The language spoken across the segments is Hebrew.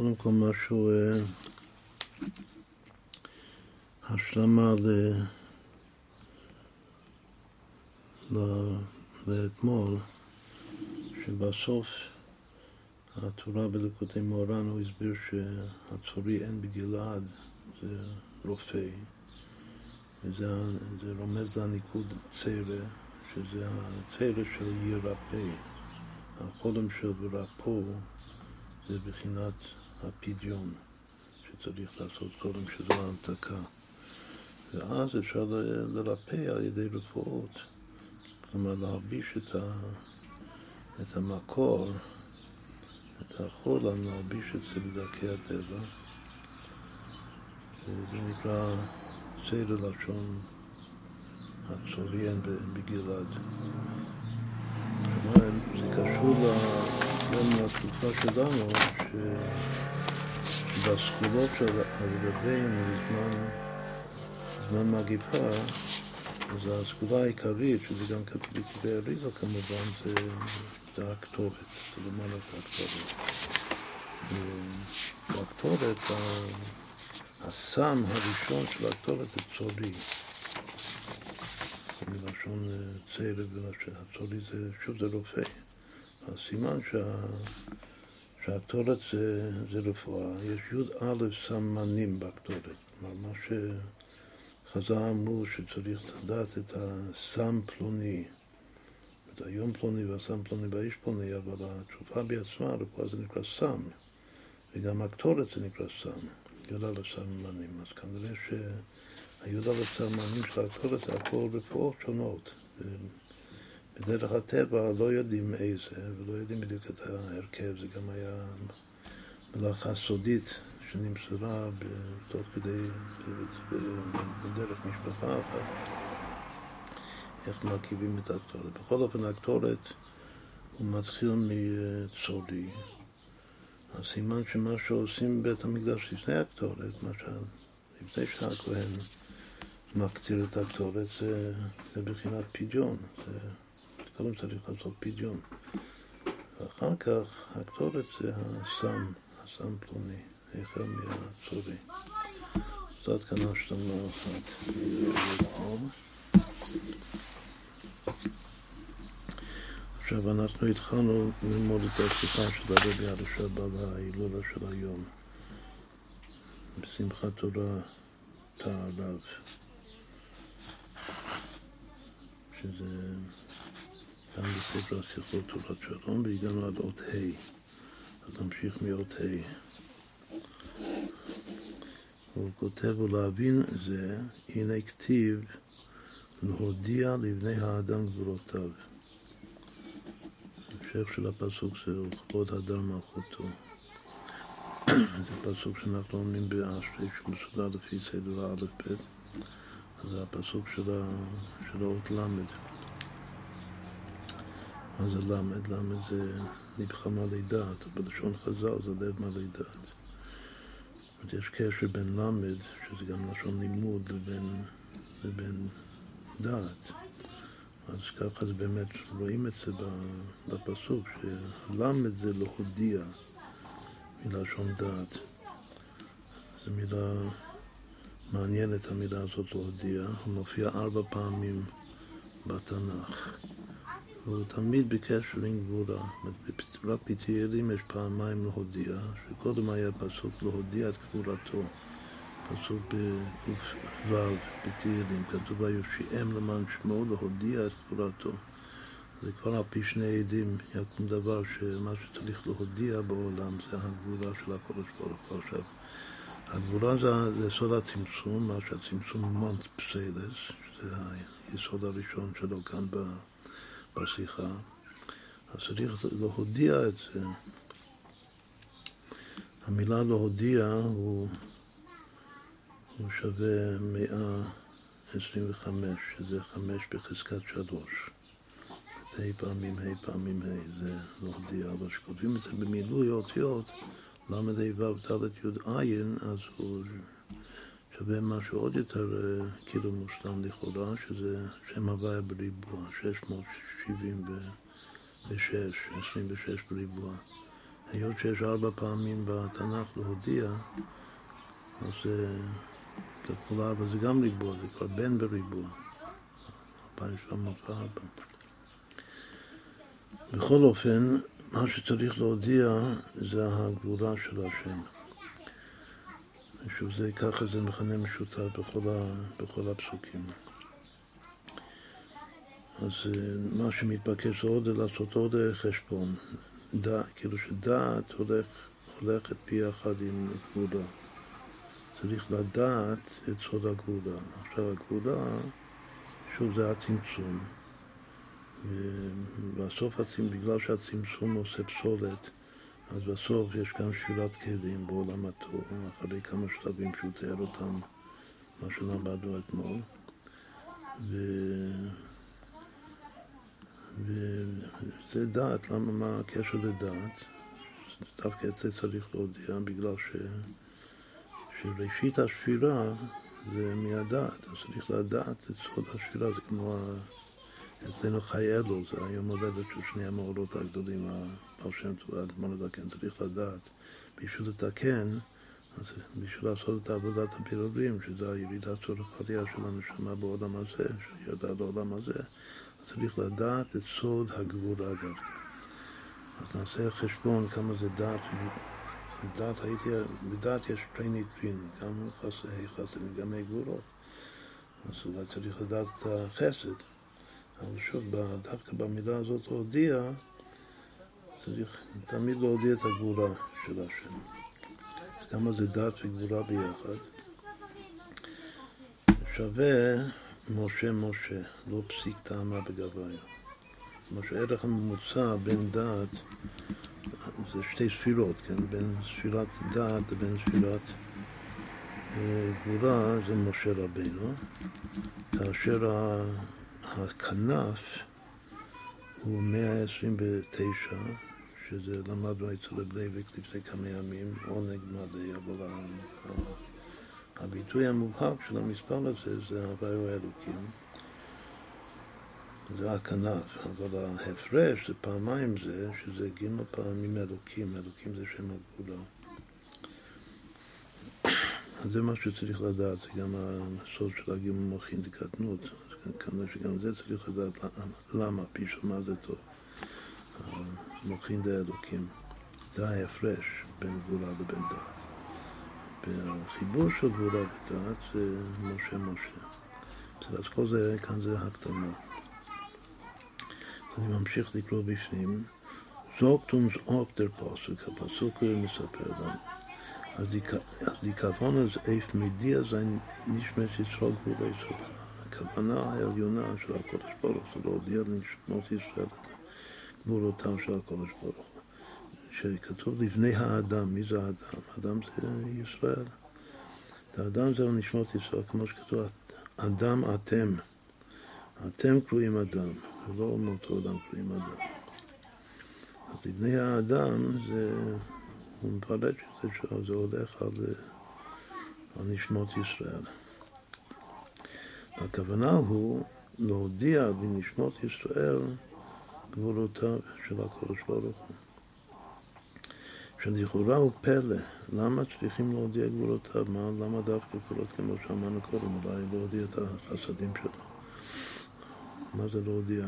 קודם כל משהו, השלמה לאתמול, שבסוף התורה בליקוטי מוהר"ן הוא הסביר שהצורי אין בגלעד זה רופא, וזה רומז לניקוד צרה, שזה הצרה של ירפא. החולם של רפו זה בחינת הפדיון שצריך לעשות קודם, שזו ההמתקה, ואז אפשר לרפא על ידי רפואות, כלומר להלביש את המקור, את החולם, להלביש את זה בדרכי הטבע, וזה נקרא צרה לשון הצורי אין בגלעד. זה קשור לתקופה שלנו, שבסגולות של הרבים בזמן מגיפה, אז הסגולה העיקרית, שזה גם כתוב בכתבי אריז"ל כמובן, זה הקטורת, זה למען הקטורת. והקטורת, הסם הראשון של הקטורת זה צורי. מלשון צרה, והצורי זה, שוב זה רופא. הסימן שהקטורת זה רפואה. יש י"א סמנים בקטורת. כלומר, מה שחז"ל אמרו שצריך לדעת את הסם פלוני, את היום פלוני והסם פלוני והאיש פלוני, אבל התשובה בעצמה, הרפואה זה נקרא סם, וגם הקטורת זה נקרא סם, י"א סמנים. אז כנראה הי"א סמנים של הקטורת זה הכל רפואות שונות. בדרך הטבע לא יודעים איזה, ולא יודעים בדיוק את ההרכב. זה גם היה מלאכה סודית שנמסרה תוך כדי, בדרך משפחה אחת, איך מרכיבים את הקטורת. בכל אופן, הקטורת הוא מתחיל מצורי. הסימן שמה שעושים בבית המקדש לפני הקטורת, מה לפני שהכהן מקטיר את הקטורת, זה בחינת פדיון. קודם צריך לעשות פדיון. ואחר כך הקטורת זה הסם פלוני, החל מהצורי. זאת כאן השלמה אחת. עכשיו אנחנו התחלנו ללמוד את השיחה של הרבי הראשון בהילולה של היום, בשמחת תורה תערב, שזה גם בספר השיחות תורת שלום, והגענו עד אות ה', אז נמשיך מאות ה'. הוא כותב, ולהבין זה, הנה כתיב להודיע לבני האדם גבורותיו. המשך של הפסוק זה כבוד הדר מלכותו. זה פסוק שאנחנו לומדים באשרי שמסודר לפי סדר האלף בית. אז זה הפסוק של האות למד. מה זה למד? למד זה נבחר מלא דעת, בלשון חז"ל זה לב מלא דעת. יש קשר בין למד, שזה גם לשון לימוד, לבין דעת. אז ככה זה באמת, רואים את זה בפסוק, שלמד זה להודיע מלשון דעת. זו מילה מעניינת, המילה הזאת להודיע. הוא מופיע 4 פעמים בתנ"ך. והוא תמיד בקשר עם גבורה. רק בתהילים יש פעמיים להודיע, שקודם היה פסוק להודיע את גבורתו. פסוק בק"ו בתהילים, כתוב ויושיעם למען שמו להודיע את גבורתו. זה כבר על פי שני עדים יקום דבר שמה שצריך להודיע בעולם זה הגבורה של הקדוש ברוך הוא. עכשיו, הגבורה זה יסוד הצמצום, מה שהצמצום מונט פסלס, שזה היסוד הראשון שלו כאן בשיחה. אז צריך להודיע את זה. המילה להודיע הוא שווה 125, שזה 5 בחזקת 3. ה' פעמים ה' פעמים ה', זה להודיע. אבל שכותבים את זה במילוי אותיות, למד ה' ו' ד' י' עין, אז הוא שווה משהו עוד יותר כאילו מושלם לכאורה, שזה שם הוויה בריבוע, 676, 26 בריבוע, ה' היות שיש 4 פעמים בתנ"ך להודיע, אז כפול 4 זה גם ריבוע, זה כבר בן בריבוע. 2704. בכל אופן, מה שצריך להודיע זה הגבורה של השם. שוב, זה ככה זה מכנה משותף בכל הפסוקים. אז מה שמתבקש עוד זה לעשות עוד חשבון. כאילו שדעת הולכת פי אחד עם גבורה. צריך לדעת את סוד הגבורה. עכשיו הגבורה, שוב זה הצמצום. ובסוף בגלל שהצמצום עושה פסולת, אז בסוף יש גם שבירת כלים בעולם התורה, אחרי כמה שלבים שהוא תיאר אותם, מה שלמדנו אתמול. וזה דעת, מה הקשר לדעת? דווקא את זה צריך להודיע, בגלל שראשית השבירה זה מהדעת, אז צריך לדעת את סוד השבירה, זה כמו אצלנו חי אלו, זה היום הולדת של שני המאורות הגדולים, הבעל שם טוב והאדמו"ר הזקן, צריך לדעת. בשביל לתקן, אז בשביל לעשות את עבודת הבירורים, שזה הירידת צורך עלייה של הנשמה בעולם הזה, שירדה לעולם הזה, אז צריך לדעת את סוד הגבורה דווקא. אז נעשה חשבון כמה זה דעת. בדעת יש שני ניטרין, גם חסד, גם גבורות. אז אולי צריך לדעת את החסד. אבל שוב, דווקא במילה הזאת להודיע, צריך תמיד להודיע את הגבורה של השם. כמה זה דעת וגבורה ביחד. שווה משה, לא פסיק טעמה בגביה. זאת אומרת שהערך הממוצע בין דעת, זה שתי ספירות, כן? בין ספירת דעת לבין ספירת גבורה, זה משה רבינו. כאשר הכנף הוא 129, שזה למדנו אצל רב לייבק לפני כמה ימים, עונג מלא, אבל הביטוי המובהק של המספר הזה זה הוויו האלוקים, זה הכנף, אבל ההפרש זה פעמיים זה, שזה גימל פעמים אלוקים, אלוקים זה שם הגבולה. אז זה מה שצריך לדעת, זה גם הסוד של הגימל מוחין דקטנות, כנראה שגם זה צריך לדעת למה, פישו מה זה טוב. מוחין דה אלוקים, זה ההפרש בין גבולה לבין דעת. והחיבור של גבולה ודעת זה משה. אז כל זה, כאן זה הקדמה. אני ממשיך לקרוא בפנים. זוגט und זעק der פסוק, הפסוק מספר לנו. אז die כוונה זה איף מדיע sein נשמת ישראל גבולה ישראל. הכוונה העליונה של הקודש ברוך זה להודיע לנשמות ישראל את גבולותיו של הקודש ברוך. שכתוב לבני האדם, מי זה האדם? האדם זה ישראל. האדם זה נשמות ישראל, כמו שכתוב, אדם אתם. אתם קרואים אדם, ולא מאותו אדם קרואים אדם. אז לבני האדם זה, הוא מפרט שזה הולך על נשמות ישראל. הכוונה הוא להודיע לנשמות ישראל גבולותיו של הקודש ברוך הוא. שלכאורה הוא פלא, למה צריכים להודיע גבולותיו? למה דווקא גבולות כמו שאמרנו קודם, אולי להודיע את החסדים שלו? מה זה להודיע?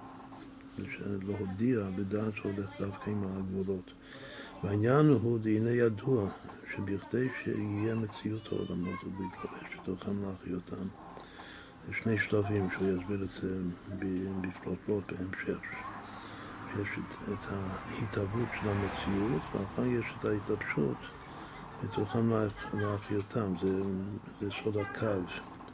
להודיע בדעת שהולך דווקא עם הגבולות. והעניין הוא דהנה ידוע, שבכדי שיהיה מציאות העולמות ולהתלבש בתוכם להחיותם, יש שני שלבים שהוא יסביר את זה בפרוטרוט בהמשך. יש את ההתהוות של המציאות, ואחר יש את ההתלבשות בתוכם להחיותם. זה סוד הקו.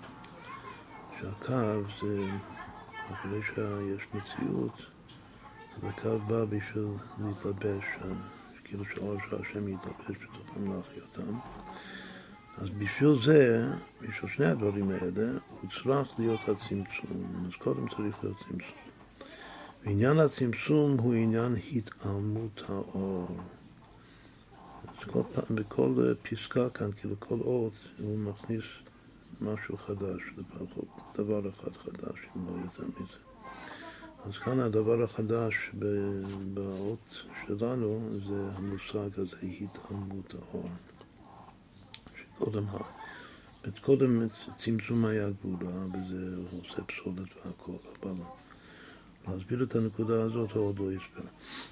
שהקו זה, אחרי שיש מציאות, אז הקו בא בשביל להתלבש, כאילו שאור שהשם יתלבש בתוכם להחיותם. אז בשביל זה, בשביל שני הדברים האלה, הוא צריך להיות הצמצום. אז קודם צריך להיות צמצום. ועניין הצמצום הוא עניין התעלמות האור. אז בכל פסקה כאן, כאילו כל אות, הוא מכניס משהו חדש, לפחות דבר אחד חדש, אם לא יותר מזה. אז כאן הדבר החדש באות שלנו זה המושג הזה, התעלמות האור. קודם צמצום היה גבולה, וזה עושה פסולת והכל, אבל להסביר את הנקודה הזאת הוא עוד לא יסבר.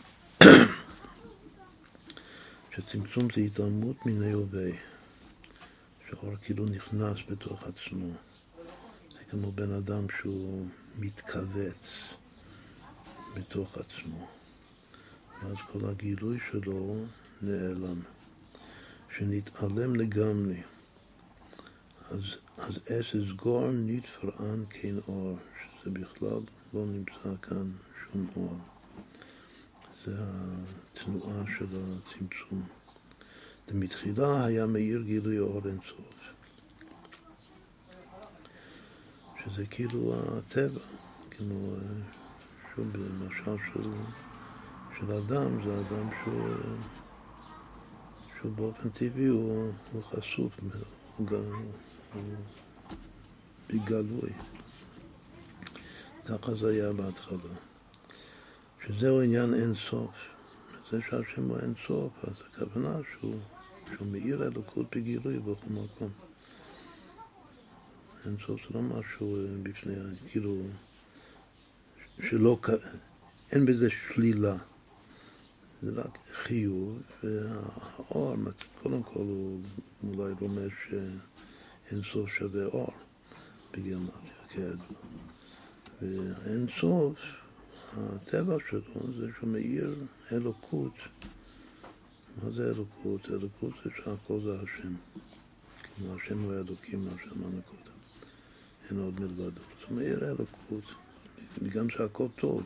שצמצום זה התעלמות מן ההווה, שהאור כאילו נכנס בתוך עצמו. זה כמו בן אדם שהוא מתכווץ בתוך עצמו. ואז כל הגילוי שלו נעלם. שנתעלם לגמרי. אז אס סגור נתפרען כן אור, שזה בכלל לא נמצא כאן שום אור. זה התנועה של הצמצום. מתחילה היה מאיר גילוי אור אינסוף. שזה כאילו הטבע, כמו שוב במשל של אדם, זה אדם שהוא באופן טבעי הוא חשוף, הוא בגלוי. ככה זה היה בהתחלה. שזהו עניין אין סוף. זה שהשם הוא אין סוף, אז הכוונה שהוא מאיר אלוקות בגילוי בכל מקום. אין סוף זה לא משהו בפני, כאילו, אין בזה שלילה. זה רק חיוב, והאור, קודם כל הוא אולי רומז שאין סוף שווה אור בגרמטיה, כידוע. ואין סוף, הטבע שלו זה שהוא מאיר אלוקות. מה זה אלוקות? אלוקות זה שהכל זה השם. כמו השם הוא אלוקים, מה שאמרנו קודם. אין עוד מלבדו. הוא מאיר אלוקות, וגם שהכל טוב.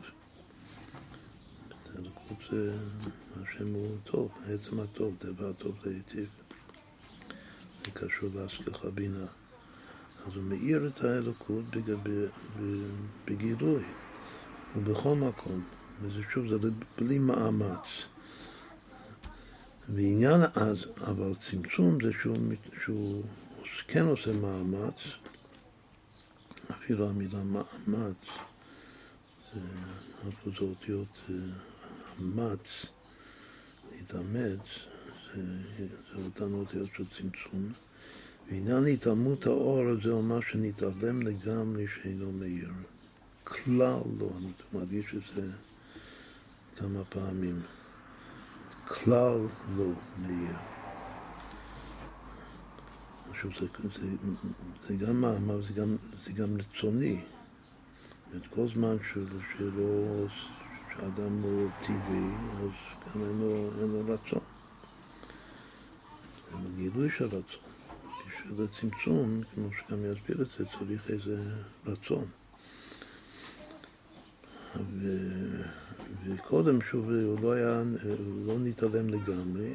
אלוקות זה, השם הוא טוב, העצם הטוב, דבר טוב להיטיב. זה קשור להשכחה בינה. אז הוא מאיר את האלוקות בגילוי, ובכל מקום. וזה שוב, זה בלי מאמץ. ועניין אז, אבל צמצום זה שהוא כן עושה מאמץ, אפילו המילה מאמץ, זה אותיות המץ, להתאמץ, זה אותן אותיות של צמצום. ועניין התעלמות האור הזה אומר שנתעלם לגמרי שאינו מאיר. כלל לא, אני מרגיש את זה כמה פעמים. כלל לא מאיר. עכשיו זה גם מאמר, זה גם רצוני. את כל זמן שאדם הוא טבעי, אז גם אין לו רצון. זה גילוי של רצון. בשביל הצמצום, כמו שגם יסביר את זה, צריך איזה רצון. וקודם שוב הוא לא נתעלם לגמרי,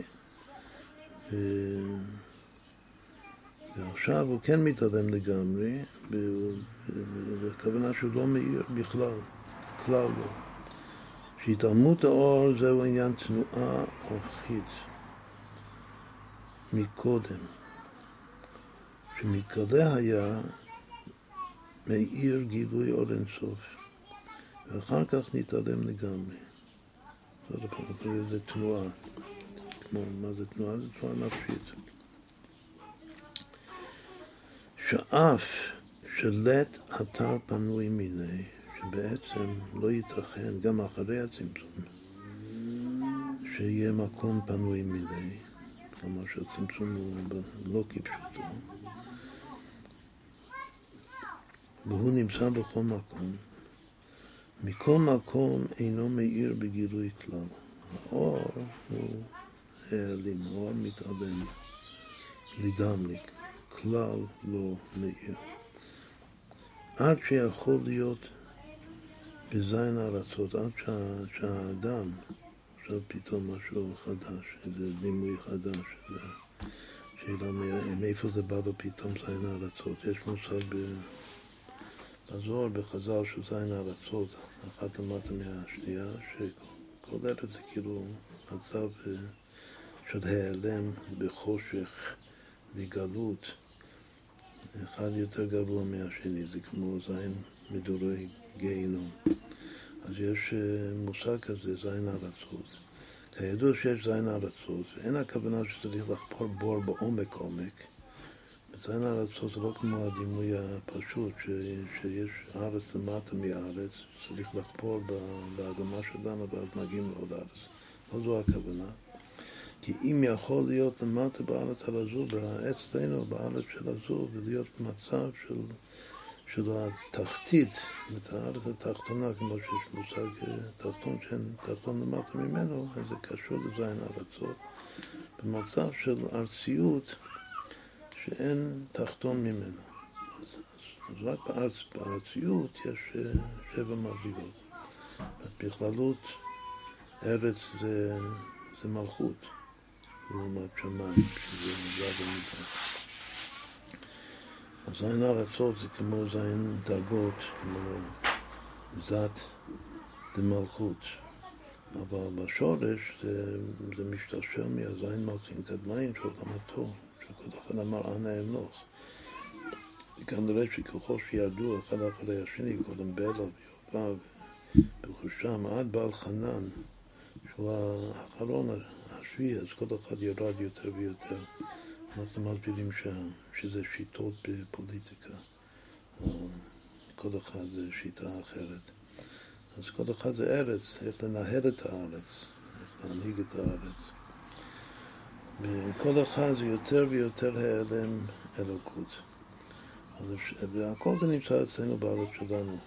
ועכשיו הוא כן מתעלם לגמרי, והכוונה שהוא לא מאיר בכלל, כלל לא. שהתעלמות האור זהו עניין תנועה הופכית מקודם. שמתגלה היה מאיר גילוי אור אינסוף. ואחר כך נתעלם לגמרי. זאת אומרת, זה תנועה. מה זה תנועה? זה תנועה נפשית. שאף שלט אתר פנוי מיני, שבעצם לא ייתכן גם אחרי הצמצום, שיהיה מקום פנוי מיני, כלומר שהצמצום הוא לא כפשוטו, והוא נמצא בכל מקום, מכל מקום אינו מאיר בגילוי כלל. האור הוא העלים, האור מתעלם לגמרי, כלל לא מאיר. עד שיכול להיות בזין הארצות, עד שהאדם, עכשיו פתאום משהו חדש, איזה דימוי חדש, שאלה מאיפה זה בא לו פתאום זין הארצות. יש מושג בזוהר בחז"ל של זין הארצות, אחת למטה מהשנייה, שכל ארץ זה כאילו מצב של העלם בחושך בגלות, אחד יותר גרוע מהשני, זה כמו זין מדורי גיהינום. אז יש מושג כזה, זין ארצות. כידוע שיש זין ארצות, ואין הכוונה שצריך לחפור בור בעומק עומק. זין ארצות זה לא כמו הדימוי הפשוט, שיש ארץ למטה מהארץ, צריך לחפור באדמה שלנו, ואז מגיעים לעוד ארץ. לא זו הכוונה. כי אם יכול להיות למטה בארץ על הזו, אצלנו בארץ של הזו, ולהיות במצב של התחתית, את הארץ התחתונה, כמו שיש מושג תחתון שאין תחתון למטה ממנו, אז זה קשור לזין ארצות, במצב של ארציות שאין תחתון ממנו. אז רק בארציות יש 7 מדרגות. בכללות ארץ זה מלכות, לעומת שמיים, שזה מזד ומידה. אז זין ארצות זה כמו זין דרגות, כמו זת דמלכות. אבל בשורש זה משתלשל מהזין מלכים קדמיים של עולמתו, שכל אחד אמר אנא אמלוך. וכנראה שככל שירדו אחד אחרי השני, קודם בלה ויובב בחושם, עד בעל חנן, שהוא האחרון השביעי, אז כל אחד ירד יותר ויותר. אנחנו מסבירים שזה שיטות בפוליטיקה, כל אחד זה שיטה אחרת. אז כל אחד זה ארץ, איך לנהל את הארץ, איך להנהיג את הארץ. וכל אחד זה יותר ויותר העלם אלוקות. והכל זה נמצא אצלנו בארץ שלנו.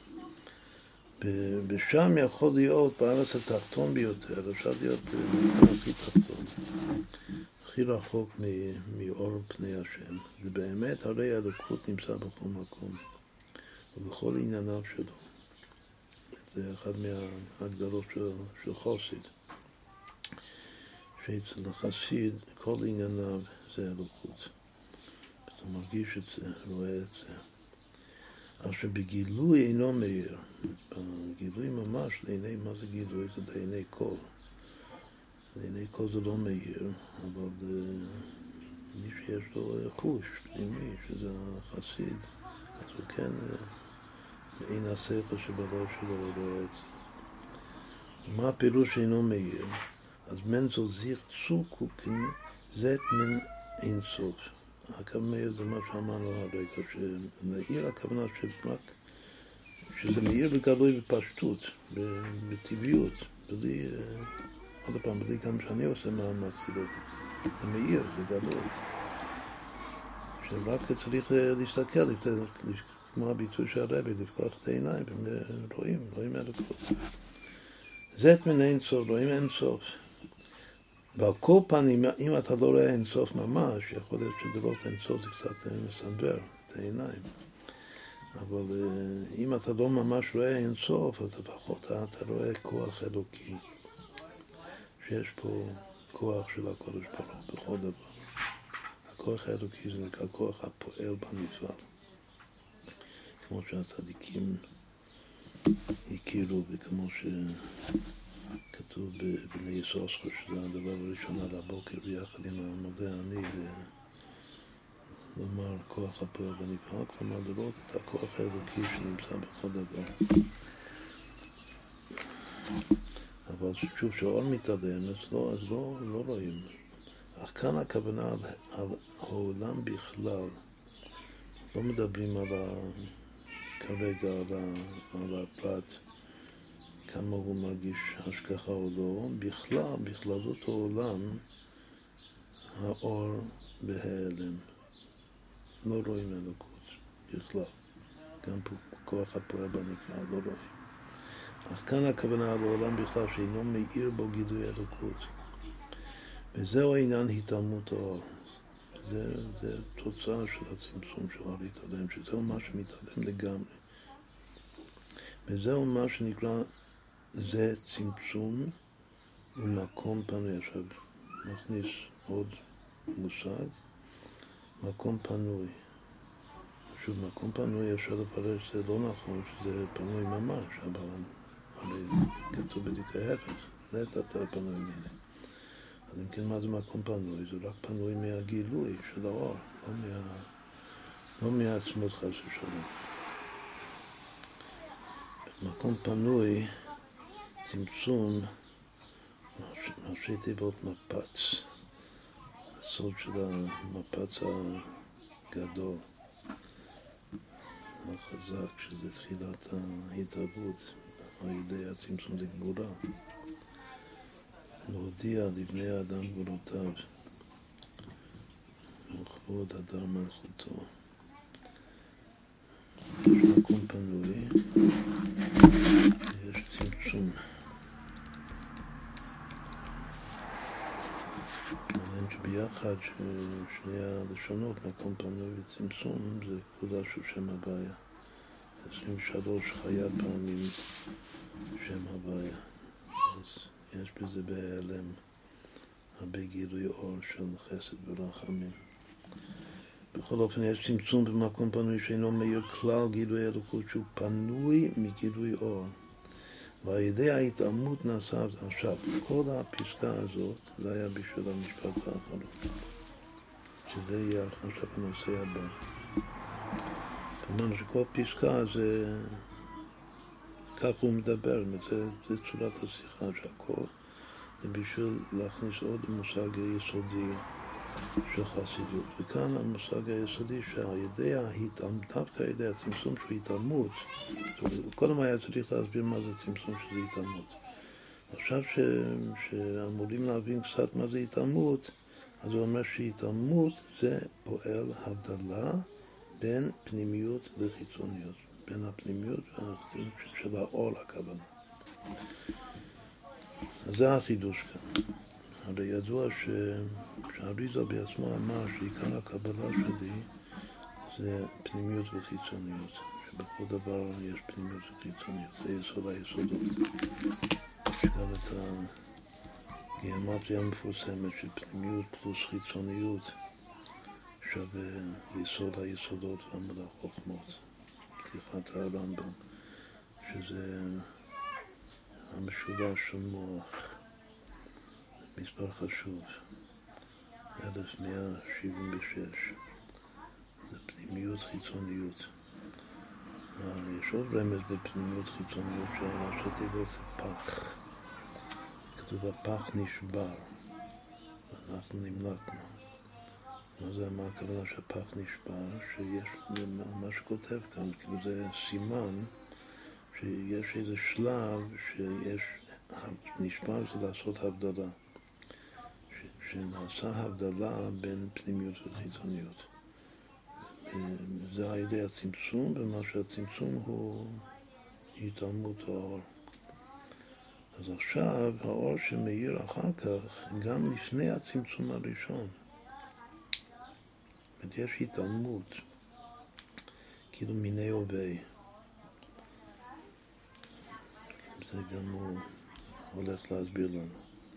ושם יכול להיות בארץ התחתון ביותר, אפשר להיות במקום הכי תחתון. הכי רחוק מאור פני השם. זה באמת, הרי האלוקות נמצא בכל מקום, ובכל ענייניו שלו. זה אחד מההגדרות של חסיד. שאצל החסיד, כל ענייניו זה אלוקות. אתה מרגיש את זה, רואה את זה. עכשיו בגילוי אינו מאיר. בגילוי ממש, לעיני מה זה גילוי? זה לעיני כל. לעיני כל זה לא מאיר, אבל מי שיש לו חוש פנימי, שזה החסיד, אז הוא כן, מעין השכל שבלב שלו רואה את זה. מה הפירוש אינו מאיר? אז מן זו זיך צוקוקן, זאת מן אין סוף. הכוונה מאיר זה מה שאמרנו הרגע, שמאיר הכוונה שזה מאיר וגלוי בפשטות, בטבעיות, בלי... עוד פעם, בלי גם שאני עושה מאמץ לראות את זה. זה מאיר, זה גדול. שרק צריך להסתכל, כמו הביטוי של הרבי, לפקוח את העיניים, רואים אלוקות. זאת מן אין סוף, רואים אין סוף. ועל כל פנים, אם אתה לא רואה אין סוף ממש, יכול להיות שדרות אין סוף זה קצת מסנבר את העיניים. אבל אם אתה לא ממש רואה אין סוף, אז לפחות אתה רואה כוח אלוקי. שיש פה כוח של הקודש ברוך בכל דבר. הכוח האלוקי זה נקרא כוח הפועל במצווה. כמו שהצדיקים הכירו, וכמו שכתוב בבני יששכר, שזה הדבר הראשון על הבוקר, ביחד עם המודה אני, לומר כוח הפועל במצווה, כלומר לראות את הכוח האלוקי שנמצא בכל דבר. אבל שוב, שהאור מתעלם, אז לא רואים. אך כאן הכוונה על העולם בכלל. לא מדברים כרגע על הפרט, כמה הוא מרגיש השגחה או לא. בכלל, בכללות העולם, האור בהיעלם. לא רואים אלוקות, בכלל. גם כוח הפועל בנפלא, לא רואים. אך כאן הכוונה על העולם בכלל שאינו מאיר בו גילוי אלוקות. וזהו העניין התעלמות האור. זה תוצאה של הצמצום של האור להתעלם, שזהו מה שמתעלם לגמרי. וזהו מה שנקרא, זה צמצום ומקום פנוי. עכשיו נכניס עוד מושג, מקום פנוי. שוב, מקום פנוי אפשר לפרש, זה לא נכון שזה פנוי ממש, אבל הרי כתוב בדיוק ההפך, לעת אתר פנוי ממני. אז אם כן, מה זה מקום פנוי? זה רק פנוי מהגילוי של האור, לא מהעצמות חס ושלום. מקום פנוי צמצום, ראשי תיבות מפץ, הסוד של המפץ הגדול, החזק, שזה תחילת ההתערבות על ידי הצמצום לגבורה. להודיע לבני האדם גבורותיו וכבוד הדר מלכותו. יש מקום פנוי, יש צמצום. מעניין שביחד שני הלשונות, מקום פנוי וצמצום, זה כבודה של שם הוויה. 23 חיית פעמים שם הוויה. אז יש בזה בהיעלם הרבה גילוי אור של חסד ורחמים. בכל אופן יש צמצום במקום פנוי שאינו מאיר כלל גילוי אלוקות, שהוא פנוי מגילוי אור. ועל ידי ההתעלמות נעשה עכשיו. כל הפסקה הזאת, זה היה בשביל המשפט האחרון. שזה יהיה עכשיו הנושא הבא. כלומר שכל פסקה זה, כך הוא מדבר, זה צורת השיחה שהכל. זה בשביל להכניס עוד מושג יסודי של חסידות. וכאן המושג היסודי שעל ידי דווקא על ידי הצמצום של התעלמות, קודם היה צריך להסביר מה זה צמצום שזה התעלמות. עכשיו שאמורים להבין קצת מה זה התעלמות, אז הוא אומר שהתעלמות זה פועל הבדלה בין פנימיות לחיצוניות, בין הפנימיות והחיצוניות של האור הכוונה. אז זה החידוש כאן. הרי ידוע שהאריז"ל בעצמו אמר שעיקר הקבלה שלי זה פנימיות וחיצוניות, שבכל דבר יש פנימיות וחיצוניות, זה יסוד היסודות. יש גם את הגיאומטריה המפורסמת של פנימיות פלוס חיצוניות שווה יסוד היסודות ועמוד החוכמות, פתיחת הרמב"ם, שזה המשולש של מוח. מספר חשוב, 1176, זה פנימיות חיצוניות. יש עוד רמז בפנימיות חיצוניות שהראשי תיבות זה פח. כתוב הפח נשבר, ואנחנו נמלטנו. מה הכוונה שהפח נשבר? שיש, מה שכותב כאן, כאילו זה סימן שיש איזה שלב שיש, נשבר זה לעשות הבדלה. שנעשה הבדלה בין פנימיות וחיצוניות. זה על ידי הצמצום, ומה שהצמצום הוא התעלמות האור. אז עכשיו האור שמאיר אחר כך, גם לפני הצמצום הראשון. זאת אומרת, יש התעלמות, כאילו מיני הווה. זה גם הוא הולך להסביר לנו.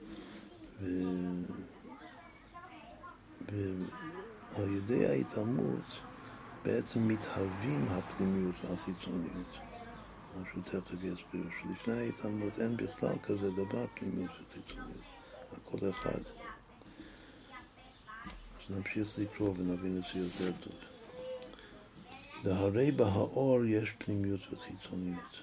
ועל ידי ההתעלמות בעצם מתהווים הפנימיות והחיצוניות. משהו תכף יסביר, שלפני ההתעלמות אין בכלל כזה דבר פנימיות וחיצוניות, הכל אחד. אז נמשיך לקרוא ונבין את זה יותר טוב. והרי בהאור יש פנימיות וחיצוניות.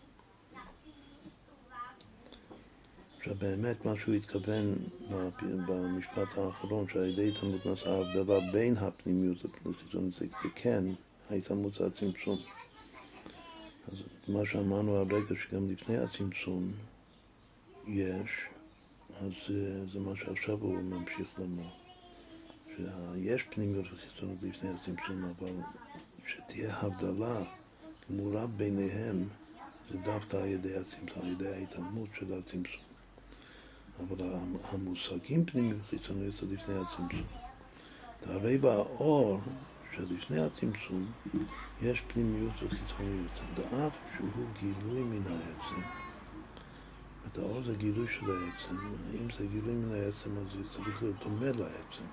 עכשיו באמת מה שהוא התכוון במשפט האחרון, שעל ידי התעלמות נעשה ההבדלה בין הפנימיות לחיצוניות, זה כן, ההתעלמות זה הצמצום. אז מה שאמרנו הרגע שגם לפני הצמצום יש, אז זה מה שעכשיו הוא ממשיך לומר. שיש פנימיות וחיצוניות לפני הצמצום, אבל שתהיה הבדלה גמורה ביניהם, זה דווקא על ידי הצמצום, על ידי ההתעלמות של הצמצום. אבל המושגים פנימיות וחיצוניות זה לפני הצמצום. הרי באור שלפני הצמצום יש פנימיות וחיצוניות, דאף שהוא גילוי מן העצם. את האור זה גילוי של העצם, אם זה גילוי מן העצם אז זה צריך להיות דומה לעצם.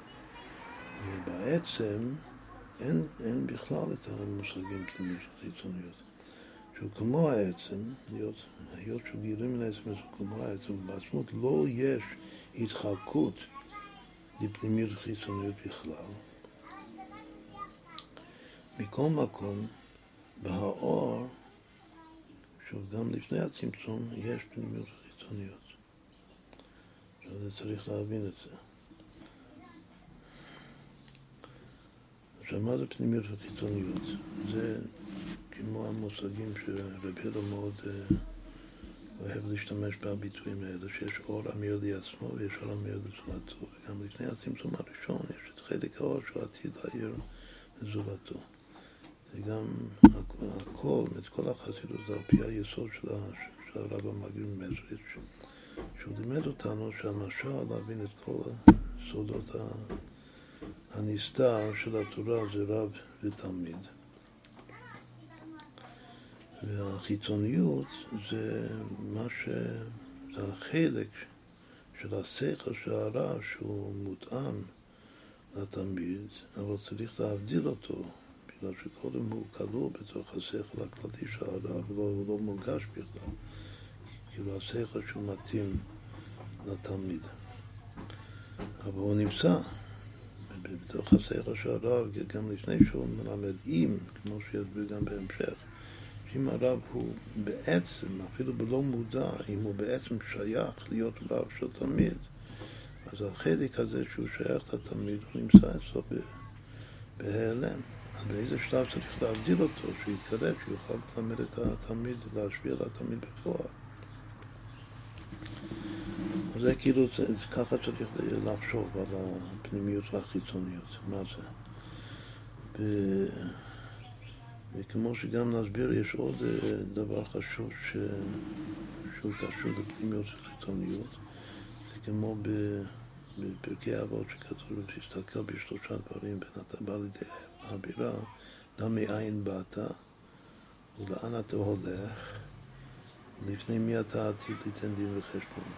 ובעצם אין בכלל את המושגים פנימיות וחיצוניות. שהוא כמו העצם, היות שהוא גילוי מן העצם, הוא כמו העצם, בעצמות לא יש התחלקות לפנימיות וחיצוניות בכלל. מכל מקום, בהאור, שוב גם לפני הצמצום, יש פנימיות וחיצוניות. וחיצוניות. אז צריך להבין את זה. עכשיו, מה זה פנימיות וחיצוניות? זה כמו המושגים שרב הילר מאוד אוהב להשתמש בביטויים האלה, שיש אור אמיר לי עצמו ויש אור אמיר לזולתו. וגם לפני הצמצום הראשון יש את חלק האור שהוא עתיד להאיר לזולתו. זה גם הכל, את כל החסידות, זה על פי היסוד של הרב המגיד ממזריץ', שהוא לימד אותנו שהמשל להבין את כל סודות הנסתר של התורה זה רב ותלמיד. והחיצוניות זה זה החלק של השכל של הרע שהוא מותאם לתלמיד, אבל צריך להבדיל אותו, בגלל שקודם הוא כלוא בתוך השכל הכללי של הרע, והוא לא מורגש בכלל. כאילו השכל שהוא מתאים לתלמיד. אבל הוא נמצא בתוך השכל של הרב, גם לפני שהוא מלמד כמו שיסביר גם בהמשך, שאם הרב הוא בעצם, אפילו בלא מודע, אם הוא בעצם שייך להיות רב של תלמיד, אז החלק הזה שהוא שייך לתלמיד, הוא נמצא אצלו בהיעלם. אז באיזה שלב צריך להבדיל אותו, שהוא יתקרב, שהוא יוכל ללמד את התלמיד, להשפיע על התלמיד בפועל. אז זה כאילו, ככה צריך לחשוב על הפנימיות והחיצוניות, מה זה. וכמו שגם נסביר, יש עוד דבר חשוב שהוא קשור לפנימיות וחיצוניות. זה כמו בפרקי אבות שכתוב, תסתכל בשלושה דברים, בין אתה בא לידי הבירה, גם מאין באת, ולאן אתה הולך, לפני מי אתה עתיד ליתן דין וחשבון.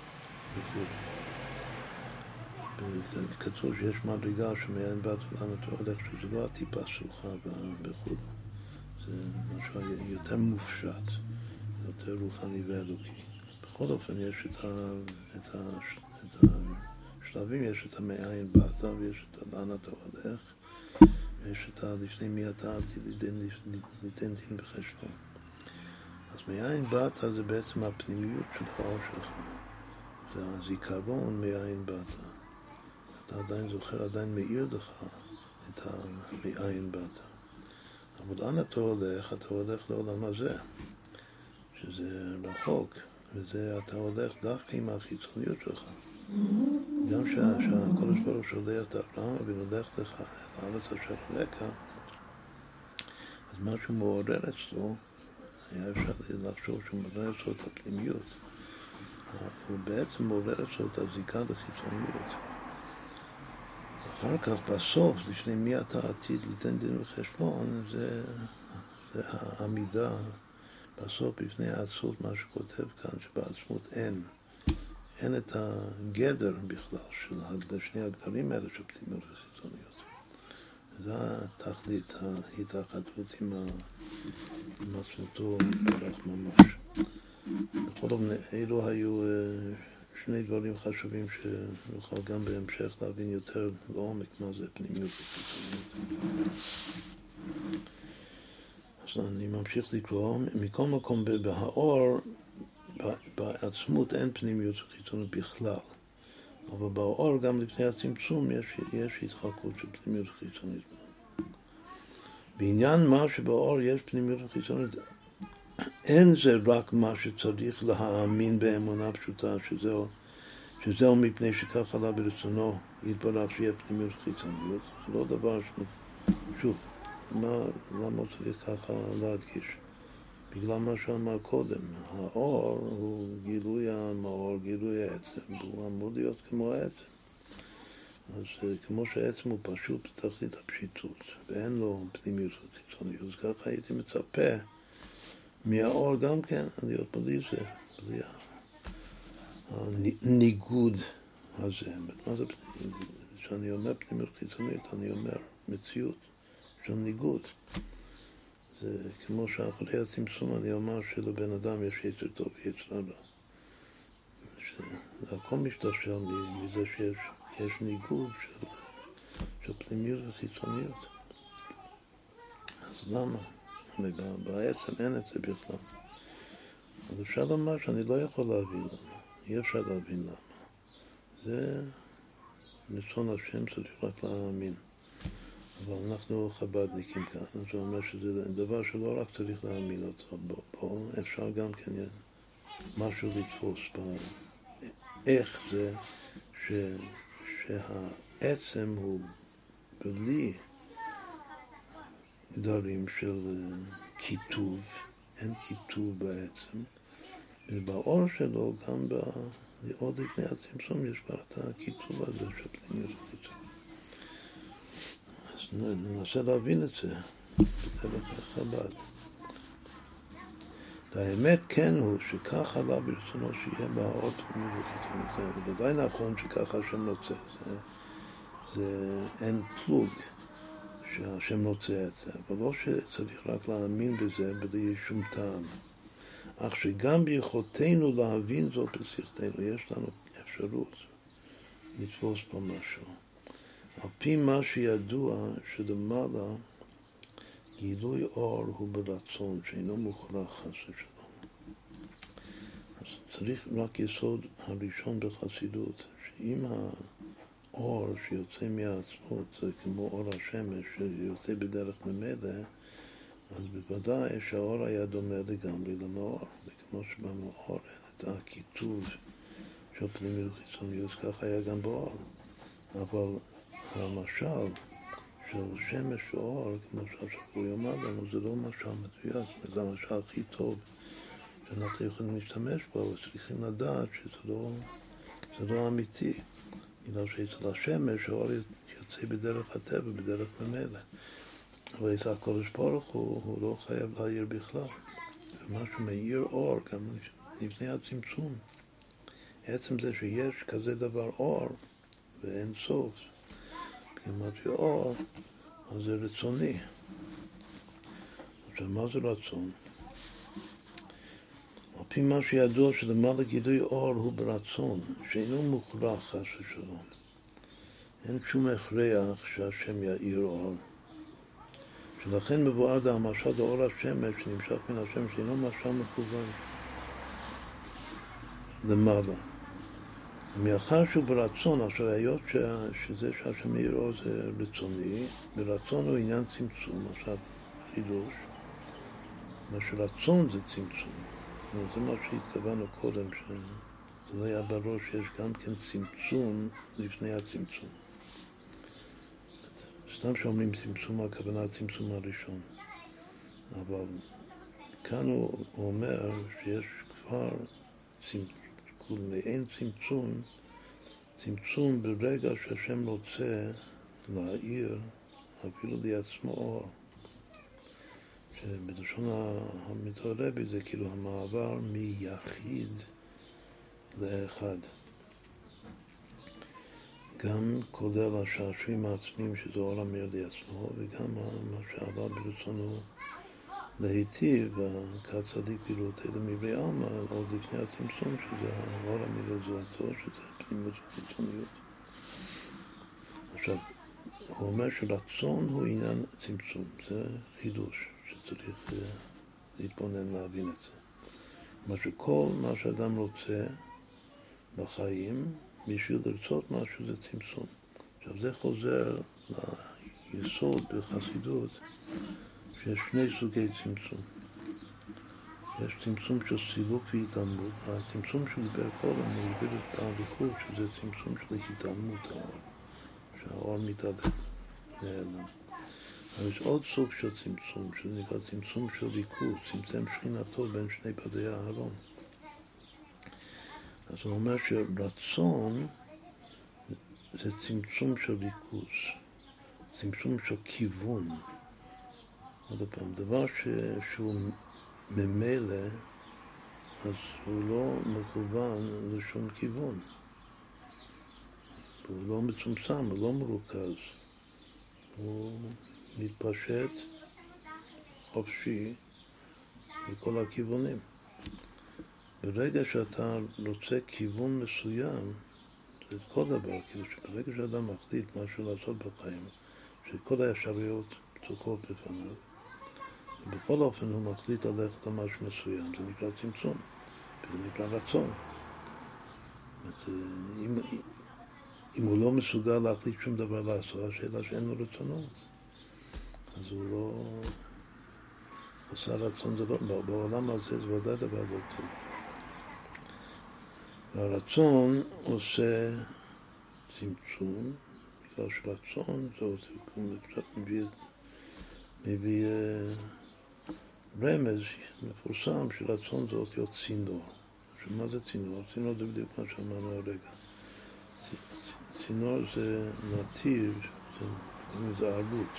כתוב שיש מדרגה שמאין באת ולאן אתה הולך, שזה לא הטיפה סוכה וכו'. זה משהו יותר מופשט, יותר רוחני ואלוקי. בכל אופן יש את השלבים, יש את המאין באת ויש את לאן אתה הולך, ויש את לפני מי אתה עתיד ליתן דין וחשבון. אז מאין באת זה בעצם הפנימיות של האור שלך. זה הזיכרון מאין באת. אתה עדיין זוכר, עדיין מאיר לך את המאין באת. אבל לאן אתה הולך? אתה הולך לעולם הזה, שזה רחוק, וזה אתה הולך דווקא עם החיצוניות שלך. גם שהקדוש ברוך הוא שולח את אברהם ונולך לך אל הארץ אשר אליך, אז משהו מעורר אצלו, היה אפשר לחשוב שהוא מעורר אצלו את הפנימיות. הוא בעצם מעורר אצלו את הזיקה לחיצוניות. אחר כך, בסוף, לפני מי אתה עתיד ליתן דין וחשבון, זה העמידה בסוף בפני העצות, מה שכותב כאן, שבעצמות אין את הגדר בכלל של שני הגדרים האלה של פנימיות וחיצוניות. זה התכלית, ההתאחדות עם עצמותו יתברך ממש. בכל אופן, אלו היו שני דברים חשובים שנוכל גם בהמשך להבין יותר לעומק מה זה פנימיות וחיצוניות. אז אני ממשיך לקרוא. מכל מקום בהאור, בעצמות אין פנימיות וחיצוניות בכלל. אבל באור גם לפני הצמצום יש התחלקות של פנימיות וחיצוניות. בעניין מה שבאור יש פנימיות וחיצוניות, אין זה רק מה שצריך להאמין באמונה פשוטה, שזהו מפני שכך עלה ברצונו יתברך שיהיה פנימיות וחיצוניות. זה לא דבר שוב, למה צריך ככה להדגיש? בגלל מה שאמר קודם, האור הוא גילוי המאור, גילוי העצם, והוא אמור להיות כמו העצם. אז כמו שהעצם הוא פשוט בתכלית הפשיטות, ואין לו פנימיות וחיצוניות, אז ככה הייתי מצפה מהאור גם כן להיות בלי זה, בלי הניגוד הזה. מה זה פנימיות? כשאני אומר פנימיות חיצוניות, אני אומר מציאות של ניגוד. זה כמו שאחרי הצמצום אני אומר שלבן אדם יש יצר טוב ויצר רע. זה הכל משתשל מזה שיש ניגוד של פנימיות וחיצוניות. אז למה? בעצם אין את זה בכלל. אז אפשר לומר שאני לא יכול להבין למה, אי אפשר להבין למה. זה רצון השם, צריך רק להאמין. אבל אנחנו חב"דניקים כאן, אז הוא אומר שזה דבר שלא רק צריך להאמין אותו, פה אפשר גם כן משהו לתפוס איך זה שהעצם הוא בלי גדרים של כיתוב, אין כיתוב בעצם, ובאור שלו גם עוד לפני הצמצום יש כבר את הכיתוב הזה של פנימיות החיצון. אז ננסה להבין את זה בדרך חב"ד. האמת כן הוא שכך עלה ברצונו שיהיה באור פנימיות החיצון. זה ודאי נכון שככה השם רוצה. זה אין פלוג שהשם רוצה את זה, אבל לא שצריך רק להאמין בזה בלי שום טעם. אך שגם ביכולתנו להבין זאת בשכלנו, יש לנו אפשרות לתפוס פה משהו. על פי מה שידוע שלמעלה גילוי אור הוא ברצון, שאינו מוכרח חס ושלום. אז צריך רק יסוד הראשון בחסידות, שאם האור שיוצא מהעצמות זה כמו אור השמש שיוצא בדרך ממילא, אז בוודאי שהאור היה דומה לגמרי למאור. וכמו שבמאור אין את הכיתוב של פנימיות חיצוניות, כך היה גם באור. אבל המשל של שמש ואור, כמו שהשבוע יאמר לנו, זה לא משל מדויק, זה המשל הכי טוב שאנחנו יכולים להשתמש בו, אבל צריכים לדעת שזה לא אמיתי. בגלל שאצל השמש האור יוצא בדרך הטבע, בדרך ממילא. אבל אצל הקודש ברוך הוא לא חייב להעיר בכלל. ומשהו מאיר אור, גם לפני הצמצום. עצם זה שיש כזה דבר אור, ואין סוף, כמעט אור, אז זה רצוני. עכשיו, מה זה רצון? על פי מה שידוע שלמעלה גילוי אור הוא ברצון, שאינו מוכרח חס ושלום. אין שום הכרח שהשם יאיר אור. שלכן מבואר המשל לאור השמש שנמשך מן השמש, שאינו משל מכוון למעלה. מאחר שהוא ברצון, עכשיו היות שזה שהשם מאיר אור זה רצוני, ברצון הוא עניין צמצום, עכשיו חידוש, מה שרצון זה צמצום. זה מה שהתכוונו קודם, שזה לא היה ברור שיש גם כן צמצום לפני הצמצום. סתם שאומרים צמצום, הכוונה הצמצום הראשון. אבל כאן הוא אומר שיש כבר אין צמצום ברגע שהשם רוצה להאיר אפילו לעצמו אור. שבלשון המתרבי זה כאילו המעבר מיחיד לאחד. גם כולל השעשועים העצמיים שזה אור המאיר לעצמו, וגם מה שעלה ברצונו להיטיב, כצדיק פעילותי למברי עלמא, עוד לפני הצמצום, שזה האור המאיר לזולתו, שזה פנימיות וחיצוניות. עכשיו, הוא אומר שרצון הוא עניין צמצום, זה חידוש שצריך להתבונן להבין את זה. מה שכל מה שאדם רוצה בחיים, בשביל לרצות משהו זה צמצום. עכשיו זה חוזר ליסוד בחסידות שיש שני סוגי צמצום. יש צמצום של סילוק והתעלמות. הצמצום שדיבר קודם הוא הסביר את האריכות שזה צמצום של התעלמות האור, שהאור מתעלם, נעלם. אבל יש עוד סוג של צמצום, שזה נקרא צמצום של ליכוז, צמצם שכינתו בין שני בדי הארון. אז הוא אומר שרצון זה צמצום של ליכוז, צמצום של כיוון. עוד פעם, דבר שהוא ממילא, אז הוא לא מכוון לשום כיוון. הוא לא מצומצם, הוא לא מרוכז. הוא מתפשט חופשי בכל הכיוונים. ברגע שאתה רוצה כיוון מסוים, זה כל דבר, כאילו שברגע שאדם מחליט משהו לעשות בחיים, שכל האפשרויות פתוחות בפניו, ובכל אופן הוא מחליט ללכת על משהו מסוים, זה נקרא צמצום. זה נקרא רצון. אם הוא לא מסוגל להחליט שום דבר לעשות, השאלה שאין לו רצונות. אז הוא לא... עשה רצון, זה לא... בעולם הזה זה ודאי דבר לא טוב. והרצון עושה צמצום, בגלל שרצון זה קצת מביא רמז מפורסם שרצון זה אותיות צינור. מה זה צינור? צינור זה בדיוק מה שאמרנו הרגע. צינור זה נתיב, זה ערוץ.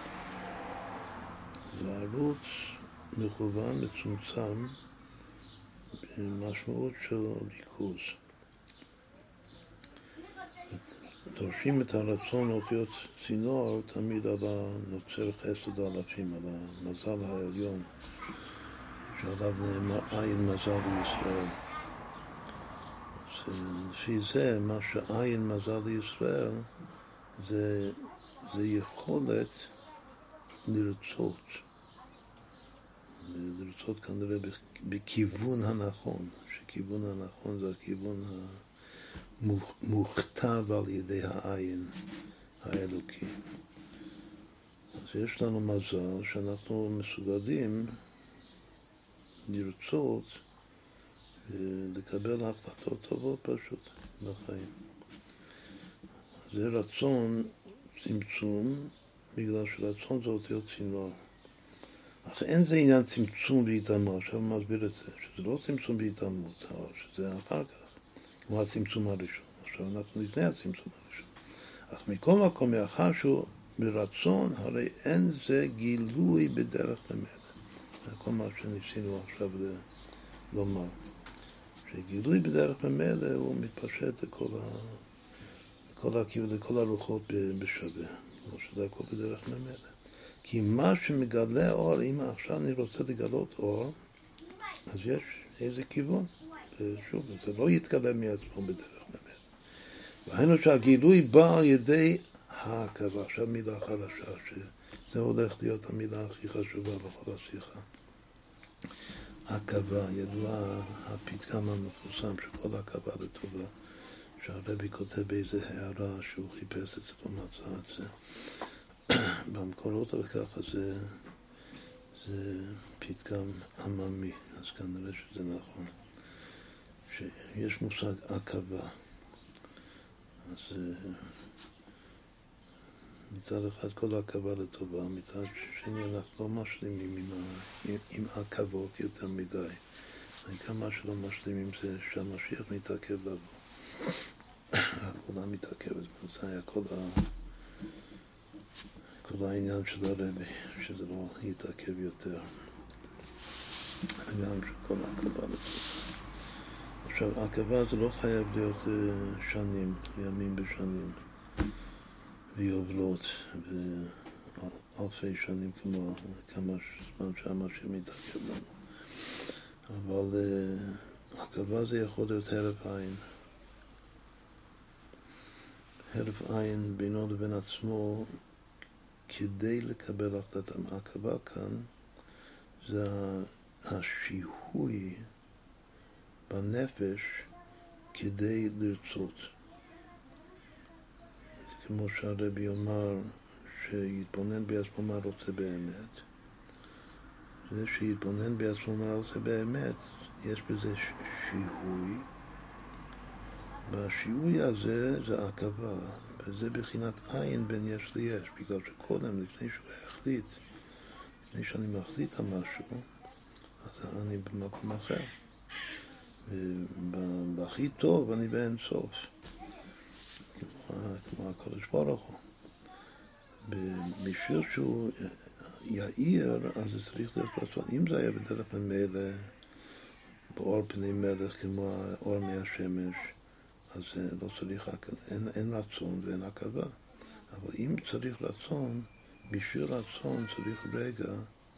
זה ערוץ מכוון, מצומצם, במשמעות של ריכוז. דורשים את הרצון אותיות צינור תמיד על הנוצר חסד אלפים, על המזל העליון, שעליו נאמר עין מזל לישראל. לפי זה, מה שעין מזל לישראל זה יכולת לרצות. לרצות כנראה בכיוון הנכון, שכיוון הנכון זה הכיוון המוכתב על ידי העין האלוקי. אז יש לנו מזל שאנחנו מסוגלים לרצות ולקבל החלטות טובות פשוט בחיים. זה רצון צמצום, בגלל שרצון זה אותיות צינור. אך אין זה עניין צמצום והתעלמות, עכשיו הוא מסביר את זה, שזה לא צמצום והתעלמות, שזה אחר כך, כמו הצמצום הראשון. עכשיו אנחנו לפני הצמצום הראשון. אך מכל מקום, מאחר שהוא ברצון, הרי אין זה גילוי בדרך למלך. זה כל מה שניסינו עכשיו לומר. שגילוי בדרך למלך הוא מתפשט לכל הרוחות בשווה. כמו שזה הכל בדרך למלך. כי מה שמגלה אור, אם עכשיו אני רוצה לגלות אור, אז יש איזה כיוון. שוב, זה לא יתקדם מעצמו בדרך למלך. והיינו שהגילוי בא על ידי ההקבה. עכשיו מילה חדשה, שזה הולך להיות המילה הכי חשובה בכל השיחה. הקבה, ידוע הפתגם המפורסם שכל הקבה לטובה, שהרבי כותב באיזה הערה שהוא חיפש את זה, לא מצא את זה. במקורות וככה זה פתגם עממי, אז כנראה שזה נכון. שיש מושג עקבה. אז מצד אחד כל עקבה לטובה, מצד שני אנחנו לא משלימים עם עקבות יותר מדי. כמה שלא משלימים זה שהמשיח מתעכב לבוא. העולם מתעכב, זה היה כל העניין של הרבי, שזה לא יתעכב יותר. וגם שכל עקבה לטובה. עכשיו, עקבה זה לא חייב להיות שנים, ימים בשנים, ויובלות, ואלפי שנים כמו כמה זמן שהמשיח מתעכב לנו. אבל עקבה זה יכול להיות הרף עין. הרף עין בינו לבין עצמו, כדי לקבל החלטה. העקבה כאן זה השיהוי בנפש כדי לרצות. כמו שהרבי אומר שיתבונן בעצמו מה רוצה באמת. זה שיתבונן בעצמו מה רוצה באמת, יש בזה שיהוי. והשיהוי הזה זה עקבה. וזה בחינת עין בין יש ליש, בגלל שקודם, לפני שהוא החליט, לפני שאני מחליט על משהו, אז אני במקום אחר. ובהכי טוב אני באין סוף. כמו הקדוש ברוך הוא. בשביל שהוא יאיר, אז זה צריך להיות רצון. אם זה היה בדרך למלך, באור פני מלך, כמו האור מהשמש, אז לא צריך, אין רצון ואין עקבה. אבל אם צריך רצון, בשביל רצון צריך רגע,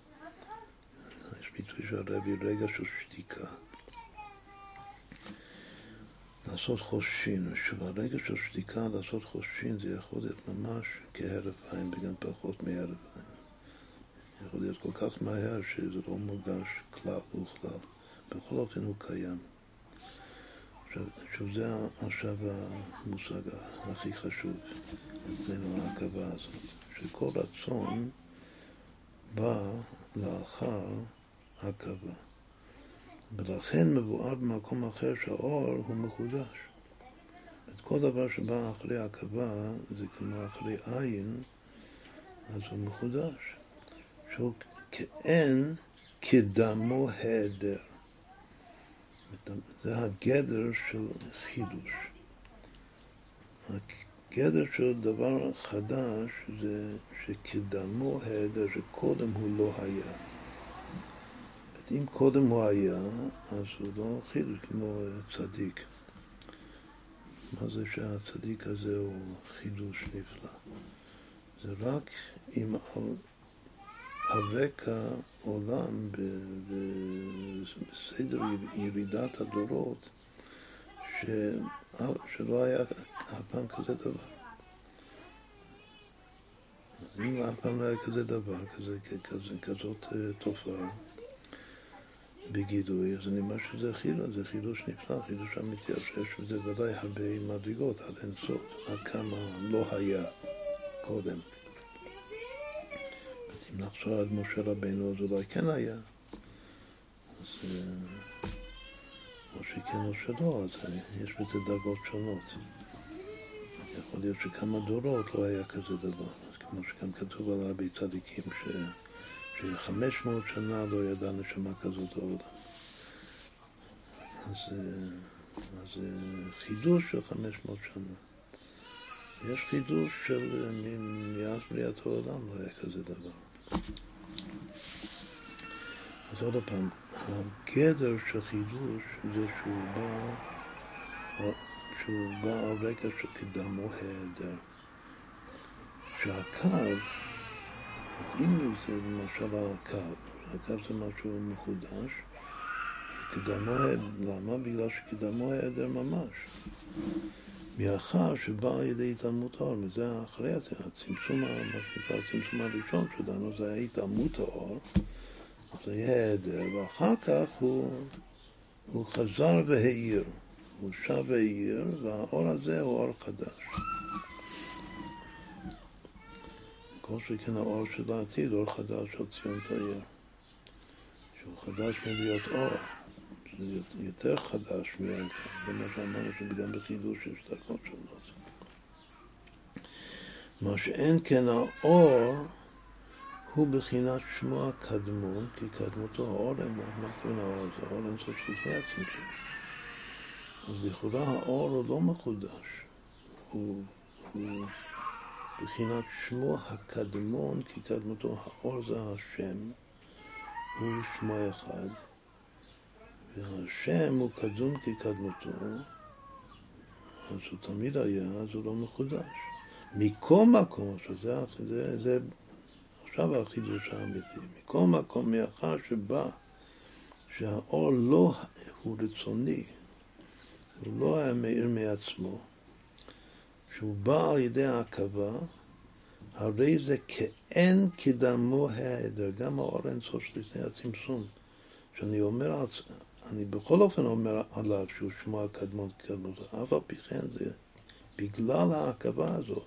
יש ביטוי של הרבי, רגע של שתיקה. לעשות חושין, שברגע של שתיקה לעשות חושין זה יכול להיות ממש כהרף עין, וגם פחות מהרף עין. יכול להיות כל כך מהר שזה לא מורגש כלל וכלל. בכל אופן הוא קיים. עכשיו זה עכשיו המושג הכי חשוב אצלנו, ההקבה הזאת, שכל רצון בא לאחר הקבה. ולכן מבואר במקום אחר שהאור הוא מחודש. את כל דבר שבא אחרי הקבה, זה כמו אחרי עין, אז הוא מחודש. שהוא כאין כדמו העדר. זה הגדר של חידוש. הגדר של דבר חדש זה שכדמו העדר, שקודם הוא לא היה. אם קודם הוא היה, אז הוא לא חידוש כמו צדיק. מה זה שהצדיק הזה הוא חידוש נפלא? זה רק אם על רקע עולם בסדר ירידת הדורות שלא היה אף פעם כזה דבר. אז אם אף פעם לא היה כזה דבר, כזאת תופעה בגידוי, אז אני אומר שזה חידוש, זה חידוש נפלא, חידוש אמיתי, שיש בזה ודאי הרבה מדרגות עד אין סוף, עד כמה לא היה קודם. אם נחזור עד משה רבינו, אז אולי כן היה. אז או שכן או שלא, אז יש בזה דרגות שונות. יכול להיות שכמה דורות לא היה כזה דבר. אז כמו שגם כתוב על הרבה צדיקים ש500 שנה לא ידע נשמה כזאת העולם. אז חידוש של 500 שנה. יש חידוש של מאז בריאת העולם לא היה כזה דבר. אז עוד פעם, הגדר של חידוש זה שהוא בא על רקע של כדמו העדר. שהקו, אם זה למשל הקו זה משהו מחודש, כדמו העדר, למה? בגלל שכדמו העדר ממש. מאחר שבא על ידי התעלמות האור, וזה אחרי הצמצום, מה שנקרא הצמצום הראשון שלנו, זה היה התעלמות האור, זה היה העדר, ואחר כך הוא חזר והעיר, הוא שב והעיר, והאור הזה הוא אור חדש. כל שכן האור של העתיד, אור חדש של ציון תאיר, שהוא חדש מלהיות אור. זה יותר חדש מהעבר, זה מה שאמרנו שגם בחידוש יש דרגות שונות. מה שאין כן האור הוא בחינת שמו הקדמון, כי קדמותו האור, מה הכוונה האור? זה האור אין סוף של זה הצמצום. אז לכאורה האור הוא לא מחודש, הוא בחינת שמו הקדמון, כי קדמותו האור זה השם, הוא שמו אחד. והשם הוא קדום כקדמותו, אז הוא תמיד היה, אז הוא לא מחודש. מכל מקום, זה עכשיו החידוש האמיתי, מכל מקום מאחר שבא שהאור לא הוא רצוני, הוא לא היה מאיר מעצמו, שהוא בא על ידי ההקבה, הרי זה כאין כדמו העדר, גם האור אין סוף לפני הצמצום. שאני אומר, אני בכל אופן אומר עליו שהוא שמו הקדמון כקדמות, אף על פי כן זה בגלל ההקבה הזאת,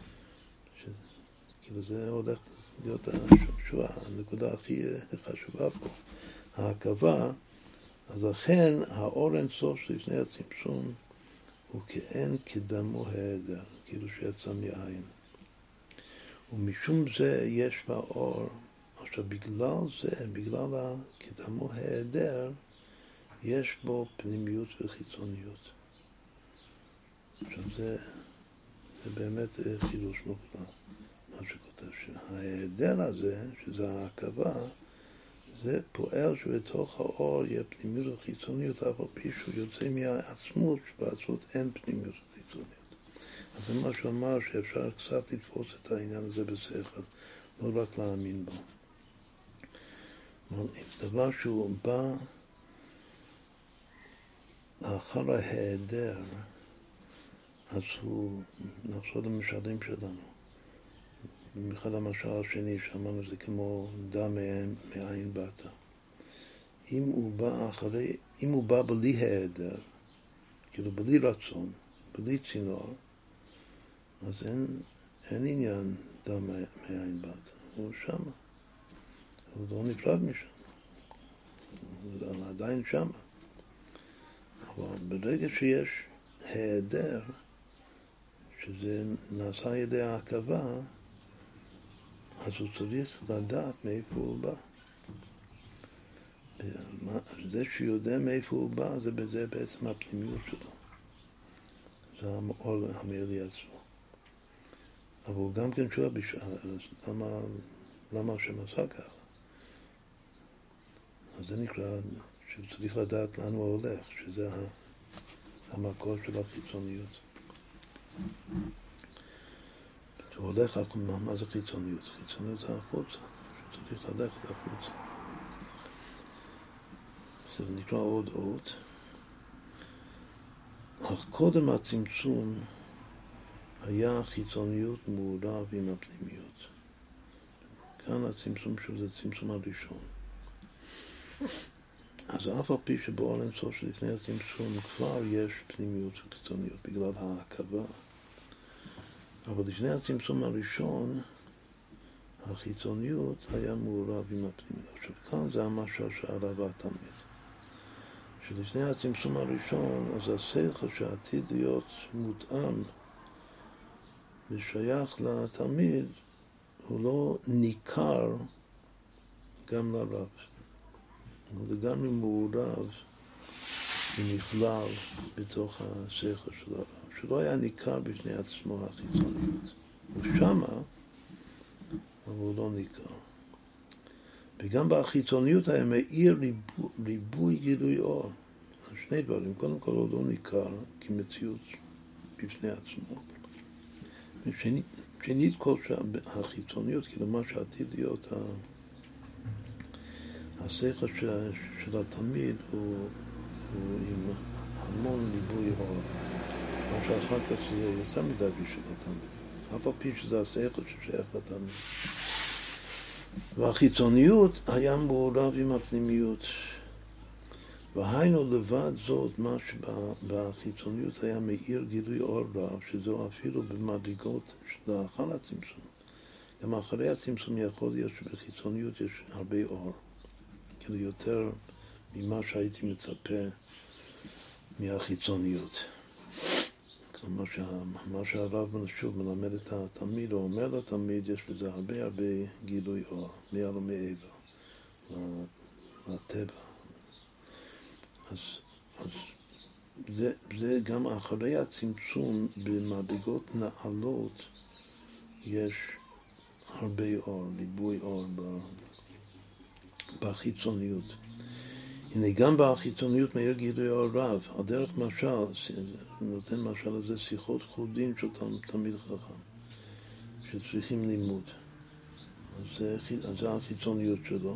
כאילו זה הולך להיות הנקודה הכי חשובה פה, ההקבה, אז לכן האור אין סוף לפני הצמצום הוא כאין כדמו העדר, כאילו שיצא מעין. ומשום זה יש באור, עכשיו בגלל זה, בגלל כדמו העדר, יש בו פנימיות וחיצוניות. עכשיו זה באמת חידוש מופלא, מה שכותב שההעדר הזה, שזה ההקבה, זה פועל שבתוך האור יהיה פנימיות וחיצוניות, אף על פי שהוא יוצא מהעצמות, שבעצמות אין פנימיות וחיצוניות. אז זה מה שהוא אמר, שאפשר קצת לתפוס את העניין הזה בשכל, לא רק להאמין בו. דבר שהוא בא לאחר ההיעדר, אז הוא נחזור למשלים שלנו. במיוחד המשל השני שאמרנו זה כמו דם מאין באת. אם הוא בא בלי העדר, כאילו בלי רצון, בלי צינור, אז אין עניין דם מעין בת, הוא שם, הוא לא נפרד משם, הוא עדיין שם. אבל ברגע שיש העדר, שזה נעשה על ידי העכבה, אז הוא צריך לדעת מאיפה הוא בא. זה שיודע מאיפה הוא בא, זה בעצם הפנימיות שלו. זה האור המאיר לי עצמו. אבל הוא גם כן שואל למה השם עשה ככה? אז זה נקרא שהוא צריך לדעת לאן הוא הולך, שזה המקור של החיצוניות. הוא הולך, מה זה חיצוניות? חיצוניות זה החוצה, שהוא צריך ללכת החוצה. זה נקרא עוד אות. אך קודם הצמצום היה החיצוניות מעורב עם הפנימיות. כאן הצמצום שזה צמצום הראשון. אז אף על פי שבאור אינסוף שלפני הצמצום כבר יש פנימיות וחיצוניות בגלל העכבה. אבל לפני הצמצום הראשון, החיצוניות היה מעורב עם הפנימיות. עכשיו כאן זה המשל שהרב תמיד. שלפני הצמצום הראשון, אז השכל שעתיד להיות מותאם ושייך לתמיד, הוא לא ניכר גם לרב. הוא לגמרי מעורב ונכלל בתוך השכל של הרב, שלא היה ניכר בפני עצמו החיצוניות. הוא שמה, אבל הוא לא ניכר. וגם בחיצוניות היה מאיר ריבוי גילוי אור. שני דברים, קודם כל הוא לא ניכר כמציאות בפני עצמו. ושנית כל החיצוניות, כאילו מה שעתיד להיות השכל של התמיד הוא עם המון ריבוי אור. מה שאחר כך זה יצא מדי בשביל התמיד. אף על פי שזה השכל ששייך לתמיד. והחיצוניות היה מעורב עם הפנימיות. והיינו לבד זאת, מה שבחיצוניות היה מאיר גילוי אור רב, שזו אפילו במדרגות שלאחר הצמצום. גם אחרי הצמצום יכול להיות שבחיצוניות יש הרבה אור. כאילו יותר ממה שהייתי מצפה מהחיצוניות. כלומר מה שהרב שוב מלמד את התלמיד, או אומר לתלמיד, יש בזה הרבה גילוי אור, מעל ומעבר, לטבע. אז זה גם אחרי הצמצום במדרגות נעלות יש הרבה אור, ריבוי אור בחיצוניות. הנה גם בחיצוניות מאיר גילוי אור רב, על דרך משל, נותן משל לזה שיחות חולין של תלמיד חכם, שצריכים לימוד. אז זה החיצוניות שלו.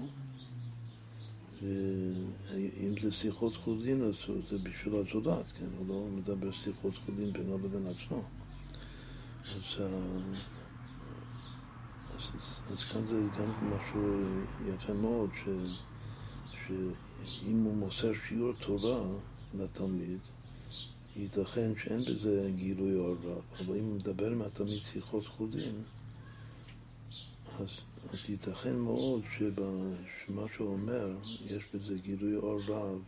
ואם זה שיחות חולין, אז זה בשביל הזולת, כן? הוא לא מדבר שיחות חולין בינו לבין עצמו. אז כאן זה גם משהו יפה מאוד, שאם הוא מוסר שיעור תורה לתלמיד, ייתכן שאין בזה גילוי אור רב, אבל אם הוא מדבר עם התלמיד שיחות חולין, אז ייתכן מאוד שמה שהוא אומר, יש בזה גילוי אור רב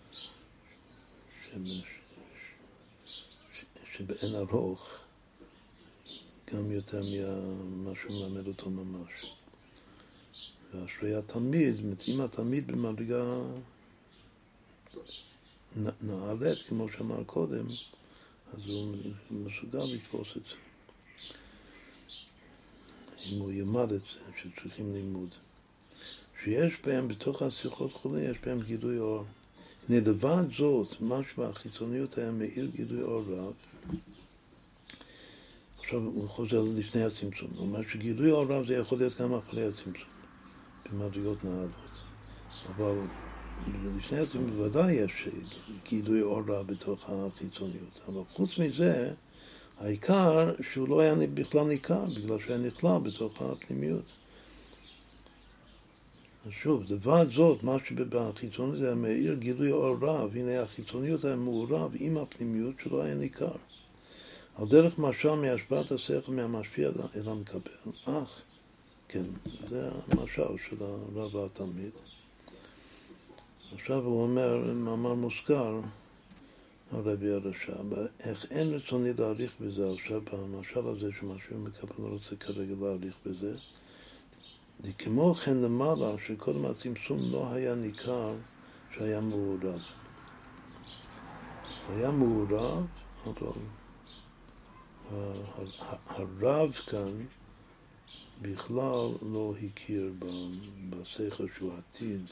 שבאין ארוך, גם יותר ממה שהוא מלמד אותו ממש. ואשרי התלמיד, אם התלמיד במדרגה נעלית, כמו שאמר קודם, אז הוא מסוגל לתפוס את זה. אם הוא ילמד את זה, שצריכים לימוד. שיש בהם, בתוך השיחות חולין, יש בהם גילוי אור. לבד זאת, מה שבחיצוניות היה מאיר גילוי אור רב, עכשיו הוא חוזר לפני הצמצום. הוא אומר שגילוי אור רב זה יכול להיות גם אחרי הצמצום, במדרגות נעלות. אבל לפני הצמצום בוודאי יש גילוי אור רב בתוך החיצוניות. אבל חוץ מזה, העיקר שהוא לא היה בכלל ניכר, בגלל שהיה נכלל בתוך הפנימיות. אז שוב, לבד זאת, מה שבחיצוניות זה המאיר גילוי אור רב, הנה החיצוניות היה מעורב עם הפנימיות שלא היה ניכר. על דרך משל מהשפעת השכל מהמשפיע אל המקבל. כן, זה המשל של הרב והתלמיד. עכשיו הוא אומר, מאמר מוזכר, הרבי הרשע, איך אין רצוני להאריך בזה עכשיו, במשל הזה שמשהו מקבל לא רוצה כרגע להאריך בזה, וכמו כן למעלה, שקודם הצמצום לא היה ניכר שהיה מעורב. היה מעורב, אבל הרב כאן בכלל לא הכיר בשכל שהוא עתיד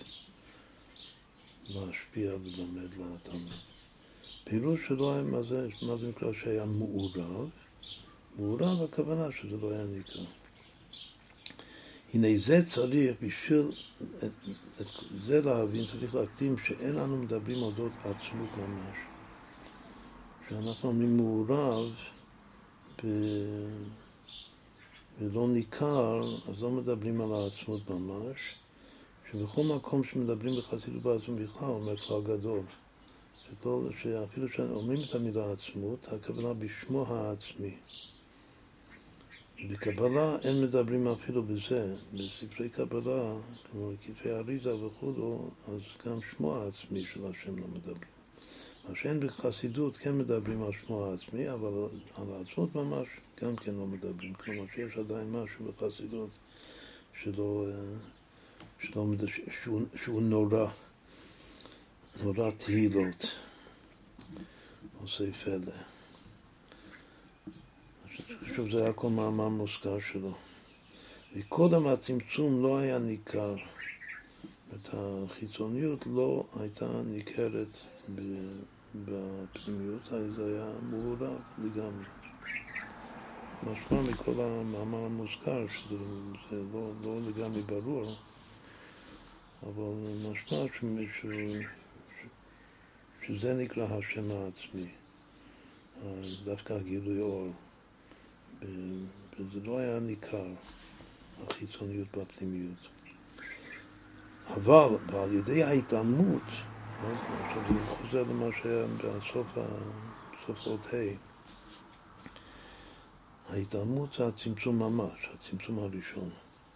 להשפיע וללמד לתלמיד. פירוש שלו היה מה זה נקרא שהיה מעורב. מעורב הכוונה שזה לא היה ניכר. הנה זה צריך, בשביל את זה להבין, צריך להקדים שאין לנו מדברים על אודות עצמות ממש. שאנחנו אומרים מעורב ולא ניכר, אז לא מדברים על העצמות ממש. שבכל מקום שמדברים בחסידות בעצמות בכלל, אומר כלל גדול. שאפילו שאומרים את המילה עצמות, הכוונה בשמו העצמי. בקבלה אין מדברים אפילו בזה. בספרי קבלה, כמו כתבי אריזה וכו', אז גם שמו העצמי של השם לא מדברים. מה שאין בחסידות כן מדברים על שמו העצמי, אבל על העצמות ממש גם כן לא מדברים. כלומר שיש עדיין משהו בחסידות שהוא נורא תהילות, עושה פלא. שוב, זה היה כל מאמר מוזכר שלו. וקודם הצמצום לא היה ניכר. את החיצוניות לא הייתה ניכרת בפנימיות, זה היה מעורב לגמרי. משמע מכל המאמר המוזכר, שזה לא לגמרי ברור, אבל משמע שזה נקרא השם העצמי, דווקא הגילוי אור. וזה לא היה ניכר, החיצוניות והפנימיות. אבל על ידי ההתעלמות, עכשיו זה חוזר למה שהיה בסוף עוד ה', ההתעלמות זה הצמצום ממש, הצמצום הראשון,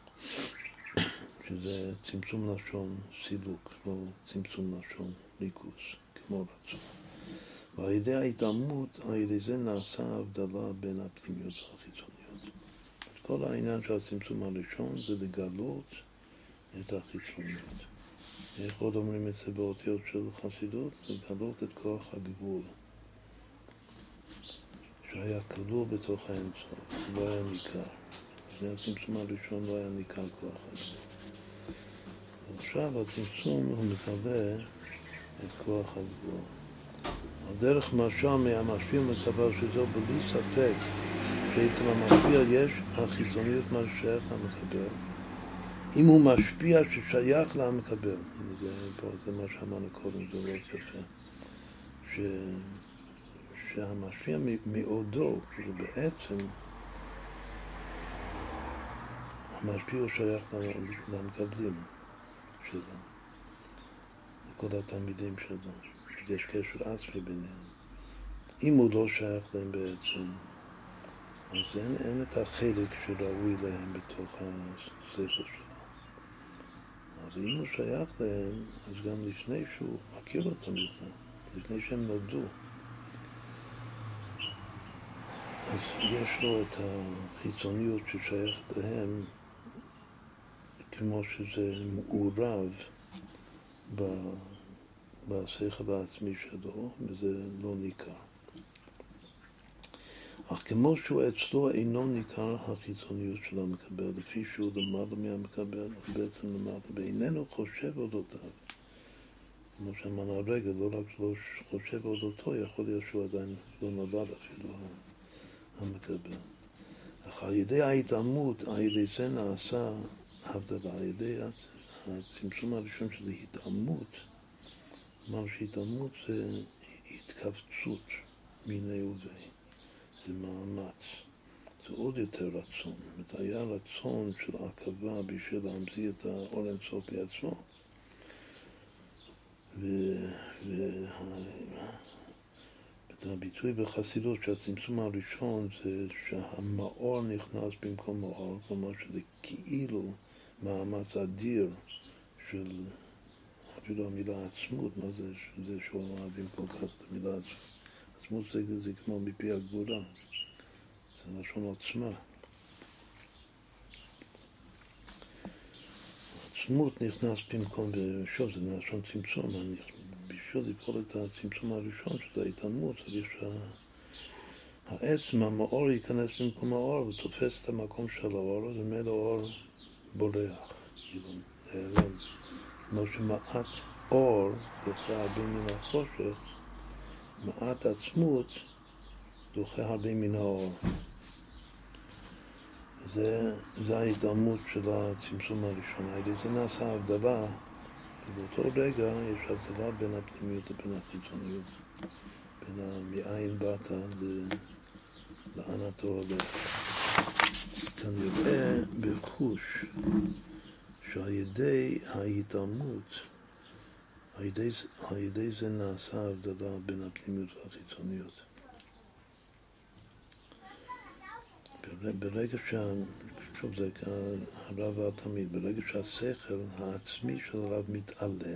שזה צמצום לשון סילוק, לא צמצום לשון ריכוז, כמו רצון. ועל ידי ההתעלמות, על ידי זה נעשה הבדלה בין הפנימיות והחיצוניות. כל העניין של הצמצום הראשון זה לגלות את החיצוניות. איך עוד אומרים את זה באותיות של חסידות? לגלות את כוח הגבול. שהיה כלול בתוך האמצע, לא היה ניכר. לפני הצמצום הראשון לא היה ניכר כוח הגבול. עכשיו הצמצום הוא מקבל את כוח הגבול. הדרך משל מהמשפיע מקבל שזו בלי ספק שאצל המשפיע יש החיצוניות מה ששייך למקבל. אם הוא משפיע ששייך למקבל, זה מה שאמרנו קודם, זה לא יפה, שהמשפיע מעודו, כאילו בעצם המשפיע הוא שייך למקבלים שלו, לכל התלמידים שלו. יש קשר עצמי ביניהם. אם הוא לא שייך להם בעצם, אז אין את החלק שראוי להם בתוך הספר שלו. אז אם הוא שייך להם, אז גם לפני שהוא מכיר אותם בכלל, לפני שהם נולדו, אז יש לו את החיצוניות ששייכת להם, כמו שזה מעורב בשכל העצמי שלו, וזה לא ניכר. אך כמו שהוא אצלו אינו ניכר החיצוניות של המקבל, לפי שהוא למעלה מהמקבל, בעצם למעלה, ואיננו חושב אודותיו. כמו שאמרנו הרגע, לא רק שלא חושב אודותו, יכול להיות שהוא עדיין לא נולד אפילו המקבל. אך על ידי ההתעלמות, על ידי זה נעשה הבדלה, על ידי הצמצום הראשון של התעלמות, כלומר שהתעלמות זה התכווצות מיני ובי, זה מאמץ. זה עוד יותר רצון. זאת היה רצון של עקבה בשביל להמציא את האור אינסוף בעצמו. והביטוי בחסידות שהצמצום הראשון זה שהמאור נכנס במקום האור, כלומר שזה כאילו מאמץ אדיר של אפילו המילה עצמות. מה זה שהוא אוהבים כל כך את המילה עצמות? עצמות זה כמו מפי הגבורה, זה לשון עוצמה. עצמות נכנס במקום, ושוב זה לשון צמצום, בשביל לפעול את הצמצום הראשון שזה ההתעלמות, צריך שהעצם, המאור ייכנס במקום האור ותופס את המקום של האור, ומילא האור בורח, נעלם. כמו שמעט אור דוחה הרבה מן החושך, מעט עצמות דוחה הרבה מן האור. זה ההתעלמות של הצמצום הראשון. על ידי זה נעשה הבדלה, ובאותו רגע יש הבדלה בין הפנימיות לבין החיצוניות, בין מאין באת לאן אתה הולך. כנראה בחוש שעל ידי ההתעלמות, על ידי זה נעשה הבדלה בין הפנימיות והחיצוניות. ברגע שוב זה הרב והתלמיד, ברגע שהשכל העצמי של הרב מתעלם,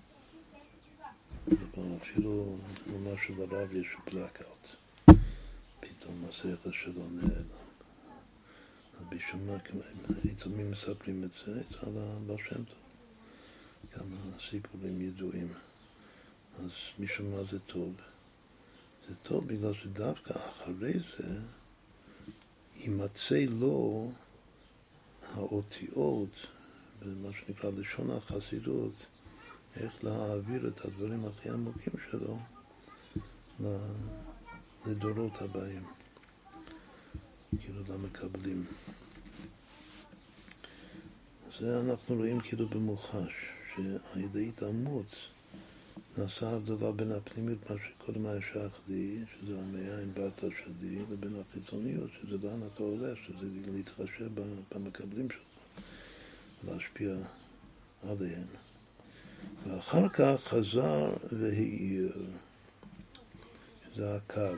אפילו ממש שלרב יש בלאקאוט, פתאום השכל שלו נעלם. אז בשביל מה, עיתונים מספרים את זה, זה על הבעל שם טוב. כמה סיפורים ידועים. אז משום מה זה טוב? זה טוב בגלל שדווקא אחרי זה יימצא לו האותיות, במה שנקרא לשון החסידות, איך להעביר את הדברים הכי עמוקים שלו לדורות הבאים, כאילו למקבלים. זה אנחנו רואים כאילו במוחש, שעל ידי התעלמות נעשה הבדלה בין הפנימיות, מה שקודם היה שייך לי, שזה המאין באת שלי, לבין החיצוניות, שזה לאן אתה הולך, שזה להתחשב במקבלים שלך, להשפיע עליהם. ואחר כך חזר והאיר, שזה הקו.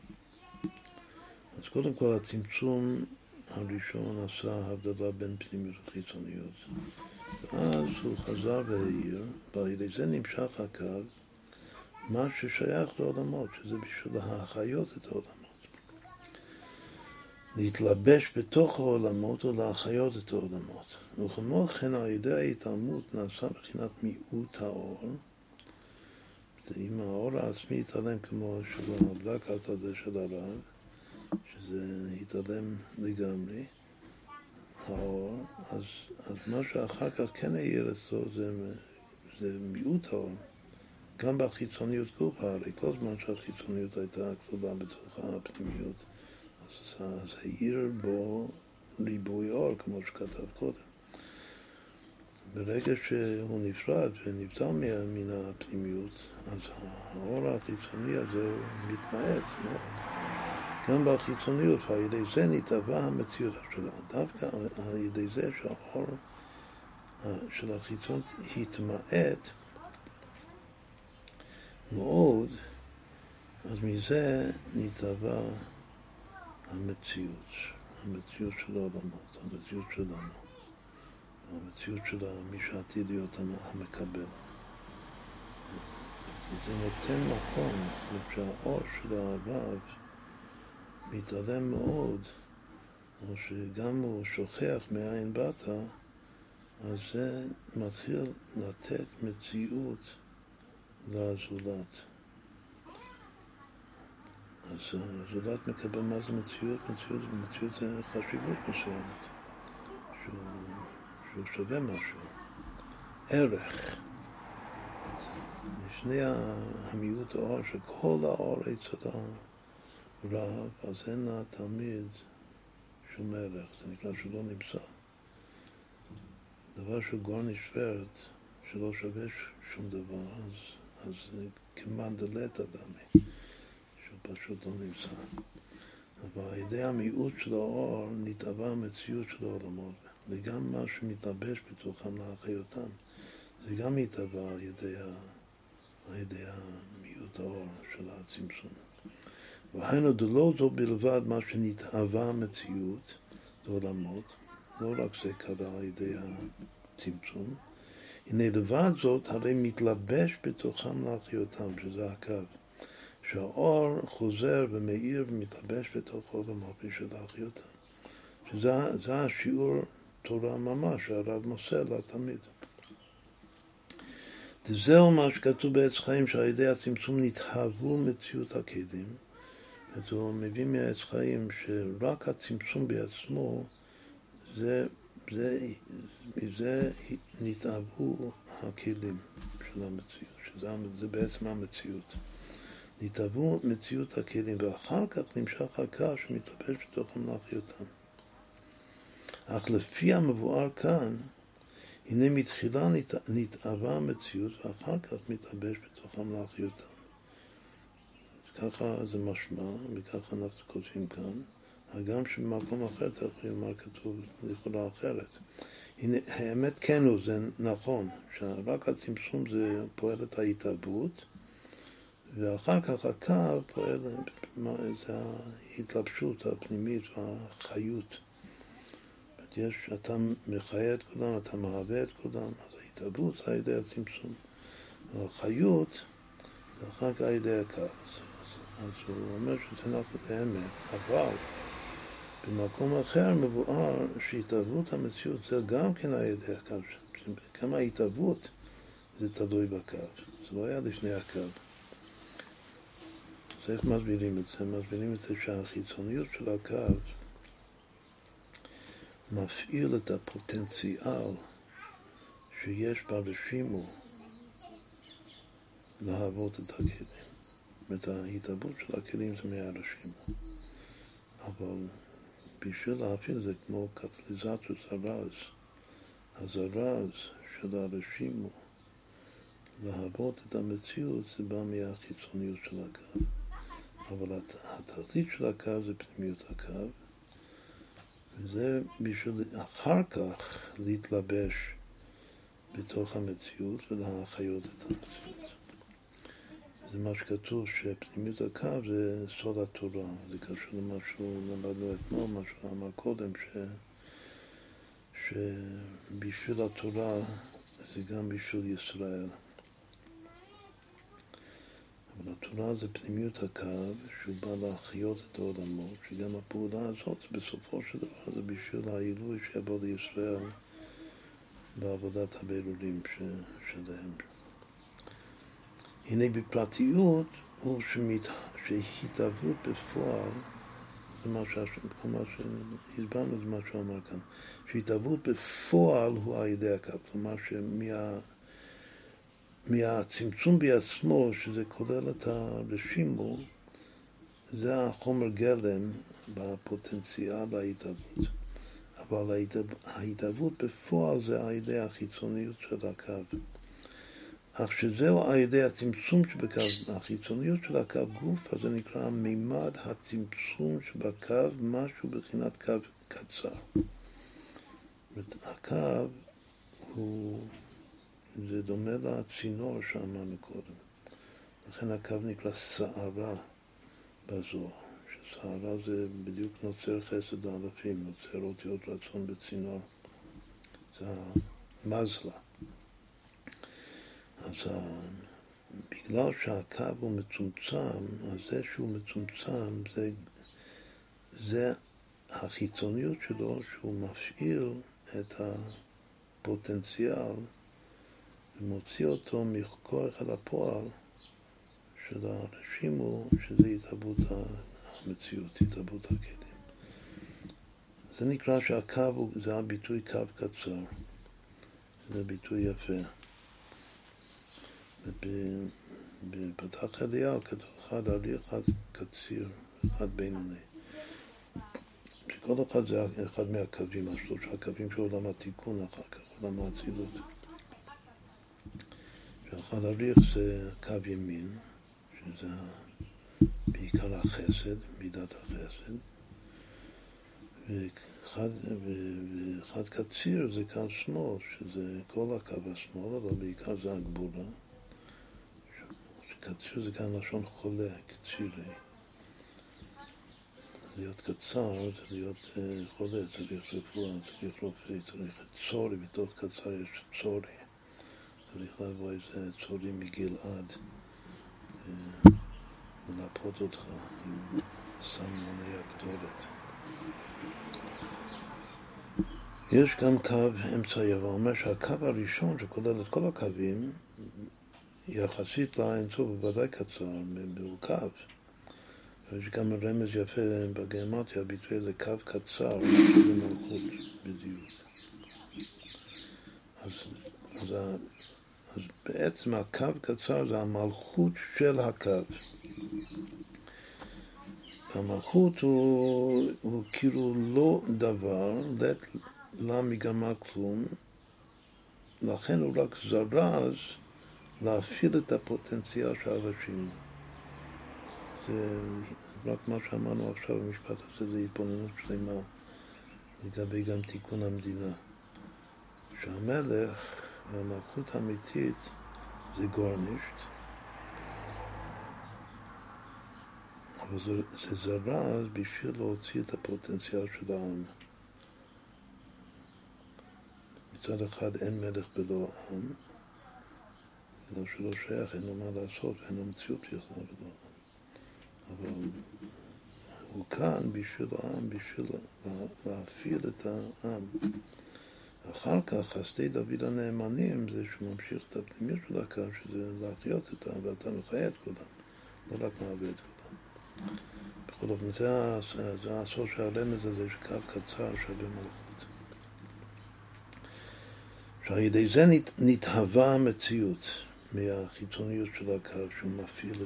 אז קודם כל הצמצום הראשון עשה הבדלה בין פנימיות וחיצוניות. ואז הוא חזר והאיר, ועל ידי זה נמשך הקו, מה ששייך לעולמות, שזה בשביל להחיות את העולמות. להתלבש בתוך העולמות ולהחיות את העולמות. וכמו כן על ידי ההתעלמות נעשה בחינת מיעוט האור. אם האור העצמי יתעלם כמו שלו הבלאקאוט הזה של הרב, שזה יתעלם לגמרי, האור, אז מה שאחר כך כן העיר אצלו זה מיעוט האור. גם בחיצוניות גוף, הרי כל זמן שהחיצוניות הייתה כלולה בתוך הפנימיות, אז העיר בו ריבוי אור, כמו שכתב קודם. ברגע שהוא נפרד ונבדל מן הפנימיות, אז האור החיצוני הזה מתמעט מאוד. גם בחיצוניות, ועל ידי זה נתהווה המציאות שלה. דווקא על ידי זה שהאור של החיצון התמעט מאוד, אז מזה נתהווה המציאות של העולמות, המציאות שלנו, המציאות של מי שעתיד להיות המקבל. זה נותן מקום, שהאור של הרב מתעלם מאוד, או שגם הוא שוכח מאין באת, אז זה מתחיל לתת מציאות לזולת. אז הזולת מקבל מה זה מציאות? מציאות זה חשיבות מסוימת, שהוא שווה משהו, ערך. לפני המיעוט האור, שכל האור אצל הרב, אז אין לה תמיד שום ערך, זה נקרא שלא נמצא. דבר שהוא גורן נשברת, שלא שווה שום דבר, אז זה כמנדלת אדמי, שהוא פשוט לא נמצא. אבל על ידי המיעוט של האור נתהווה המציאות של העולמות, וגם מה שמתלבש בתוכם להחיותם, זה גם מתהווה על ידי המיעוט האור של הצמצום. והיינו דלא זו בלבד מה שנתהווה המציאות, זה עולמות, לא רק זה קרה על ידי הצמצום, הנה לבד זאת הרי מתלבש בתוכם להחיותם, שזה הקו. שהאור חוזר ומאיר ומתלבש בתוך עולמות בשביל להחיותם. שזה השיעור תורה ממש, שהרב מוסר לתלמיד. זהו מה שכתוב בעץ חיים, שעל ידי הצמצום נתהוו מציאות הכלים. הוא מביא מהעץ חיים שרק הצמצום בעצמו, מזה נתהוו הכלים של המציאות, שזה בעצם המציאות. נתהוו מציאות הכלים, ואחר כך נמשך הקו שמתלבש בתוכם להחיותם. אך לפי המבואר כאן, הנה מתחילה נתהווה המציאות, ואחר כך מתלבש בתוכם להחיותם. ככה זה משמע, וככה אנחנו כותבים כאן, הגם שבמקום אחר תכף יאמר כתוב לכאורה אחרת. הנה, האמת כן הוא, זה נכון, שרק הצמצום זה פועל את ההתהוות, ואחר כך הקו פועל, זה ההתלבשות הפנימית והחיות. אתה מחיה את כולם, אתה מהווה את כולם, אז ההתהוות זה על ידי הצמצום. והחיות זה אחר כך על ידי הקו. אז הוא אומר שזה נכון באמת, אבל במקום אחר מבואר שהתהוות המציאות זה גם כן על ידי הקו. כמה ההתהוות זה תלוי בקו. זה לא היה לפני הקו. אז איך מסבירים את זה? מסבירים את זה שהחיצוניות של הקו מפעיל את הפוטנציאל שיש ברשימו להוות את הכלים. זאת אומרת, ההתהוות של הכלים זה מהרשימו. אבל בשביל להפעיל זה כמו קטליזטור זרז. הזרז של הרשימו להוות את המציאות זה בא מהחיצוניות של הקו. אבל התחתית של הקו זה פנימיות הקו, וזה בשביל אחר כך להתלבש בתוך המציאות ולהחיות את המציאות. זה מה שכתוב שפנימיות הקו זה סוד התורה. זה קשור למשהו למדנו אתמול, מה שהוא אמר קודם, שבשביל התורה זה גם בשביל ישראל. אבל התורה זה פנימיות הקו, שהוא בא להחיות את העולמות, שגם הפעולה הזאת בסופו של דבר זה בשביל העילוי שיבוא לישראל בעבודת הבירורים שלהם. הנה בפרטיות הוא שהתהוות בפועל, זה מה שהסברנו, זה מה שהוא אמר כאן, שהתהוות בפועל הוא על ידי הקו, כלומר מהצמצום בעצמו, שזה כולל את הרשימו, זה החומר גלם בפוטנציאל ההתהוות. אבל ההתהוות בפועל זה על ידי החיצוניות של הקו. אך שזהו על ידי הצמצום שבקו, החיצוניות של הקו גוף, אז זה נקרא מימד הצמצום שבקו, משהו בחינת קו קצר. הקו זה דומה לצינור שאמרנו קודם. לכן הקו נקרא סערה בזוהר. שסערה זה בדיוק נוצר חסד האלפים, נוצר אותיות רצון בצינור. זה המזלה. אז בגלל שהקו הוא מצומצם, אז זה שהוא מצומצם, זה החיצוניות שלו, שהוא מפעיל את הפוטנציאל ומוציא אותו מכוח אל הפועל של הרשימו, שזה התהוות המציאות, התהוות הכלים. זה נקרא שהקו זה הביטוי קו קצר. זה ביטוי יפה. בפתח אליהו כתוב אחד ארי, אחד קציר, אחד בינוני. שכל אחד זה אחד מהקווים, השלושה הקווים של עולם התיקון, אחר כך עולם האצילות. שאחד אריך זה קו ימין, שזה בעיקר החסד, מידת החסד, ואחד קציר זה קו שמאל, שזה כל הקו השמאל, אבל בעיקר זה הגבולה. קציר זה כאן לשון חולה, קצירי. להיות קצר זה להיות חולה, צריך רפואה, צריך רופא, צריך צורי, בתוך קצר יש צורי. צריך לבוא איזה צורי מגלעד ולפות אותך עם סממני הקטורת. יש גם קו אמצעי, אבל אומר שהקו הראשון שכולל את כל הקווים יחסית לאינסוף בוודאי קצר, מורכב. יש גם רמז יפה בגימטריה, הביטוי הזה קו קצר, זה מלכות בדיוק. אז בעצם הקו קצר זה המלכות של הקו. המלכות הוא כאילו לא דבר, לא מגמר כלום, לכן הוא רק זרז להפעיל את הפוטנציאל של הרשימו. זה רק מה שאמרנו עכשיו במשפט הזה, זה התבוננות שלמה לגבי גם תיקון המדינה. שהמלך והמלכות האמיתית זה גורנישט, אבל זה זרז בשביל להוציא את הפוטנציאל של העם. מצד אחד אין מלך בלא עם, אלא שלא שייך, אין לו מה לעשות, אין לו מציאות בכלל בלא עם. אבל הוא כאן בשביל העם, בשביל להפעיל את העם. אחר כך, חסדי דוד הנאמנים, זה שהוא ממשיך את הפנימיות של הקו, שזה להחיות את העם, ואתה מחיה את כולם, לא רק מעבד את כולם. בכל אופן, זה הסוף של הרמז הזה, שקו קצר שווה מלכות. שעל ידי זה נתהווה המציאות מהחיצוניות של הקו, שהוא מפעיל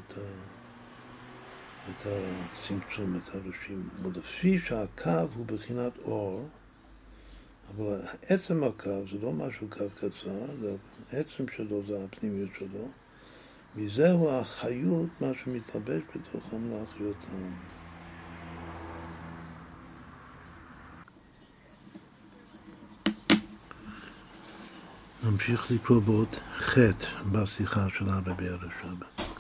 את הצמצום, את הרשים. ולפי שהקו הוא בחינת אור, אבל עצם הקו זה לא משהו קו קצר, זה עצם שלו, זה הפנימיות שלו. מזהו החיות, מה שמתלבש בתוכם להחיותם. נמשיך לקרוא בעוד חטא בשיחה של הרבי הרש"ב.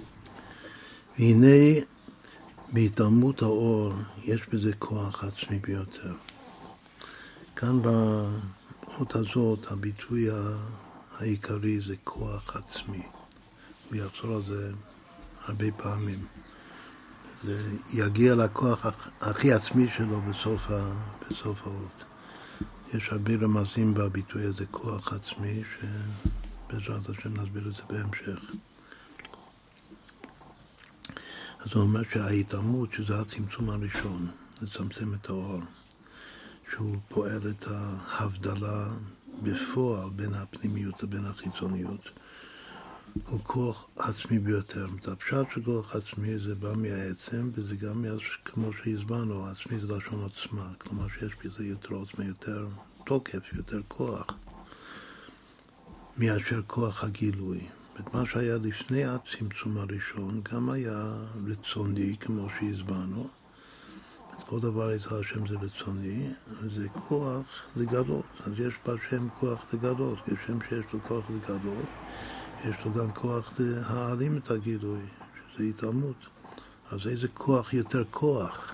והנה בהתעלמות האור יש בזה כוח עצמי ביותר. כאן באות הזאת הביטוי העיקרי זה כוח עצמי. הוא יחזור על זה הרבה פעמים. זה יגיע לכוח הכי עצמי שלו בסוף האות. יש הרבה רמזים בביטוי הזה כוח עצמי, שבעזרת השם נסביר את זה בהמשך. אז הוא אומר שההתעלמות, שזה הצמצום הראשון, לצמצם את האור, שהוא פועל את ההבדלה בפועל בין הפנימיות לבין החיצוניות, הוא כוח עצמי ביותר. הפשט של כוח עצמי זה בא מהעצם, וזה גם כמו שהסברנו, עצמי זה לשון עוצמה, כלומר שיש בזה יותר עוצמה, יותר תוקף, יותר כוח, מאשר כוח הגילוי. מה שהיה לפני הצמצום הראשון גם היה רצוני, כמו שהסברנו. כל דבר אצל השם זה רצוני, זה כוח לגלות. אז יש בשם כוח לגלות, כשם שיש לו כוח לגלות, יש לו גם כוח להעלים את הגילוי, שזה התעלמות. אז איזה כוח יותר כוח?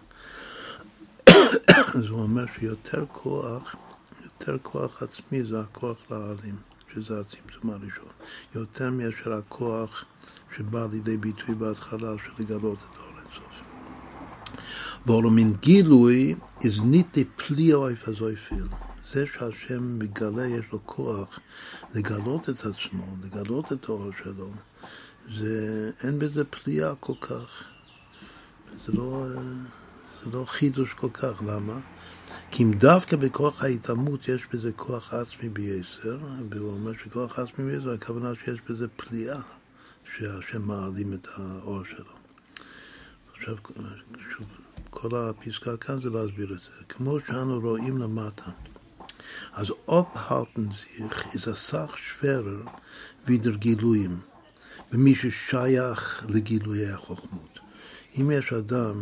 אז הוא אומר שיותר כוח עצמי זה הכוח להעלים, שזה הצמצום הראשון. יותר מאשר הכוח שבא לידי ביטוי בהתחלה של לגלות את האור אינסוף. ואילו מן גילוי is nicht die Plie auf so viel. זה שהשם מגלה, יש לו כוח לגלות את עצמו, לגלות את האור שלו. אין בזה פליאה כל כך. זה לא חידוש כל כך. למה? כי אם דווקא בכוח ההתעלמות יש בזה כוח עצמי ביסר, והוא אומר שכוח עצמי ביסר, הכוונה שיש בזה פליאה, שהשם מעלים את האור שלו. עכשיו, שוב, כל הפסקה כאן זה להסביר את זה. כמו שאנו רואים למטה, אז abhalten sich ist a Sach schwerer wieder גילויים, במי ששייך לגילויי החוכמות. אם יש אדם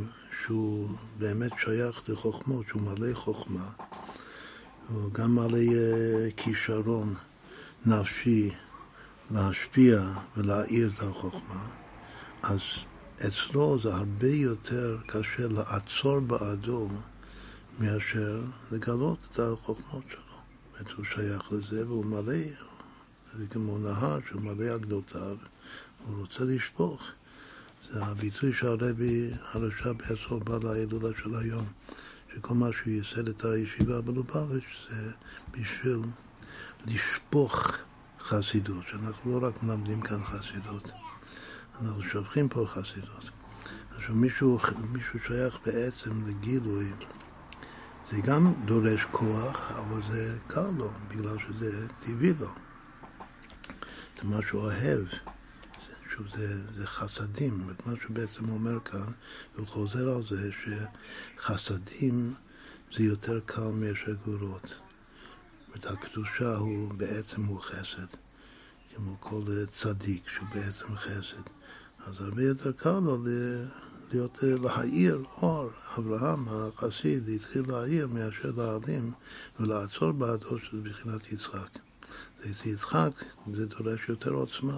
שהוא באמת שייך לחוכמות, שהוא מלא חוכמה, הוא גם מלא כישרון נפשי להשפיע ולהאיר את החוכמה, אז אצלו זה הרבה יותר קשה לעצור בעדו מאשר לגלות את החוכמות שלו. הוא שייך לזה והוא מלא, זה כמו נהר שהוא מלא עגלותיו, הוא רוצה לשפוך. זה הביטוי שהרבי הרש"ב בעצמו בא להילולה של היום, שכל מה שהוא ייסד את הישיבה בלובביץ' זה בשביל לשפוך חסידות, שאנחנו לא רק מלמדים כאן חסידות, אנחנו שופכים פה חסידות. עכשיו מישהו שייך בעצם לגילוי, זה גם דורש כוח, אבל זה קל לו, בגלל שזה טבעי לו. זה מה שהוא אוהב. שוב, זה חסדים. מה שבעצם אומר כאן, והוא חוזר על זה, שחסדים זה יותר קל מאשר גבורות. הקדושה הוא בעצם הוא חסד. כמו כל צדיק שהוא בעצם חסד. אז הרבה יותר קל לו להאיר אור. אברהם החסיד התחיל להאיר מאשר להעלים ולעצור בעדו שזה בחינת יצחק. זה יצחק, זה דורש יותר עוצמה.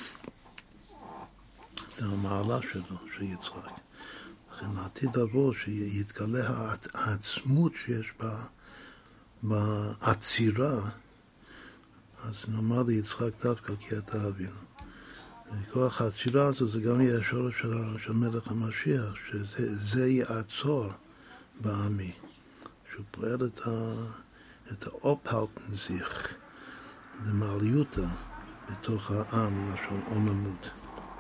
זה המעלה שלו, של יצחק. לכן העתיד לבוא שיתגלה העצמות שיש בעצירה, אז נאמר ליצחק דווקא כי אתה אבינו. וכוח העצירה הזו זה גם יהיה השורש של מלך המשיח, שזה יעצור בעמי, שהוא פועל את האופהלטנזיך, למעליותה בתוך העם, לשון עוממות.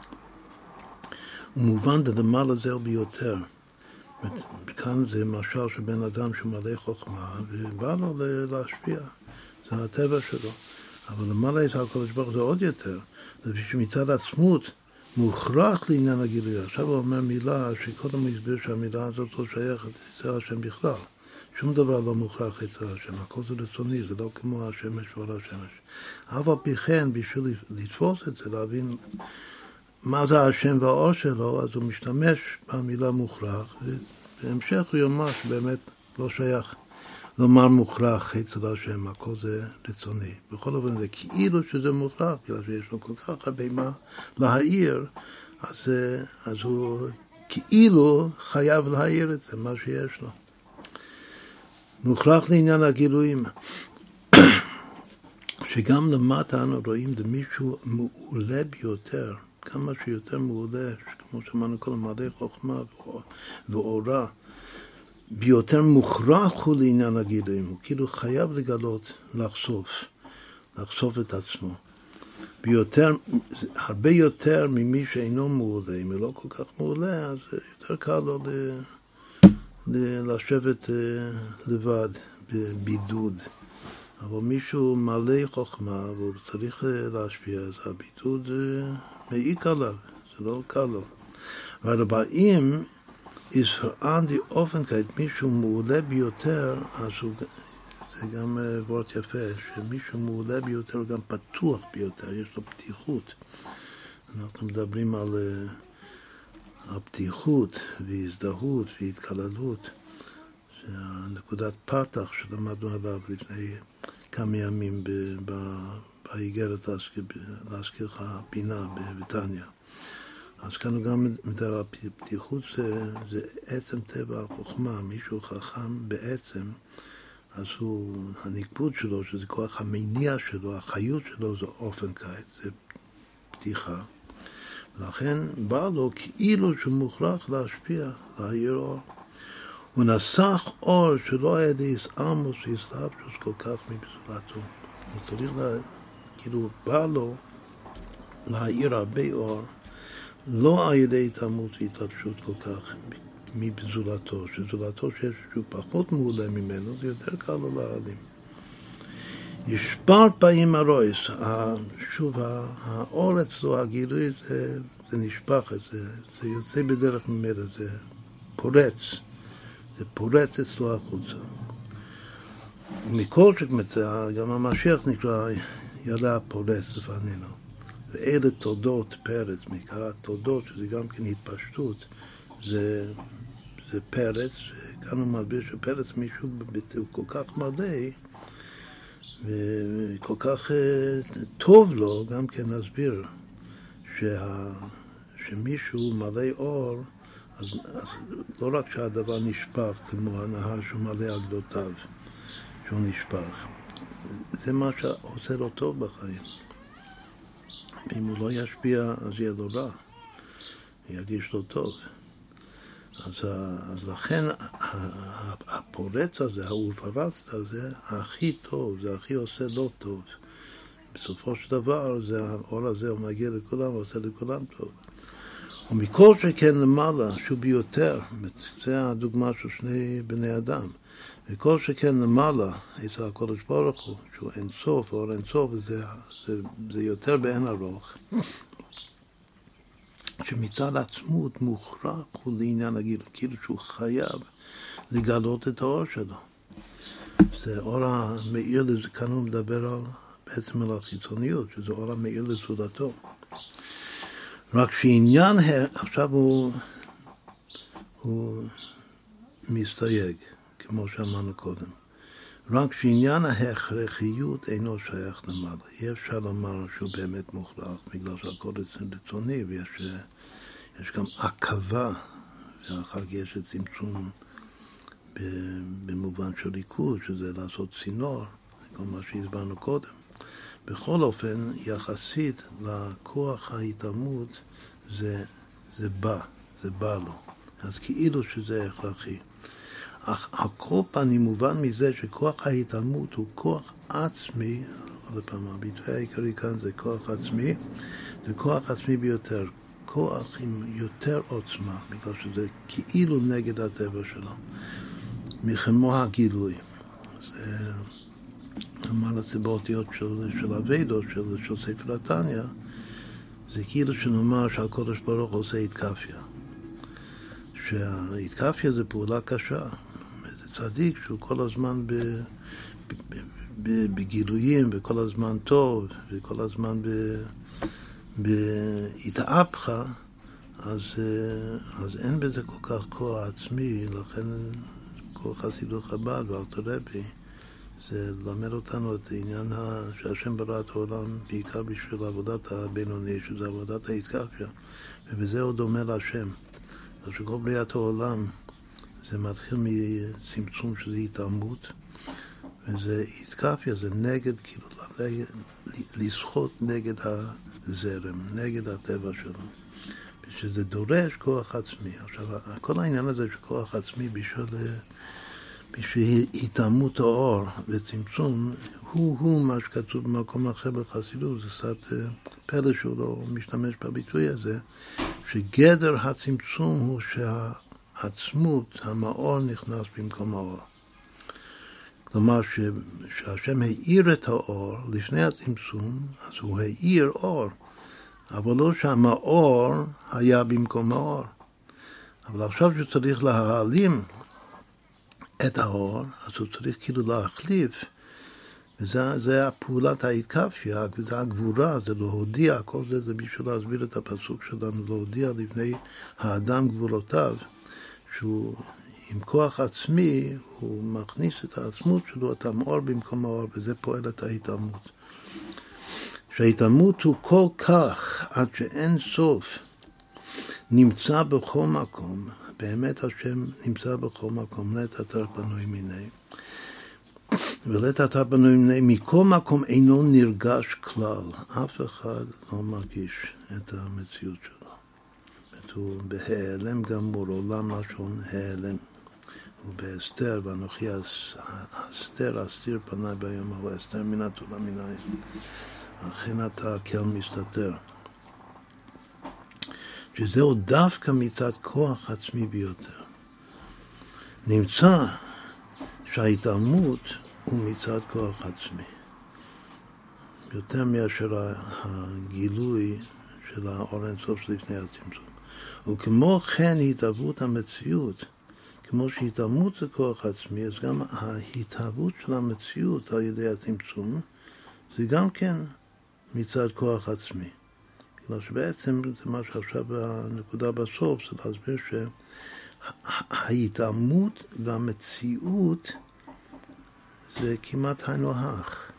ומובן למעלה זהו ביותר. כאן זה משל של בן אדם שמלא חוכמה, ובא לו להשפיע. זה הטבע שלו. אבל למעלה את הקדוש ברוך הוא זה עוד יותר. זה שמצד עצמות מוכרח לעניין הגילוי. עכשיו הוא אומר מילה שקודם הוא הסביר שהמילה הזאת לא שייכת אצל השם בכלל. שום דבר לא מוכרח אצל השם. הכל זה רצוני, זה לא כמו השמש ועל השמש. אבל על פי כן, בשביל לתפוס את זה, להבין מה זה השם והאור שלו, אז הוא משתמש במילה מוכרח, ובהמשך הוא יאמר שבאמת לא שייך לומר מוכרח אצל השם, הכל זה רצוני. בכל אופן זה כאילו שזה מוכרח, בגלל שיש לו כל כך הרבה מה להעיר, אז הוא כאילו חייב להעיר את זה, מה שיש לו. מוכרח לעניין הגילויים, שגם למטה אנו רואים מישהו מעולה ביותר, כמה שיותר מעולה, כמו שאמרנו כל מלא חוכמה ואורה, ביותר מוכרח הוא לעניין הגילויים, הוא כאילו חייב לגלות, לחשוף את עצמו. ביותר, הרבה יותר ממי שאינו מעולה, אם הוא לא כל כך מעולה, אז יותר קל לו לשבת לבד, בבידוד. אבל מישהו מלא חוכמה והוא צריך להשפיע, אז הבידוד מעיק עליו, זה לא קל לו. והרבעים ישרען די אופנקייט, מישהו מעולה ביותר, אז זה גם וורט יפה, שמישהו מעולה ביותר הוא גם פתוח ביותר, יש לו פתיחות. אנחנו מדברים על הפתיחות והזדהות והתקללות, שהנקודת פתח שלמדנו עליו לפני כמה ימים באיגרת להזכירך פינה בבריטניה. אז כאן גם מדבר הפתיחות זה עצם טבע החוכמה, מישהו חכם בעצם, אז הנקפות שלו, שזה כוח המניע שלו, החיות שלו זה אופנקייט, זה פתיחה. לכן בא לו כאילו שהוא מוכרח להשפיע, להעיר אור. הוא נסח אור שלא היה די עמוס והסתלבשוס כל כך מבזולתו. הוא צריך כאילו בא לו להעיר הרבה אור, לא על ידי התעמות והתלבשות כל כך מבזולתו, שזולתו שיש שהוא פחות מעולה ממנו, זה יותר קל לו להעלים. ישפר פעמים הרויס, שוב, האור אצלו, הגילוי, זה נשפך, זה יוצא בדרך ממנו, זה פורץ. זה פורץ אצלו החוצה. מכל שכמתה, גם המשיח נקרא ידע פורץ לפנינו. ואלה תודות פרץ, מקרא תודות, שזה גם כן התפשטות, זה זה פרץ, כאן הוא מסביר שפרץ מישהו הוא כל כך מלא, וכל כך טוב לו, גם כן נסביר שמישהו מלא אור, אז לא רק שהדבר נשפך כמו הנהר שהוא מלא על גדותיו, שהוא נשפך, זה מה שעושה לו טוב בחיים. אם הוא לא ישפיע, אז יהיה לו רע, ירגיש לו טוב. אז לכן הפורץ הזה, הפרץ הזה, הכי טוב, זה הכי עושה לו טוב. בסופו של דבר, האור הזה הוא מגיע לכולם ועושה לכולם טוב. ומכל שכן למעלה, שהוא ביותר, זה הדוגמה של שני בני אדם, וכל שכן למעלה, אצל הקודש ברוך הוא, שהוא אין סוף, אור אין סוף, זה יותר באין ארוך, שמצד עצמות מוכרח הוא לעניין הגילוי, כאילו שהוא חייב לגלות את האור שלו. זה אור המאיר, כאן הוא מדבר על, בעצם על החיצוניות, שזה אור המאיר לסעודתו. רק שעניין, עכשיו הוא מסתייג, כמו שאמרנו קודם. רק שעניין ההכרחיות אינו שייך למעלה. אי אפשר לומר שהוא באמת מוכרח, בגלל שהכל רצוני, ויש גם עקבה, ואחר כך יש צמצום במובן של ליכוז, שזה לעשות צינור, כל מה שהסברנו קודם. בכל אופן, יחסית לכוח ההתעמות, זה בא לו. אז כאילו שזה הכרחי. אך הכל פנים מובן מזה שכוח ההתעמות הוא כוח עצמי, עוד פעם, הביטוי העיקרי כאן זה כוח עצמי, זה כוח עצמי ביותר, כוח עם יותר עוצמה, בגלל שזה כאילו נגד הטבע שלו, מכמו הגילוי. זה אמר הסיבותיות של הוידות, של ספר התניא, זה כאילו שנאמר שהקודש ברוך עושה התקפיה. שההתקפיה זה פעולה קשה. זה צדיק שהוא כל הזמן בגילויים, וכל הזמן טוב, וכל הזמן בהתאפחה, אז אין בזה כל כך כוח עצמי, לכן כל חסידות חב"ד וארתור רבי, זה ללמד אותנו את העניין שהשם ברא את העולם בעיקר בשביל עבודת הבינוני, שזה עבודת ההתקפיה, ובזה הוא דומה להשם. אז שכל בריאת העולם זה מתחיל מצמצום שזה התעמות, וזה התקפיה, זה נגד, כאילו לשחות נגד הזרם, נגד הטבע שלו, שזה דורש כוח עצמי. עכשיו, כל העניין הזה של כוח עצמי בשביל התעמות האור וצמצום, הוא מה שכתוב במקום אחר בחסידות, זה קצת פלא שהוא לא משתמש בביטוי הזה, שגדר הצמצום הוא שהעצמות, המאור נכנס במקום האור. כלומר שהשם האיר את האור לפני הצמצום, אז הוא האיר אור, אבל לא שהמאור היה במקום האור. אבל עכשיו שצריך להעלים את האור, אז הוא צריך כאילו להחליף, וזה הפעולת ההתקפיה, זה הגבורה, זה להודיע, כל זה בשביל להסביר את הפסוק שלנו, להודיע לפני האדם גבורותיו, שהוא עם כוח עצמי, הוא מכניס את העצמות שלו, את המאור במקום האור, וזה פועל את ההתעמות. שההתעמות הוא כל כך, עד שאין סוף, נמצא בכל מקום, באמת השם נמצא בכל מקום, לית אתר פנוי מיני. ולית אתר פנוי מיני, מכל מקום אינו נרגש כלל. אף אחד לא מרגיש את המציאות שלו. הוא בהיעלם גמור, עולם לשון העלם. הוא בהסתר, ואנוכי הסתר, אסתיר פניי ביום ההוא, הסתר מן התורה מן העין. אכן אתה כל מסתתר. שזהו דווקא מצד כוח עצמי ביותר. נמצא שההתעלמות הוא מצד כוח עצמי. יותר מאשר הגילוי של האור אינסוף שלפני הצמצום. וכמו כן התהוות המציאות, כמו שהתעלמות זה כוח עצמי, אז גם ההתהוות של המציאות על ידי הצמצום, זה גם כן מצד כוח עצמי. בגלל שבעצם זה מה שעכשיו הנקודה בסוף, זה להסביר ההתעלמות והמציאות זה כמעט היינו הך.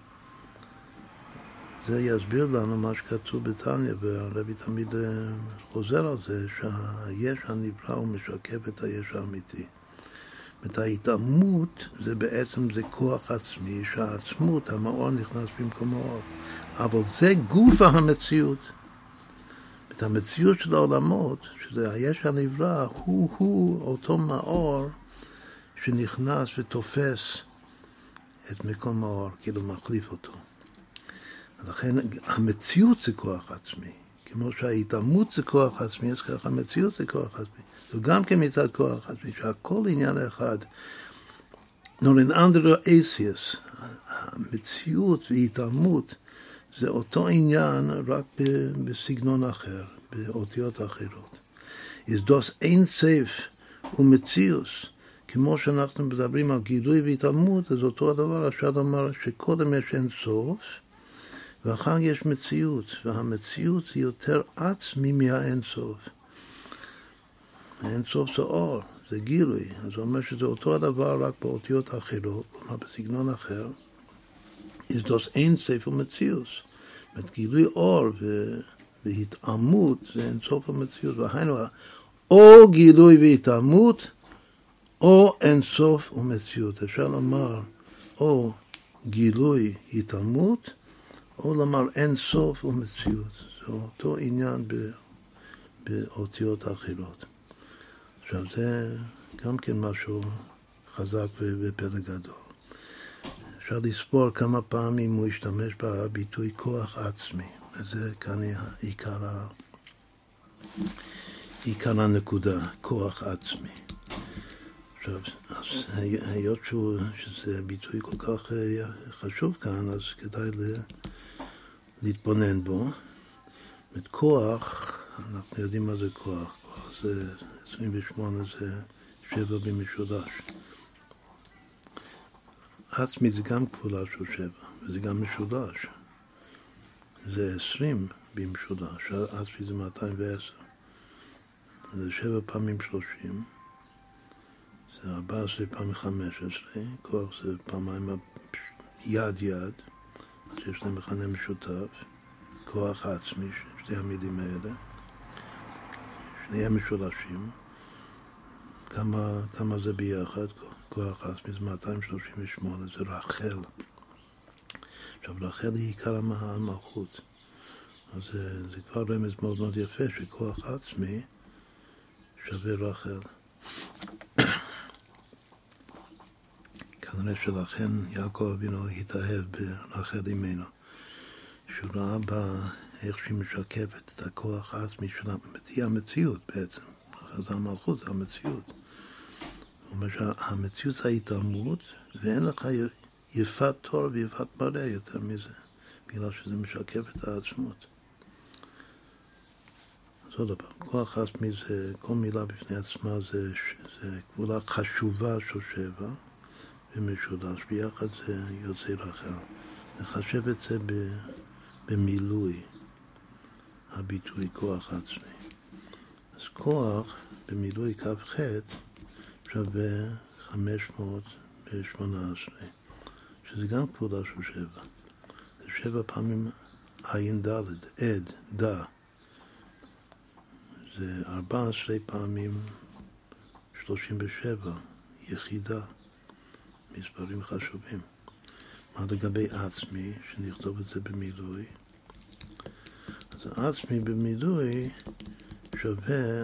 זה יסביר לנו מה שכתוב בתניא, והרבי תמיד חוזר על זה, שהיש הנברא הוא משקף את היש האמיתי. את ההתעלמות זה בעצם זה כוח עצמי, שהעצמות, המאור נכנס במקום האור. אבל זה גוף המציאות. את המציאות של העולמות, שזה היש הנברא, הוא אותו מאור שנכנס ותופס את מקום האור, כאילו מחליף אותו. לכן המציאות זה כוח עצמי. כמו שההתעלמות זה כוח עצמי, אז ככה המציאות זה כוח עצמי. וגם כמצד כוח עצמי, שהכל עניין אחד. nur in andere Asias, המציאות וההתעלמות, זה אותו עניין רק בסגנון אחר, באותיות אחרות. is das ein סייף ומציאוס, כמו שאנחנו מדברים על גילוי והתעלמות, אז אותו הדבר, אפשר לומר שקודם יש אין סוף, ואחר יש מציאות, והמציאות זה יותר עצמי מהאין סוף. האין סוף זה אור, זה גילוי, אז הוא אומר שזה אותו הדבר רק באותיות אחרות, כלומר בסגנון אחר, is das ein סייף ומציאוס. את גילוי אור והתעלמות זה אין סוף המציאות, והיינו, או גילוי והתעלמות, או אין סוף ומציאות. אפשר לומר, או גילוי התעלמות, או לומר אין סוף ומציאות. זה אותו עניין באותיות אחרות. עכשיו זה גם כן משהו חזק ופלא גדול. אפשר לספור כמה פעמים הוא השתמש בביטוי כוח עצמי. וזה כאן עיקר הנקודה, כוח עצמי. עכשיו, אז היות שזה ביטוי כל כך חשוב כאן, אז כדאי להתבונן בו. את כוח, אנחנו יודעים מה זה כוח. כוח זה 28, זה 7 במשולש. עצמי זה גם כפולה של 7, וזה גם משולש. זה 20 במשולש, עצמי זה 210. זה 7 פעמים 30. זה 14 פעמים 15, כוח זה פעמיים יד, אז יש להם מכנה משותף, כוח עצמי, שתי המילים האלה, שניהם משולשים, כמה זה ביחד, כוח עצמי זה 238, זה רחל. עכשיו רחל היא עיקר המלכות, אז זה כבר רמז מאוד מאוד יפה, שכוח עצמי שווה רחל. כנראה שלכן יעקב אבינו התאהב ברחל אמנו, שהוא ראה בה איך שהיא משקפת את הכוח העצמי שלה, היא המציאות בעצם, זה המלכות, זה המציאות. הוא אומר שהמציאות זה ההתעלמות, ואין לך יפת תור ויפת מראה יותר מזה, בגלל שזה משקף את העצמות. אז עוד פעם, כוח עצמי זה, כל מילה בפני עצמה זה כפולה חשובה של 7, ומשולש, ביחד זה יוצא רחל. נחשב את זה במילוי, הביטוי כוח עצמי. אז כוח במילוי כ"ח שווה 518, שזה גם כפולה של 7. זה 7 פעמים עין ד', עד, ד'. זה 14 פעמים 37, יחידה. מספרים חשובים. מה לגבי עצמי, שנכתוב את זה במילוי? אז עצמי במילוי שווה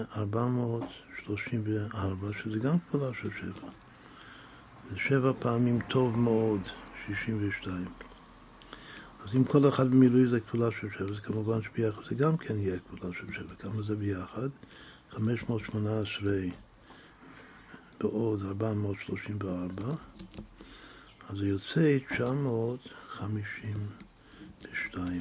434, שזה גם כפולה של 7. זה 7 פעמים טוב מאוד, 62. אז אם כל אחד במילוי זה כפולה של 7, אז כמובן שביחד זה גם כן יהיה כפולה של 7. כמה זה ביחד? 518 בעוד 434, אז זה יוצא 952.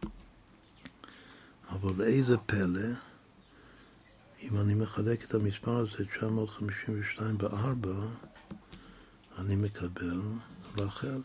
אבל איזה פלא, אם אני מחלק את המספר הזה, 952 ב-4, אני מקבל רחל.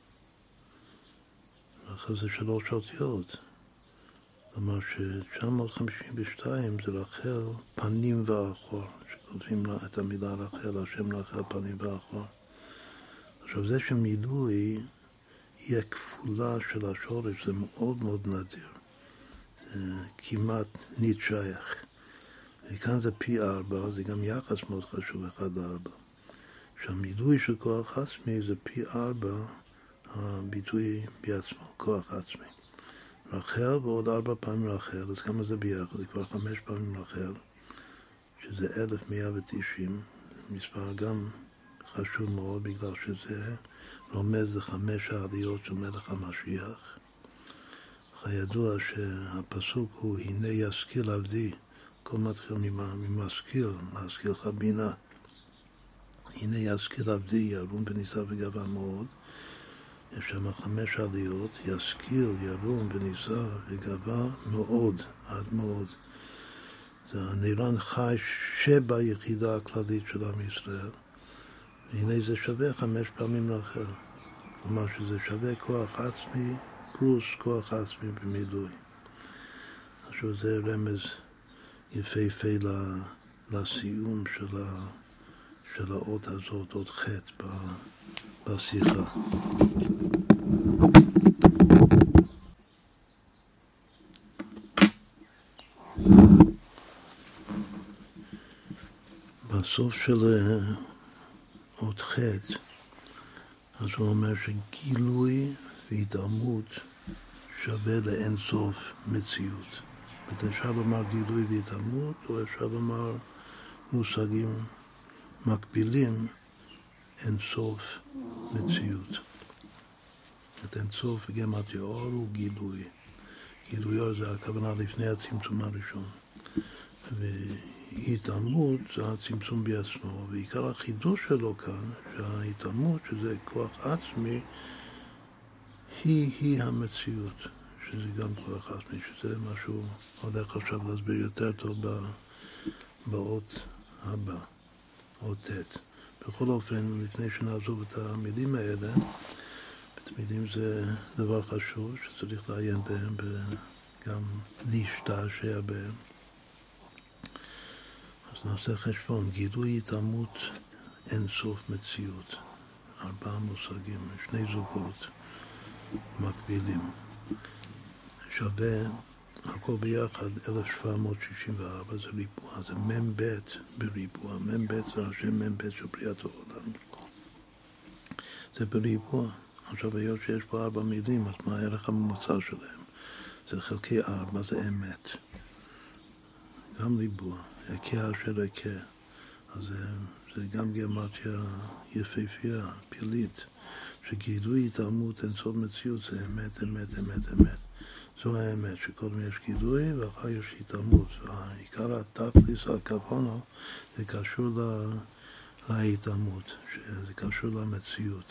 רחל זה 3 אותיות. כלומר ש-952 זה רחל פנים ואחור, שכל כותבים את המילה רחל, השם רחל פנים ואחור. עכשיו זה שמילוי היא הכפולה של השורש, זה מאוד מאוד נדיר. זה כמעט נתשייך. וכאן זה פי 4, זה גם יחס מאוד חשוב 1-4. שהמילוי של כוח עצמי זה פי 4 הביטוי בעצמו, כוח עצמי. רחל ועוד 4 פעמים רחל, אז כמה זה ביחד? זה כבר 5 פעמים רחל, שזה 1190, מספר גם חשוב מאוד בגלל שזה רומז ל5 העליות של מלך המשיח. הידוע שהפסוק הוא הנה ישכיל עבדי, כל מתחיל ממשכיל, להשכיל בינה. הנה ישכיל עבדי, ירום ונישא וגבה מאוד. יש שם 5 עליות, ישכיל, ירום ונישא וגבה מאוד, עד מאוד. זה הנירן חי שביחידה הכללית של עם ישראל. והנה זה שווה 5 פעמים רחל. כלומר שזה שווה כוח עצמי פלוס כוח עצמי במילוי. עכשיו זה רמז יפהפה לסיום של האות הזאת, אות חטא בשיחה. בסוף של אות חטא, אז הוא אומר שגילוי והתעלמות שווה לאין סוף מציאות. אפשר לומר גילוי והתעלמות, או אפשר לומר מושגים מקבילים, אין סוף מציאות. את אין סוף בגימטריה אור הוא גילוי. גילויו זה הכוונה לפני הצמצום הראשון. והתעלמות זה הצמצום בעצמו. ועיקר החידוש שלו כאן, שההתעלמות, שזה כוח עצמי, היא המציאות. שזה גם כוח עצמי, שזה משהו הולך עכשיו להסביר יותר טוב באות הבא, אות ט'. בכל אופן, לפני שנעזוב את המילים האלה, מילים זה דבר חשוב שצריך לעיין בהם וגם להשתעשע בהם. אז נעשה חשבון, גילוי התעלמות אין סוף מציאות. 4 מושגים, 2 זוגות מקבילים. שווה, הכל ביחד, 1764, זה ריבוע, זה מ"ב בריבוע. מ"ב זה השם מ"ב של בריאת העולם. זה בריבוע. עכשיו, היות שיש פה 4 מילים, אז מה הערך הממוצע שלהם? זה חלקי 4, זה אמת. גם ריבוע, היקה אשר היקה. אז זה גם גימטריה יפהפייה, פלילית, שגילוי התעלמות אין סוף מציאות, זה אמת, אמת, אמת, אמת. זו האמת, שקודם יש גילוי ואחר יש התעלמות. והעיקר התכלס, הכוונה, זה קשור להתעלמות, שזה קשור למציאות.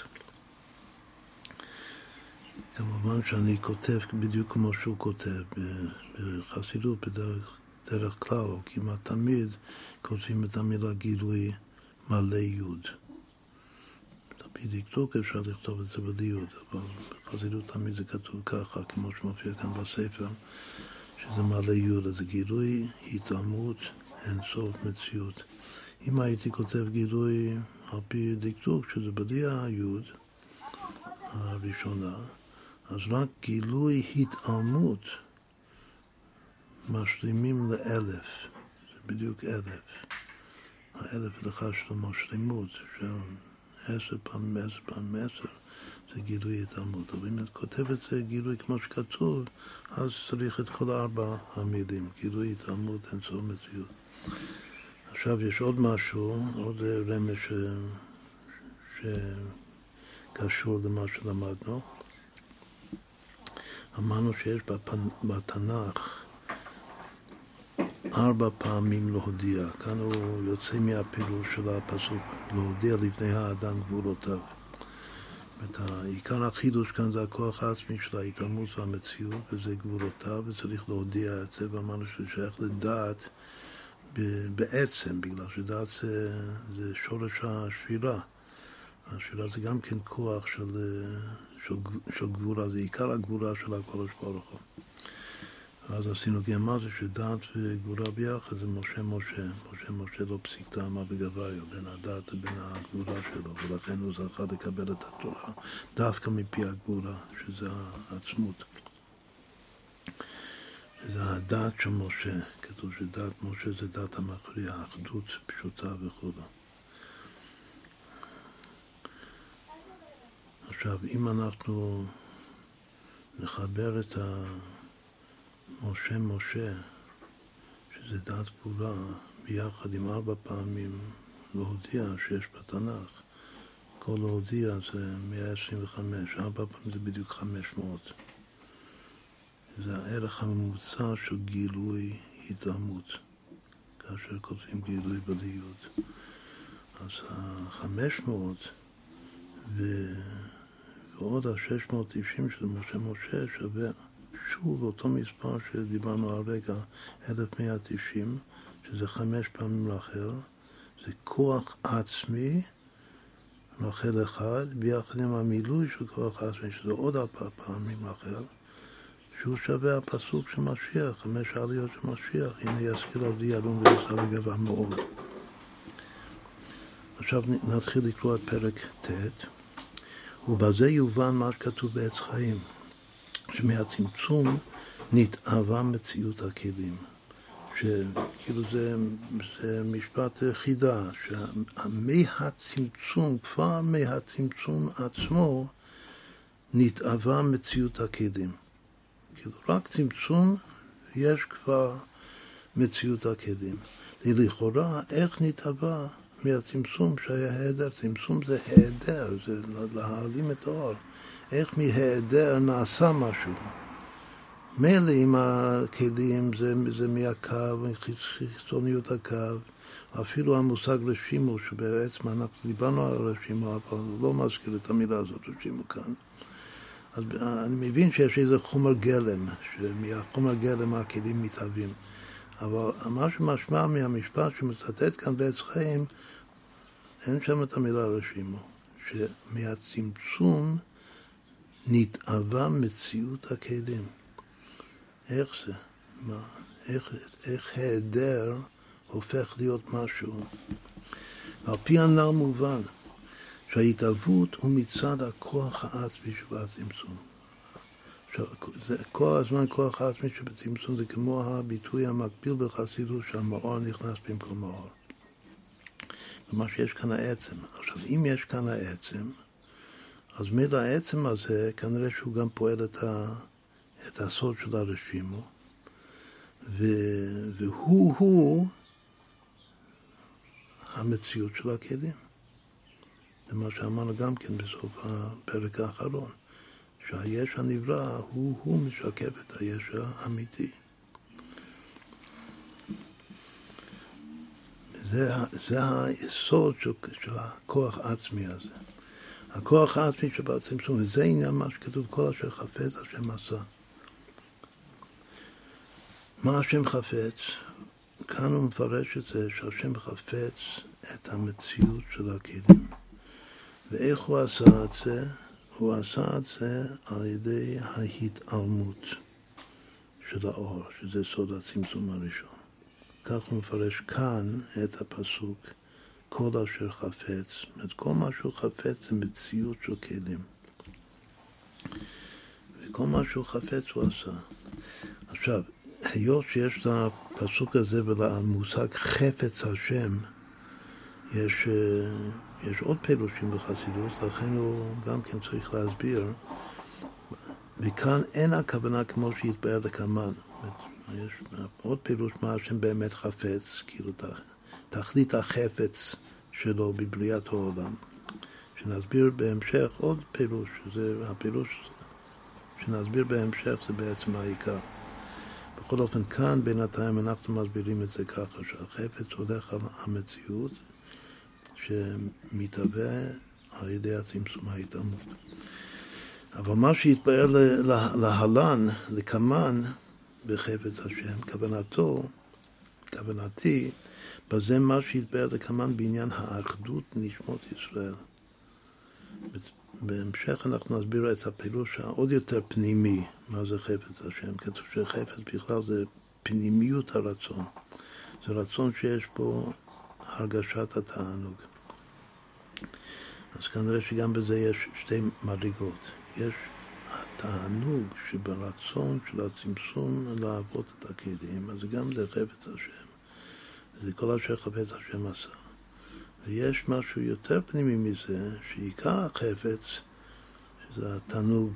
כמובן שאני כותב בדיוק כמו שהוא כותב, בחסידות בדרך כלל, או כמעט תמיד, כותבים את המילה גילוי מלא יוד. לפי דקדוק אפשר לכתוב את זה בלי יוד, אבל בחסידות תמיד זה כתוב ככה, כמו שמופיע כאן בספר, שזה מלא יוד, אז גילוי, התעלמות, אין סוף מציאות. אם הייתי כותב גילוי על פי דקדוק, שזה בלי היוד הראשונה, אז רק גילוי התעלמות משלימים ל1000, זה בדיוק 1000. 1000 לך שלמה שלמות, של 10 פעמים 10 פעמים 10, זה גילוי התעלמות. אבל אם את כותב את זה גילוי כמו שכתוב, אז צריך את כל 4 המילים, גילוי התעלמות אין סוף מציאות. עכשיו יש עוד משהו, עוד רמז שקשור למה שלמדנו. אמרנו שיש בתנ"ך 4 פעמים להודיע. כאן הוא יוצא מהפילוש של הפסוק, להודיע לפני האדם גבולותיו. עיקר החידוש כאן זה הכוח העצמי של ההתעלמות והמציאות, וזה גבולותיו, וצריך להודיע את זה, ואמרנו שזה שייך לדעת בעצם, בגלל שדעת זה שורש השבירה. השבירה זה גם כן כוח של גבולה, זה עיקר הגבולה של הקדוש ברוך הוא. ואז עשינו גם זה שדעת וגבורה ביחד זה משה משה. משה משה לא פסיק טעמה וגבריו, בין הדעת לבין הגבורה שלו, ולכן הוא זכה לקבל את התורה דווקא מפי הגבורה, שזה העצמות. שזה הדעת של משה, כתוב שדעת משה זה דעת המכריע, אחדות פשוטה וכו'. עכשיו, אם אנחנו נחבר את משה משה, שזה דעת גבורה, ביחד עם 4 פעמים להודיע שיש בתנ"ך, כל להודיע זה 125, 4 פעמים זה בדיוק 500. זה הערך הממוצע של גילוי התעמות, כאשר כותבים גילוי בליות. אז 500 ועוד 690 של משה משה שווה שוב אותו מספר שדיברנו הרגע, 1190, שזה 5 פעמים לאחר, זה כוח עצמי לאחר אחד, ביחד עם המילוי של כוח עצמי, שזה עוד 4 פעמים לאחר, שהוא שווה הפסוק של משיח, 5 העליות של משיח, הנה ישכיל עבדי ירום ויסע וגבה מאוד. עכשיו נתחיל לקרוא את פרק ט', ובזה יובן מה שכתוב בעץ חיים, שמהצמצום נתאווה מציאות הכלים. שכאילו זה משפט חידה, שמהצמצום, כבר מהצמצום עצמו, נתאווה מציאות הכלים. כאילו רק צמצום יש כבר מציאות הכלים. לכאורה, איך נתאווה מהצמצום שהיה היעדר? צמצום זה היעדר, זה להעלים את האור. איך מהיעדר נעשה משהו? מילא עם הכלים זה מהקו, חיצוניות הקו, אפילו המושג רשימו, שבעצם אנחנו דיברנו על רשימו, אבל הוא לא מזכיר את המילה הזאת, רשימו כאן. אז אני מבין שיש איזה חומר גלם, שמהחומר גלם הכלים מתהווים. אבל מה שמשמע מהמשפט שמצטט כאן בעץ חיים, אין שם את המילה רשימו, שמהצמצום נתאווה מציאות הכלים. איך זה? איך היעדר הופך להיות משהו? על פי הנ"ל מובן שההתאבות הוא מצד הכוח העצמי שבצמצום. כל הזמן כוח העצמי שבצמצום זה כמו הביטוי המקביל בחסידות שהמאור נכנס במקום האור. כלומר שיש כאן העצם. עכשיו, אם יש כאן העצם, אז מילא העצם הזה כנראה שהוא גם פועל את הסוד של הרשימו, והוא המציאות של הכלים. זה מה שאמרנו גם כן בסוף הפרק האחרון, שהיש הנברא הוא משקף את היש האמיתי. זה היסוד של הכוח העצמי הזה. הכוח העצמי שבצמצום, וזה עניין מה שכתוב, כל אשר חפץ השם עשה. מה השם חפץ? כאן הוא מפרש את זה שהשם חפץ את המציאות של הכלים. ואיך הוא עשה את זה? הוא עשה את זה על ידי ההתעלמות של האור, שזה סוד הצמצום הראשון. כך הוא מפרש כאן את הפסוק, כל אשר חפץ. את כל מה שהוא חפץ זה מציאות של כלים. וכל מה שהוא חפץ הוא עשה. עכשיו, היות שיש את הפסוק הזה ולמושג חפץ השם, יש עוד פירושים בחסידות, לכן הוא גם כן צריך להסביר. וכאן אין הכוונה כמו שהתבאר לקמן. יש עוד פירוש מה השם באמת חפץ, כאילו תכלית החפץ שלו בבריאת העולם. שנסביר בהמשך עוד פירוש, זה הפירוש שנסביר בהמשך זה בעצם העיקר. בכל אופן כאן בינתיים אנחנו מסבירים את זה ככה, שהחפץ הולך על המציאות שמתהווה על ידי הצמצום ההתעלמות. אבל מה שהתבאר להלן, לקמן, בחפץ השם, כוונתי, בזה מה שהתבאר לקמן בעניין האחדות נשמות ישראל. בהמשך אנחנו נסביר את הפירוש העוד יותר פנימי, מה זה חפץ השם. כתוב שחפץ בכלל זה פנימיות הרצון. זה רצון שיש בו הרגשת התענוג. אז כנראה שגם בזה יש שתי מדרגות. יש התענוג שברצון של הצמצום לעבוד את הכלים, אז גם זה חפץ השם. זה כל אשר חפץ השם עשה. ויש משהו יותר פנימי מזה, שעיקר החפץ, שזה התענוג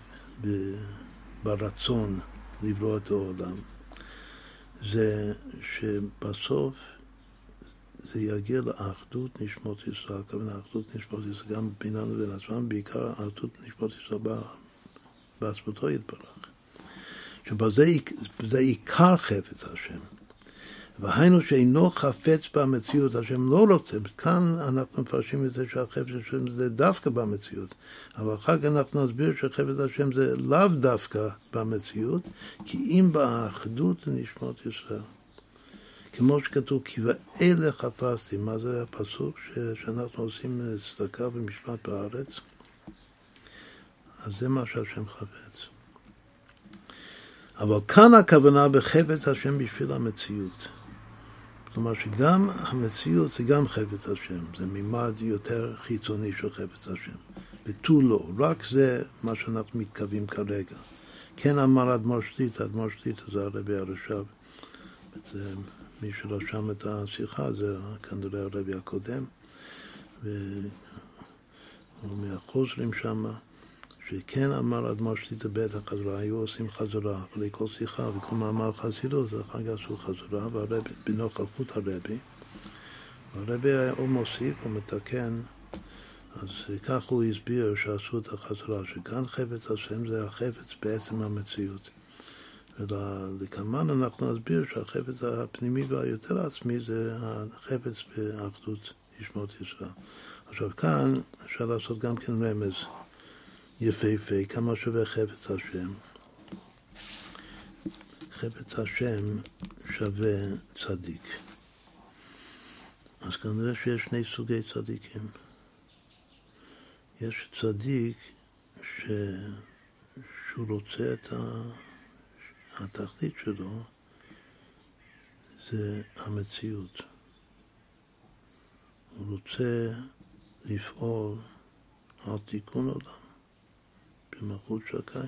ברצון לברוא את העולם, זה שבסוף זה יגיע לאחדות נשמות ישראל. כמובן, האחדות נשמות ישראל גם ביננו ובין עצמם, בעיקר האחדות נשמות ישראל בעצמותו יתברך. שבזה עיקר חפץ השם. והיינו שאינו חפץ במציאות, השם לא רוצה. כאן אנחנו מפרשים את זה שהחפץ השם זה דווקא במציאות. אבל אחר כך אנחנו נסביר שחפץ השם זה לאו דווקא במציאות, כי אם באחדות נשמות ישראל. כמו שכתוב, כי ואלה חפשתי. מה זה הפסוק שאנחנו עושים צדקה ומשפט בארץ? אז זה מה שהשם חפץ. אבל כאן הכוונה בחפץ השם בשביל המציאות. כלומר שגם המציאות זה גם חפץ השם, זה מימד יותר חיצוני של חפץ השם. ותו לא, רק זה מה שאנחנו מתכוונים כרגע. כן אמר אדמו"ר שליט"א, אדמו"ר שליט"א זה הרבי הרש"ב. מי שרשם את השיחה זה כנראה הרבי הקודם, והוא מהחוזרים שם. שכן אמר אדמו"ר שליט"א בעת החזרה, היו עושים חזרה, אחרי כל שיחה וכל מאמר חסידות, אחר כך עשו חזרה, והרבי, בנוכחות הרבי, והרבי הוא מוסיף, הוא מתקן, אז כך הוא הסביר שעשו את החזרה, שכאן חפץ השם זה החפץ בעצם המציאות. ולכמן אנחנו נסביר שהחפץ הפנימי והיותר עצמי זה החפץ באחדות נשמות ישראל. עכשיו כאן אפשר לעשות גם כן רמז. יפהפה, כמה שווה חפץ השם. חפץ השם שווה צדיק. אז כנראה שיש שני סוגי צדיקים. יש צדיק שהוא רוצה את התכלית שלו, זה המציאות. הוא רוצה לפעול על תיקון עולם. במלכות שקי.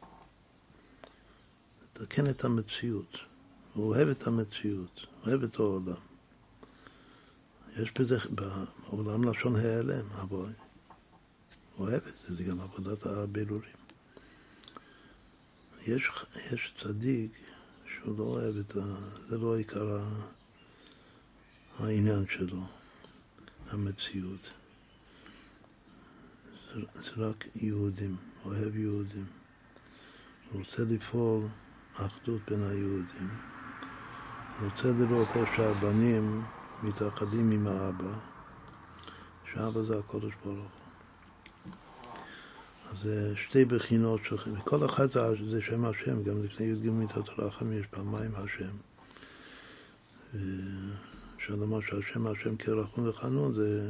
לתקן את המציאות. הוא אוהב את המציאות. אוהב את העולם. יש בזה, בעולם לשון העלם, אבל הוא אוהב את זה. זה גם עבודת הבירורים. יש צדיק שהוא לא אוהב את זה לא עיקר העניין שלו. המציאות. זה רק יהודים, אוהב יהודים. הוא רוצה לפעול אחדות בין היהודים. הוא רוצה לראות איך שהבנים מתאחדים עם האבא. שהאבא זה הקודש ברוך הוא. אז זה שתי בחינות שלכם. וכל אחד זה שם השם, גם לפני י"ג מיתות הרחמים יש פעמיים השם. אפשר לומר שהשם השם כרחום וחנון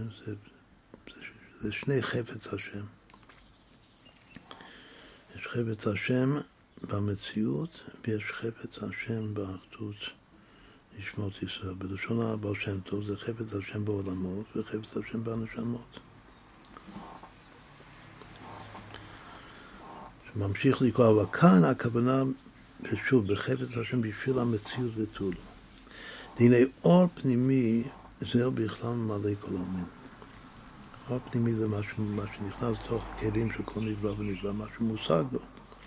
זה שני חפץ השם. יש חפץ השם במציאות, ויש חפץ השם באחדות נשמות ישראל. בלשון הבעל שם טוב זה חפץ השם בעולמות וחפץ השם בנשמות. שממשיך לקרוא, אבל כאן הכוונה, שוב, בחפץ השם בשביל המציאות ותו לא. והנה אור פנימי זהו בכלל ממלא כל העמים. אור פנימי זה מה שנכנס לתוך הכלים של כל נברא ונברא, מה שמושג לו.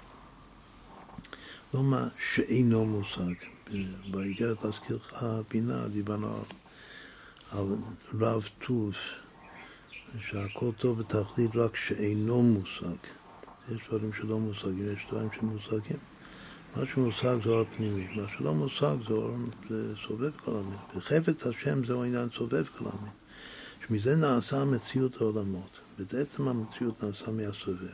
לא מה שאינו מושג. באיגרת להזכירך בינה דיברנו על רב טוב, שהכל טוב בתכלית רק שאינו מושג. יש דברים שלא מושגים, יש דברים שמושגים. מה שמושג זה אור פנימי, מה שלא מושג זה סובב כל העמים. בחפץ השם זהו עניין סובב כל העמים. שמזה נעשה המציאות העולמות. בעצם המציאות נעשה מהסובב.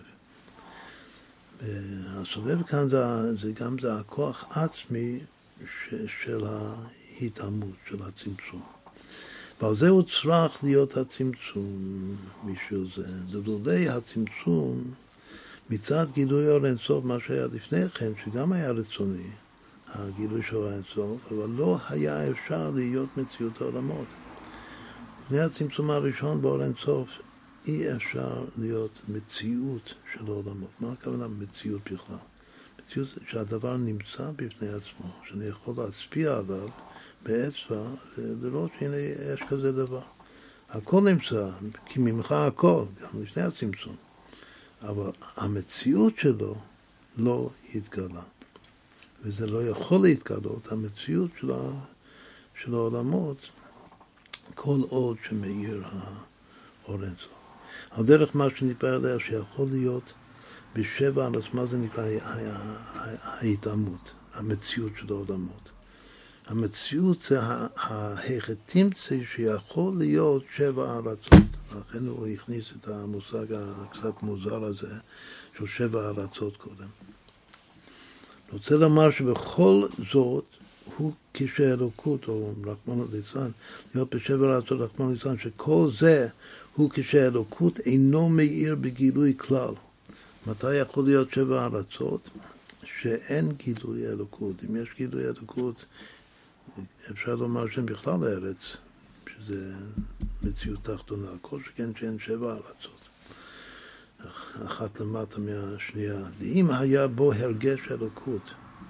הסובב כאן זה גם זה הכוח עצמי של ההתעמות, של הצמצום. ועל זה הוא צריך להיות הצמצום בשביל זה. לולא הצמצום מצד גילוי אור אינסוף, מה שהיה לפני כן, שגם היה רצוני, הגילוי של אור אינסוף, אבל לא היה אפשר להיות מציאות העולמות. לפני הצמצום הראשון באור אינסוף, אי אפשר להיות מציאות של העולמות. מה הכוונה מציאות בכלל? מציאות שהדבר נמצא בפני עצמו, שאני יכול להצביע עליו באצבע ולראות שהנה יש כזה דבר. הכל נמצא, כי ממך הכל, גם לפני הצמצום. אבל המציאות שלו לא התגלה. וזה לא יכול להתגלות, המציאות של העולמות, כל עוד שמאיר האור אינסוף. על דרך מה שנתבהר עליה, שיכול להיות בשבע על עצמה, זה נקרא ההתאמות, המציאות של העולמות. המציאות זה ההחתימצי שיכול להיות שבע ארצות. לכן הוא הכניס את המושג הקצת מוזר הזה של שבע ארצות קודם. אני רוצה לומר שבכל זאת הוא כשאלוקות, או רחמנא ליצלן, להיות בשבע ארצות רחמנא ליצלן, שכל זה הוא כשאלוקות אינו מאיר בגילוי כלל. מתי יכול להיות שבע ארצות? שאין גילוי אלוקות. אם יש גילוי אלוקות, אפשר לומר שהם בכלל הארץ, שזה מציאות תחתונה, כל שכן שאין שבע ארצות, אחת למטה מהשנייה. אם היה בו הרגש אלוקות,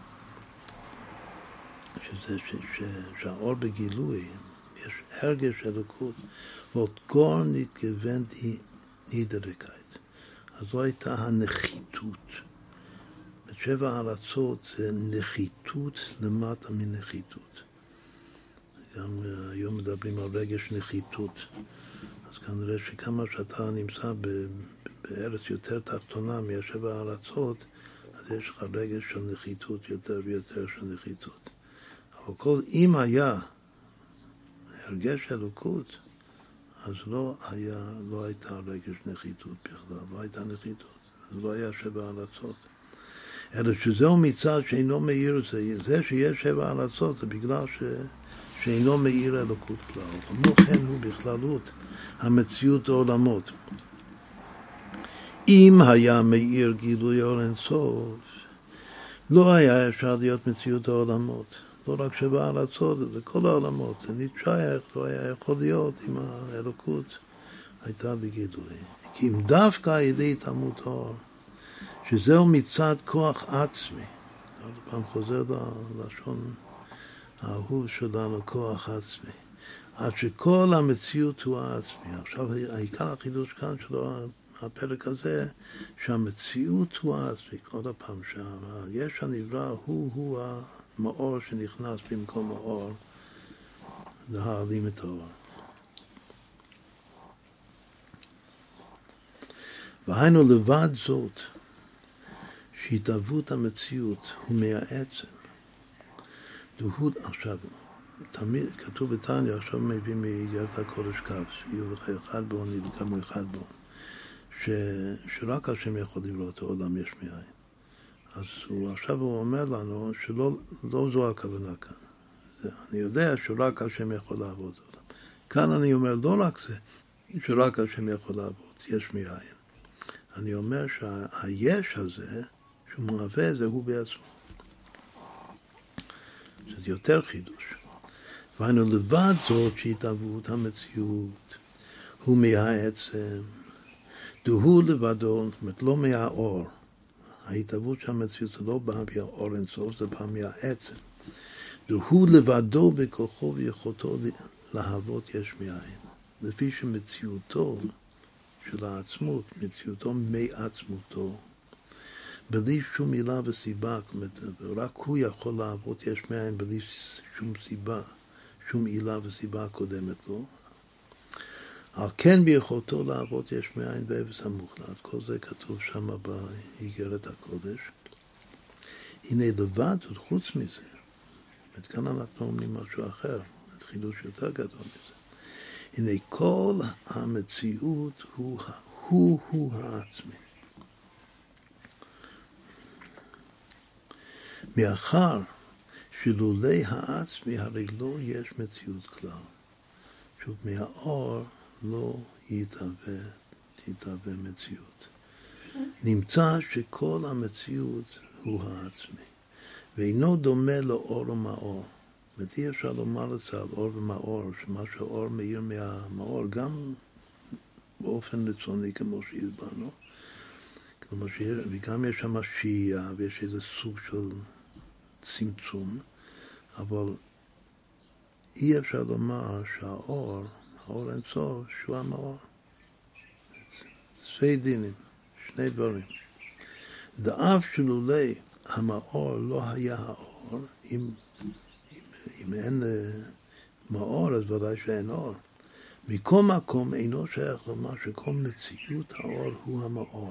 שזה שהאור בגילוי, יש הרגש אלוקות, ועוד גור נתגוון נידריקייט, אז זו הייתה הנחיתות. שבע ארצות זה נחיתות למטה מנחיתות. גם היום מדברים על רגש נחיתות. אז כנראה שכמה שאתה נמצא בארץ יותר תחתונה מהשבע ארצות, אז יש לך רגש של נחיתות יותר ויותר של נחיתות. אבל אם היה הרגש אלוקות, אז לא הייתה רגש נחיתות בכלל, לא הייתה נחיתות. אז לא היה שבע ארצות. אלא שזהו מצד שאינו מאיר זה שיש שבע ארצות, זה בגלל שאינו מאיר אלוקות כלל. כמו כן הוא בכללות המציאות העולמות. אם היה מאיר גילוי אור אינסוף, לא היה אפשר להיות מציאות העולמות. לא רק שבע ארצות, זה כל העולמות. זה נתשייך, לא היה יכול להיות אם האלוקות הייתה בגילוי. כי אם דווקא על ידי התאמות האור, שזהו מצד כוח עצמי. עוד פעם חוזר ללשון האהוב שלנו, כוח עצמי. עד שכל המציאות הוא העצמי. עכשיו, העיקר החידוש כאן שלו, הפרק הזה, שהמציאות הוא העצמי. עוד פעם, שהיש הנברא הוא המאור שנכנס במקום האור, להעלים את האור. והיינו לבד זאת, שהתהוות המציאות הוא מהעצם. עכשיו, תמיד כתוב בתניא, עכשיו מביא מאיגרת הקודש כף, יהיו לך אחד בעוני וקמו אחד בעון, שרק השם יכול לברוא את העולם יש מאין. אז עכשיו הוא אומר לנו שלא זו הכוונה כאן. אני יודע שרק השם יכול לעבוד אותם. כאן אני אומר לא רק זה, שרק השם יכול לעבוד, יש מאין. אני אומר שהיש הזה, שהוא מהווה, זה הוא בעצמו. שזה יותר חידוש. והיינו לבד זאת שהתהוות המציאות, הוא מהעצם, דהוא לבדו, זאת אומרת, לא מהאור. ההתהוות של המציאות זה לא בא מהאור אינסוף, זה בא מהעצם. דהוא לבדו בכוחו ויכולתו להוות יש מאין. לפי שמציאותו של העצמות, מציאותו מעצמותו, בלי שום מילה וסיבה, רק הוא יכול לעבוד יש מאין בלי שום סיבה, שום עילה וסיבה קודמת לו. על כן ביכולתו לעבוד יש מאין באפס המוחלט. כל זה כתוב שם באיגרת הקודש. הנה לבד, עוד חוץ מזה, כאן אנחנו אומרים משהו אחר, חידוש יותר גדול מזה. הנה כל המציאות הוא העצמי. מאחר שלולי העצמי הרי לא יש מציאות כלל. שוב, מהאור לא יתהווה מציאות. נמצא שכל המציאות הוא העצמי, ואינו דומה לאור ומאור. אי אפשר לומר את זה על אור ומאור, שמה שהאור מאיר מהמאור, גם באופן רצוני, כמו שהסברנו, כלומר, וגם יש שם שהייה, ויש איזה סוג של צמצום, אבל אי אפשר לומר שהאור, האור אין סוף, שהוא המאור. שני דינים, שני דברים. דאף שלולי המאור לא היה האור, אם אין מאור, אז ודאי שאין אור. מכל מקום אינו שייך לומר שכל מציאות האור הוא המאור.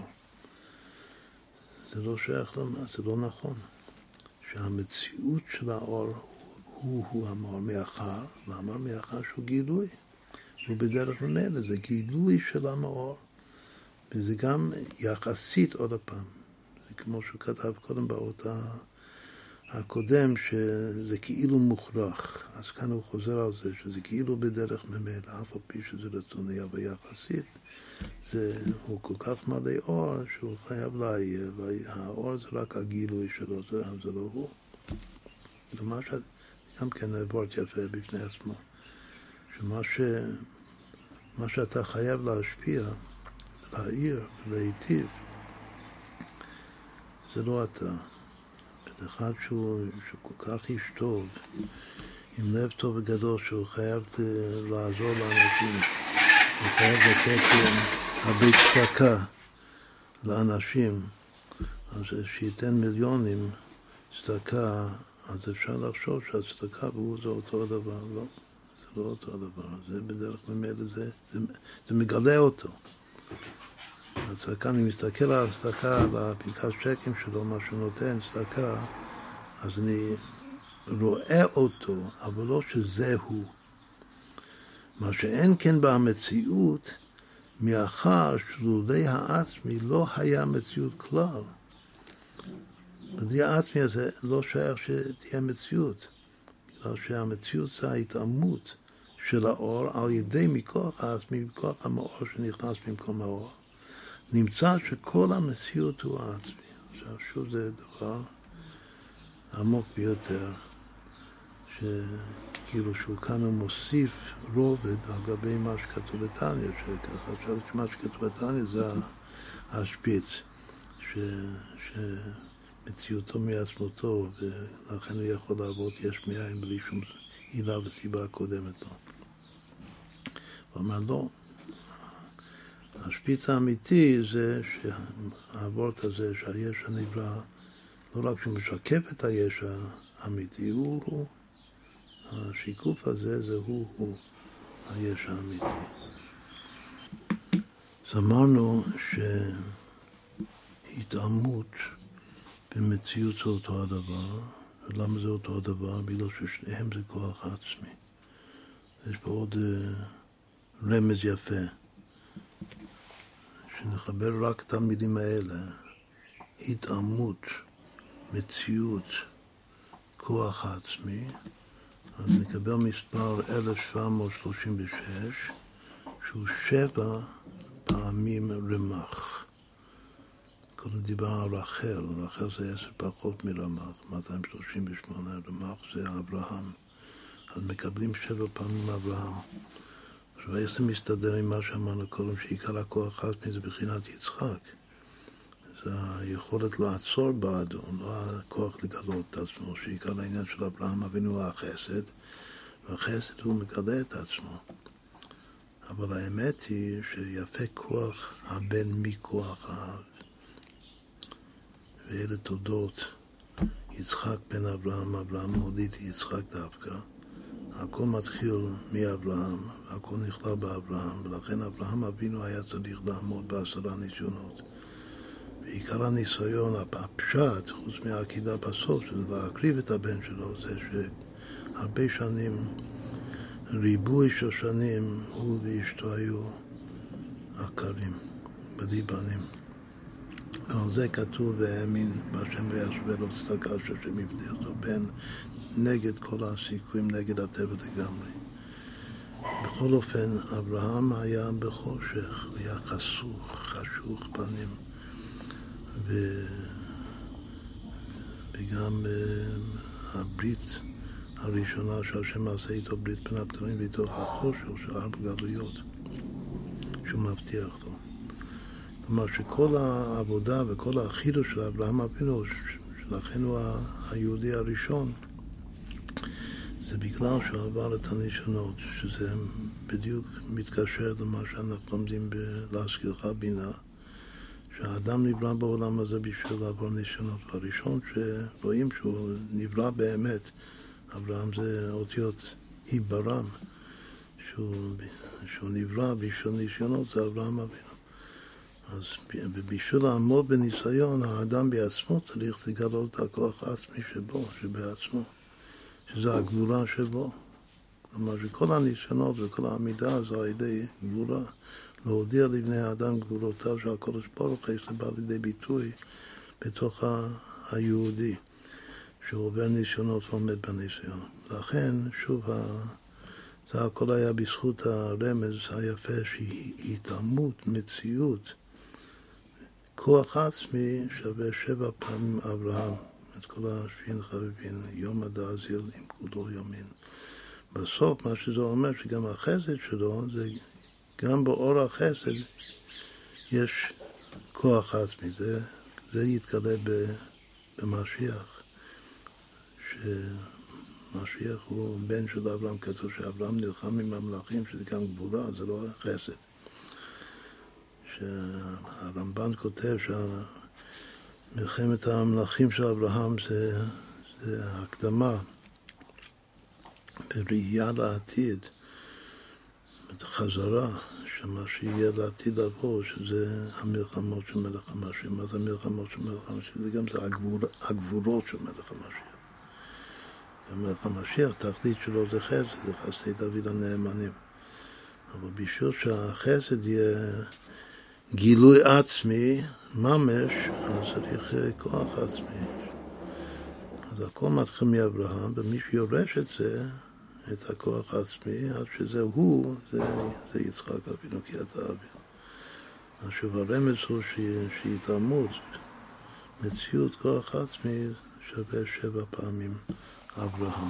זה לא שייך לומר, זה לא נכון. שהמציאות של האור הוא המאור מאחר. למה? מאחר שהוא גילוי. הוא בדרך ממילא, זה גילוי של המאור. וזה גם יחסית עוד הפעם. זה כמו שהוא כתב קודם באות הקודם, שזה כאילו מוכרח. אז כאן הוא חוזר על זה, שזה כאילו בדרך ממילא, אף על פי שזה רצוני, אבל יחסית. הוא כל כך מלא אור שהוא חייב להעיר, והאור זה רק הגילוי שלו, זה לא הוא. ומה גם כן עברת יפה בפני עצמו, שמה שאתה חייב להשפיע, להעיר, להיטיב, זה לא אתה. זה אחד שהוא כל כך איש טוב, עם לב טוב וגדול, שהוא חייב לעזור לאנשים, הוא חייב לתת הרבה צדקה לאנשים, אז שייתן מיליונים צדקה, אז אפשר לחשוב שהצדקה והוא זה אותו הדבר. לא, זה לא אותו הדבר. זה בדרך ממילא, זה מגלה אותו. הצדקה, אני מסתכל על הצדקה, על הפנקס צ'קים שלו, מה שהוא נותן, צדקה, אז אני רואה אותו, אבל לא שזה הוא. מה שאין כן במציאות, מאחר שלולי העצמי לא היה מציאות כלל. בלי העצמי הזה לא שייך שתהיה מציאות, בגלל שהמציאות זה ההתאמות של האור על ידי מכוח העצמי, מכוח המאור שנכנס במקום האור. נמצא שכל המציאות הוא העצמי. עכשיו שוב זה דבר עמוק ביותר, כאילו שהוא כאן הוא מוסיף רובד על גבי מה שכתוב בתניא, שככה שמה שכתוב בתניא זה השפיץ, שמציאותו מעצמותו, ולכן הוא יכול לעבוד יש מאין בלי שום עילה וסיבה קודמת לו. הוא אמר לא, השפיץ האמיתי זה שהעבורת הזה שהיש הנברא, לא רק שהוא משקף את היש האמיתי, הוא השיקוף הזה זה הוא היש האמיתי. אז אמרנו שהתאמות במציאות זה אותו הדבר. ולמה זה אותו הדבר? בגלל ששניהם זה כוח עצמי. יש פה עוד רמז יפה, שנחבר רק את המילים האלה. התאמות, מציאות, כוח עצמי. אז נקבל מספר 1736, שהוא 7 פעמים רמ"ח. קודם דיבר על רחל, רחל זה 10 פחות מרמ"ח, 238, רמ"ח זה אברהם. אז מקבלים 7 פעמים אברהם. עכשיו, איך זה מסתדר עם מה שאמרנו קודם, שעיקר הכוח עצמי זה בחינת יצחק. זה היכולת לעצור באדון, לא הכוח לגלות את עצמו, שעיקר העניין של אברהם אבינו הוא החסד, והחסד הוא מגלה את עצמו. אבל האמת היא שיפה כוח הבן מכוח האב. ואלה תודות, יצחק בן אברהם, אברהם הוליד יצחק דווקא. הכל מתחיל מאברהם, והכל נכלל באברהם, ולכן אברהם אבינו היה צריך לעמוד ב10 ניסיונות. ועיקר הניסיון, הפשט, חוץ מהעקידה בסוף, שזה להקריב את הבן שלו, זה שהרבה שנים, ריבוי של שנים, הוא ואשתו היו עקרים, בלי בנים. על זה כתוב, והאמין בהשם וישווה לו צדקה שהשם יבטיח לו בן, נגד כל הסיכויים, נגד הטבע לגמרי. בכל אופן, אברהם היה בחושך, הוא היה חשוך פנים, וגם הברית הראשונה שהשם עשה איתו ברית בין הבתרים ואיתו החושך של 4 גלויות שהוא מבטיח לו. כלומר שכל העבודה וכל החידוש של אברהם אבינו, שלכן הוא היהודי הראשון, זה בגלל שהוא עבר את הניסיונות, שזה בדיוק מתקשר למה שאנחנו לומדים בלהזכירך בינה, שהאדם נברא בעולם הזה בשביל לעבור ניסיונות. והראשון שרואים שהוא נברא באמת, אברהם זה אותיות היברם, שהוא נברא בשביל ניסיונות, זה אברהם אבינו. אז בשביל לעמוד בניסיון, האדם בעצמו צריך לגלות את הכוח העצמי שבו, שבעצמו, שזה הגבורה שבו. כלומר שכל הניסיונות וכל העמידה הזו על ידי גבורה, להודיע לבני האדם גבורותיו שהקדוש ברוך הוא בא לידי ביטוי בתוך היהודי, שהוא עובר ניסיונות ועומד בניסיון. לכן, שוב, זה הכל היה בזכות הרמז היפה שהיא התעלמות, מציאות, כוח עצמי שווה 7 פעמים אברהם, את כל השבין חביבין, יום הדאזיל עם כולו יומין. בסוף מה שזה אומר שגם החסד שלו, זה גם באור החסד יש כוח עצמי, זה יתגלה במשיח, שמשיח הוא בן של אברהם, כתוב שאברהם נלחם עם המלאכים, שזה גם גבורה, זה לא חסד. שהרמב"ן כותב שמלחמת המלאכים של אברהם זה הקדמה בראייה לעתיד, חזרה, שמה שיהיה לעתיד לבוא, שזה המלחמות של מלך המשיח. מה זה המלחמות של מלך המשיח? זה גם זה הגבורות של מלך המשיח. מלך המשיח, תכלית שלו זה חסד, זה חסדי דוד הנאמנים. אבל בשביל שהחסד יהיה גילוי עצמי, ממש, אז צריך כוח עצמי. אז הכל מתחיל מאברהם, ומי שיורש את זה, את הכוח העצמי, עד שזה הוא, זה יצחק אבינו, כי אתה אבינו. עכשיו הרמז הוא שהתעלמות, מציאות כוח עצמי שווה 7 פעמים אברהם.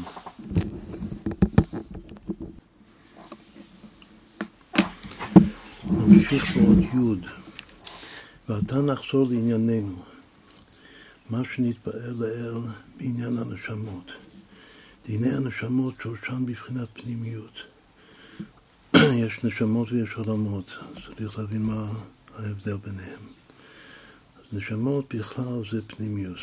נמשיך בעוד י' ועתה נחזור לענייננו, מה שנתפאר לאל בעניין הנשמות. דיני הנשמות שורשן בבחינת פנימיות. יש נשמות ויש עולמות, צריך להבין מה ההבדל ביניהם. אז נשמות בכלל זה פנימיוס.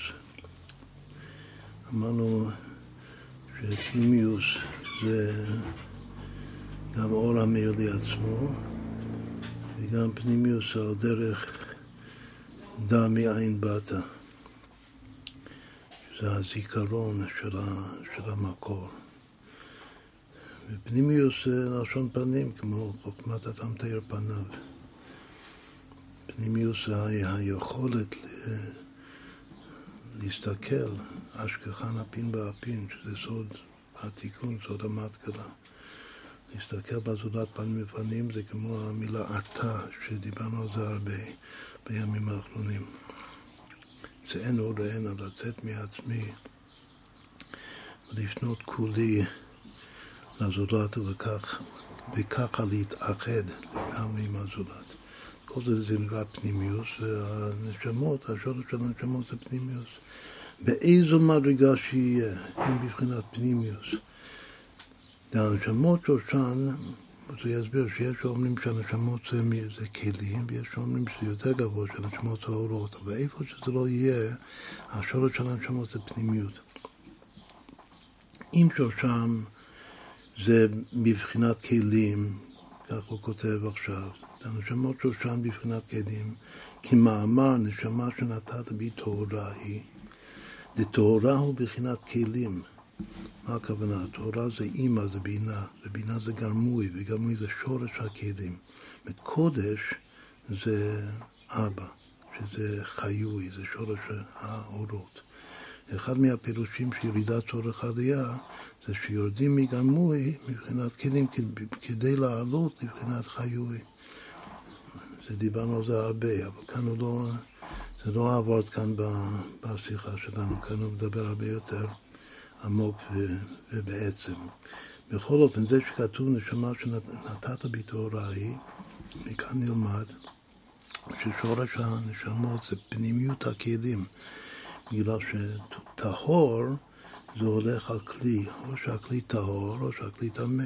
אמרנו שפנימיוס זה גם אור המאיר לעצמו, וגם פנימיוס על דרך דע מאין באת. זה הזיכרון של המקור. ופנימיוס זה לשון פנים, כמו חוכמת אדם תאיר פניו. פנימיוס זה היכולת להסתכל, אשכחן אפין באפין, שזה סוד התיקון, סוד המתגלה. להסתכל בזולת פנים בפנים, זה כמו המילה אתה, שדיברנו על זה הרבה בימים האחרונים. זה אין עוד אין, על לצאת מעצמי ולפנות כולי לזולת וככה להתאחד לגמרי עם הזולת. כל זה נקרא פנימיוס, והנשמות, השורש של הנשמות זה פנימיוס. באיזו מדרגה שיהיה, אין בבחינת פנימיוס. והנשמות שורשן, זה יסביר שיש שאומרים שהנשמות זה כלים, ויש שאומרים שזה יותר גבוה, שהנשמות זה אורות, אבל איפה שזה לא יהיה, השורש של הנשמות זה פנימיות. אם שורשם זה בבחינת כלים, כך הוא כותב עכשיו, הנשמות שורשן בבחינת כלים, כי מאמר נשמה שנתת בי תורה היא, דתורה הוא בבחינת כלים. מה הכוונה? התורה זה אימא, זה בינה, ובינה זה גרמוי, וגרמוי זה שורש הכלים. קודש זה אבא, שזה חיוי, זה שורש האורות. אחד מהפירושים של ירידת צורך עלייה, זה שיורדים מגמוי מבחינת כלים כדי לעלות מבחינת חיוי. זה דיברנו על זה הרבה, אבל כאן הוא לא, זה לא עבוד כאן בשיחה שלנו, כאן הוא מדבר הרבה יותר עמוק ובעצם. בכל אופן, זה שכתוב נשמה שנתת בתורה היא, מכאן נלמד ששורש הנשמות זה פנימיות הכלים, בגלל שטהור זה הולך על כלי, או שהכלי טהור או שהכלי טמא.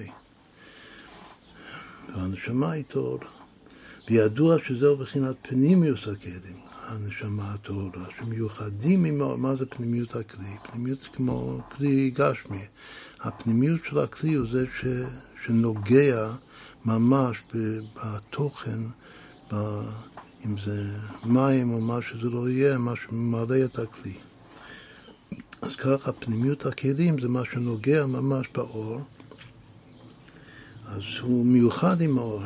והנשמה היא טהורה. וידוע שזהו בחינת פנימיוס הכלים, הנשמה הטהורה, שמיוחדים עם מה זה פנימיות הכלי. פנימיות כמו כלי גשמי. הפנימיות של הכלי הוא זה שנוגע ממש בתוכן, אם זה מים או מה שזה לא יהיה, מה שממלא את הכלי. אז ככה פנימיות הכלים זה מה שנוגע ממש באור, אז הוא מיוחד עם האור.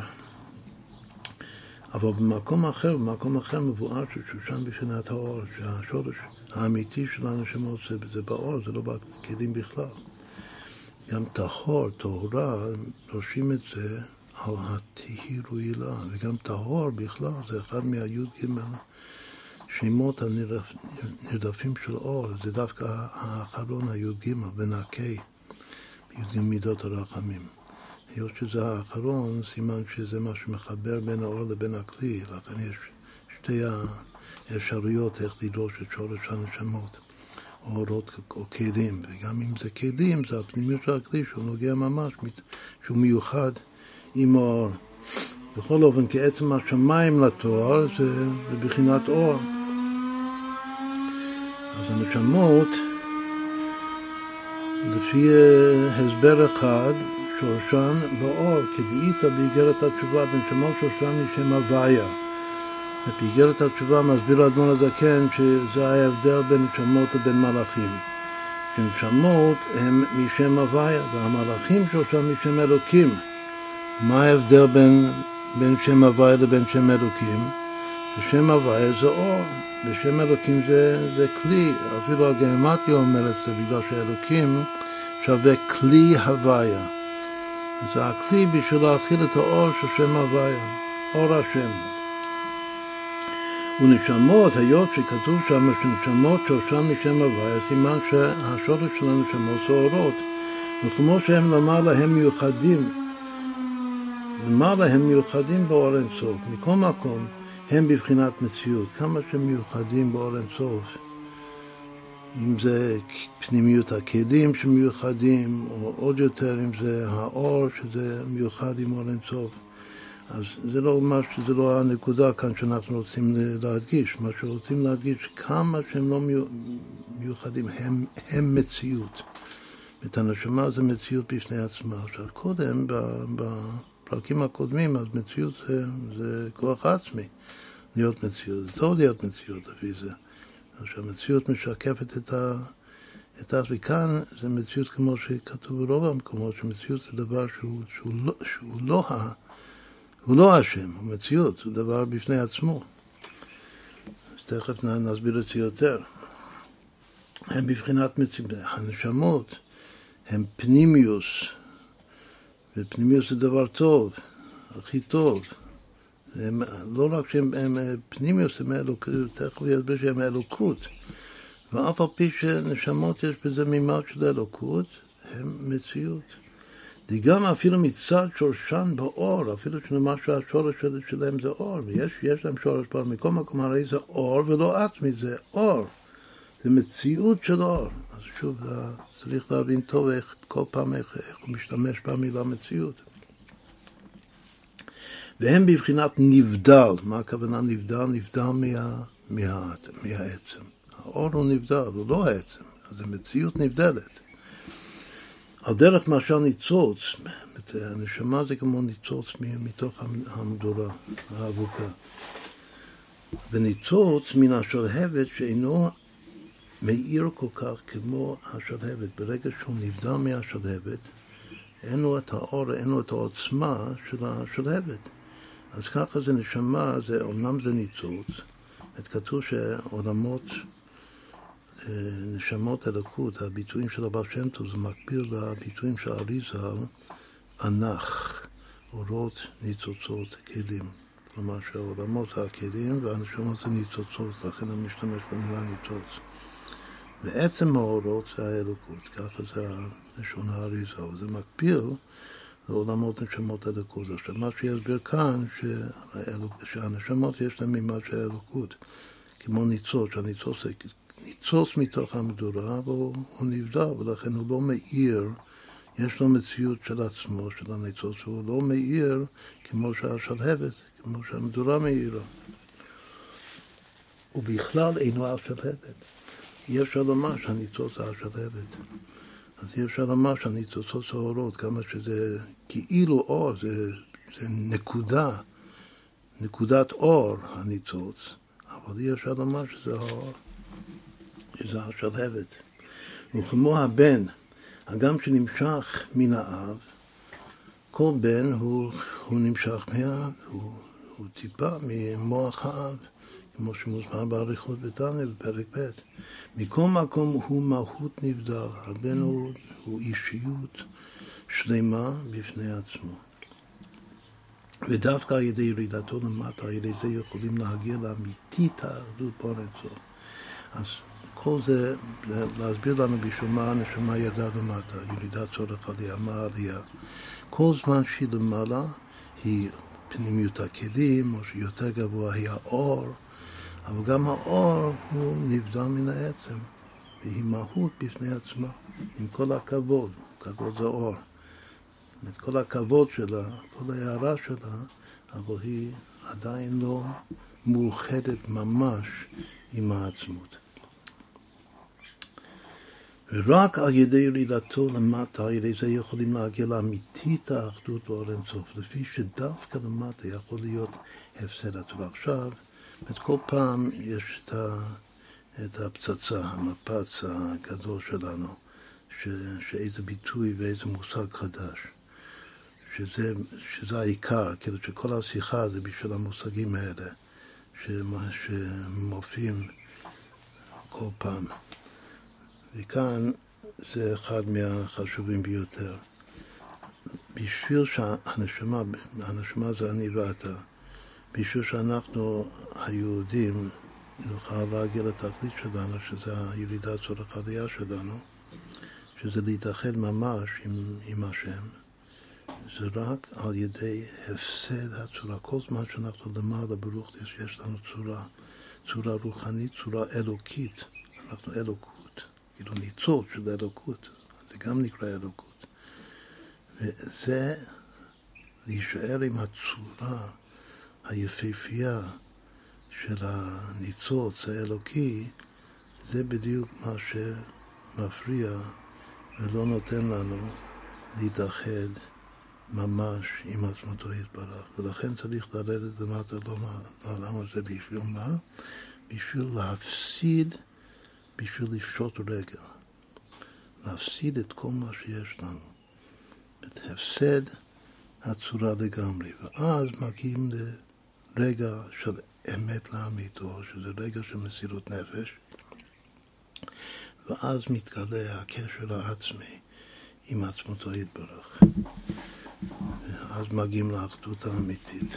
אבל במקום אחר מבואר ששושן בחינת האור, שהשורש האמיתי של הנשמות זה באור, זה לא בכלים בכלל. גם טהור, טהורה, רושמים את זה על הטהיר הילה, וגם טהור בכלל זה אחד מהיוד ג' שמות הנרדפים של אור, זה דווקא האחרון היוד ג' ונקה, יוד מידות הרחמים. היות שזה האחרון, סימן שזה מה שמחבר בין האור לבין הכלי, לכן יש שתי האפשרויות איך לדרוש את שורש הנשמות, אורות או כלים, וגם אם זה כלים, זה הפנימיות של הכלי, שהוא נוגע ממש, שהוא מיוחד עם האור. בכל אופן, כעצם השמיים לתואר, זה בבחינת אור. אז הנשמות, לפי הסבר אחד, שורשן באור, כדאית באיגרת התשובה, בנשמות שורשן משם הוויה. באיגרת התשובה מסביר האדמו"ר הזקן שזה ההבדל בין נשמות לבין מלאכים. שנשמות הם משם הוויה, והמלאכים שורשן משם אלוקים. מה ההבדל בין שם הוויה לבין שם אלוקים? בשם הוויה זה אור, בשם אלוקים זה כלי. אפילו הגמטריה אומרת זה בגלל שאלוקים שווה כלי הוויה. זה הכלי בשביל להכיל את האור של שם הוויה, אור השם. ונשמות, היות שכתוב שם שנשמות שורשן משם הוויה, סימן שהשורש של הנשמות זה אורות. וכמו שהם למעלה הם מיוחדים, למעלה הם מיוחדים באור אינסוף. מכל מקום הם בבחינת מציאות. כמה שהם מיוחדים באור אינסוף, אם זה פנימיות הכלים שמיוחדים, או עוד יותר אם זה האור שזה מיוחד עם אור אינסוף. אז זה לא ממש, זה לא הנקודה כאן שאנחנו רוצים להדגיש. מה שרוצים להדגיש, כמה שהם לא מיוחדים, הם מציאות. את הנשמה זה מציאות בפני עצמה. עכשיו קודם, בפרקים הקודמים, אז מציאות זה כוח עצמי, להיות מציאות. זה טוב להיות מציאות לפי זה. עכשיו המציאות משקפת את עצמי. כאן זה מציאות כמו שכתוב ברוב המקומות, שמציאות זה דבר שהוא לא השם, הוא מציאות, הוא דבר בפני עצמו. אז תכף נסביר את זה יותר. הם בבחינת מציאות. הנשמות הם פנימיוס, ופנימיוס זה דבר טוב, הכי טוב. הם, לא רק שהם פנימיוס, הם אלוקות, תכף יסביר שהם אלוקות. ואף על פי שנשמות יש בזה מימד של אלוקות, הם מציאות. וגם אפילו מצד שורשן באור, אפילו שנאמר שהשורש שלהם זה אור, ויש להם שורש באור, מכל מקום הרי זה אור ולא עצמי, זה אור. זה מציאות של אור. אז שוב, צריך להבין טוב איך כל פעם איך הוא משתמש במילה מציאות. והם בבחינת נבדל. מה הכוונה נבדל? נבדל מהעצם. האור הוא נבדל, הוא לא העצם. אז זו מציאות נבדלת. על דרך משל ניצוץ, הנשמה זה כמו ניצוץ מתוך המדורה האבוקה. וניצוץ מן השלהבת שאינו מאיר כל כך כמו השלהבת. ברגע שהוא נבדל מהשלהבת, אין לו את האור, אין לו את העוצמה של השלהבת. אז ככה זה נשמה, אומנם זה ניצוץ. כתוב שעולמות נשמות אלוקות, הביטויים של הבעל שם טוב, זה מקביל לביטויים של אריזל, ענך, אורות, ניצוצות, כלים. כלומר שהעולמות זה הכלים והנשמות זה ניצוצות, לכן אני משתמש במילה ניצוץ. ועצם האורות זה האלוקות, ככה זה לשון האריזל, זה מקביל לעולמות נשמות אלוקות. עכשיו מה שיסביר כאן, שהנשמות יש להם מימד של אלוקות, כמו ניצוץ, שהניצוץ זה ניצוץ מתוך המדורה והוא נבדל, ולכן הוא לא מאיר, יש לו מציאות של עצמו, של הניצוץ, והוא לא מאיר כמו שהשלהבת, כמו שהמדורה מאירה. ובכלל אינו השלהבת. אי אפשר לומר שהניצוץ זה השלהבת. אז אי אפשר לומר שהניצוצות זה אורות, כמה שזה כאילו אור, זה נקודת אור הניצוץ, אבל אי אפשר לומר שזה האור, שזה השלהבת. וכמו הבן, הגם שנמשך מן האב, כל בן הוא נמשך מהאב, הוא טיפה ממוח האב, כמו שמוסבר באריכות בתניא בפרק ב'. מכל מקום הוא מהות נבדל, הבן הוא אישיות שלמה בפני עצמו. ודווקא על ידי ירידתו למטה, על ידי זה יכולים להגיע לאמיתית האחדות בו אינסוף. אז כל זה להסביר לנו בשביל מה הנשמה ירדה למטה, ירידת צורך עלייה, מה העלייה. כל זמן שהיא למעלה היא פנימיות הכלים, או שיותר גבוה היא האור, אבל גם האור הוא נבדל מן העצם, והיא מהות בפני עצמה, עם כל הכבוד, כבוד זה אור. את כל הכבוד שלה, כל ההערה שלה, אבל היא עדיין לא מאוחדת ממש עם העצמות. ורק על ידי ירידתו למטה, על ידי זה יכולים להגיע לאמיתית האחדות באור אינסוף, לפי שדווקא למטה יכול להיות הפסד התורה. עכשיו, כל פעם יש את הפצצה, המפץ הגדול שלנו, שאיזה ביטוי ואיזה מושג חדש, שזה העיקר, כאילו שכל השיחה זה בשביל המושגים האלה, שמופיעים כל פעם. וכאן זה אחד מהחשובים ביותר. בשביל שהנשמה זה אני ואתה, בשביל שאנחנו היהודים נוכל להגיע לתכלית שלנו, שזה הירידת צורך העלייה שלנו, שזה להתאחד ממש עם השם, זה רק על ידי הפסד הצורה. כל זמן שאנחנו למעלה ברוך יש לנו צורה רוחנית, צורה אלוקית. אנחנו אלוקות, כאילו ניצוץ של אלוקות, זה גם נקרא אלוקות. וזה להישאר עם הצורה היפהפייה של הניצוץ האלוקי, זה בדיוק מה שמפריע ולא נותן לנו להתאחד ממש עם עצמתו יתברך. ולכן צריך לרדת למטה, למה זה בשביל מה? בשביל להפסיד, בשביל לפשוט רגל. להפסיד את כל מה שיש לנו. את הפסד הצורה לגמרי. ואז מגיעים לרגע של אמת לאמיתו, שזה רגע של מסירות נפש. ואז מתגלה הקשר העצמי עם עצמתו יתברך. אז מגיעים לאחדות האמיתית.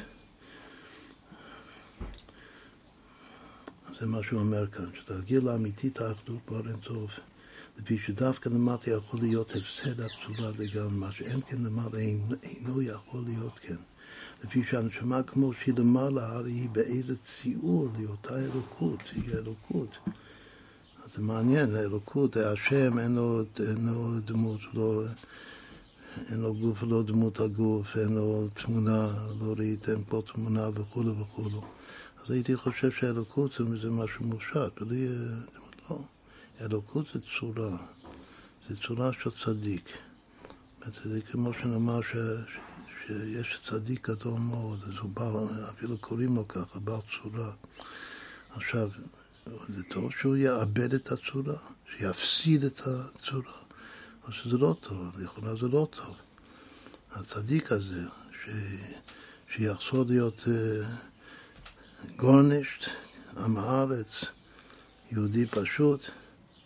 זה מה שהוא אומר כאן, שתגיע לאמיתית האחדות באור אינסוף, לפי שדווקא למטה יכול להיות הפסד הצורה לגמרי, מה שאין כן למעלה אינו יכול להיות כן. לפי שהנשמה כמו שהיא למעלה, הרי היא באיזה ציור לאותה אלוקות, היא אלוקות. אז זה מעניין, האלוקות, השם אין לו דמות, אין לו גוף, לא דמות הגוף, אין לו תמונה, לא ראיתם פה תמונה וכו' וכו'. אז הייתי חושב שהאלוקות זה משהו מושט, לא. אלוקות זה צורה, זה צורה של צדיק. זה כמו שנאמר שיש צדיק גדול מאוד, אז הוא בא, אפילו קוראים לו ככה, בעל צורה. עכשיו, זה טוב שהוא יאבד את הצורה, שיפסיד את הצורה. אז זה לא טוב, לכאורה זה לא טוב. הצדיק הזה, שיחזור להיות גורנישט, עם הארץ, יהודי פשוט,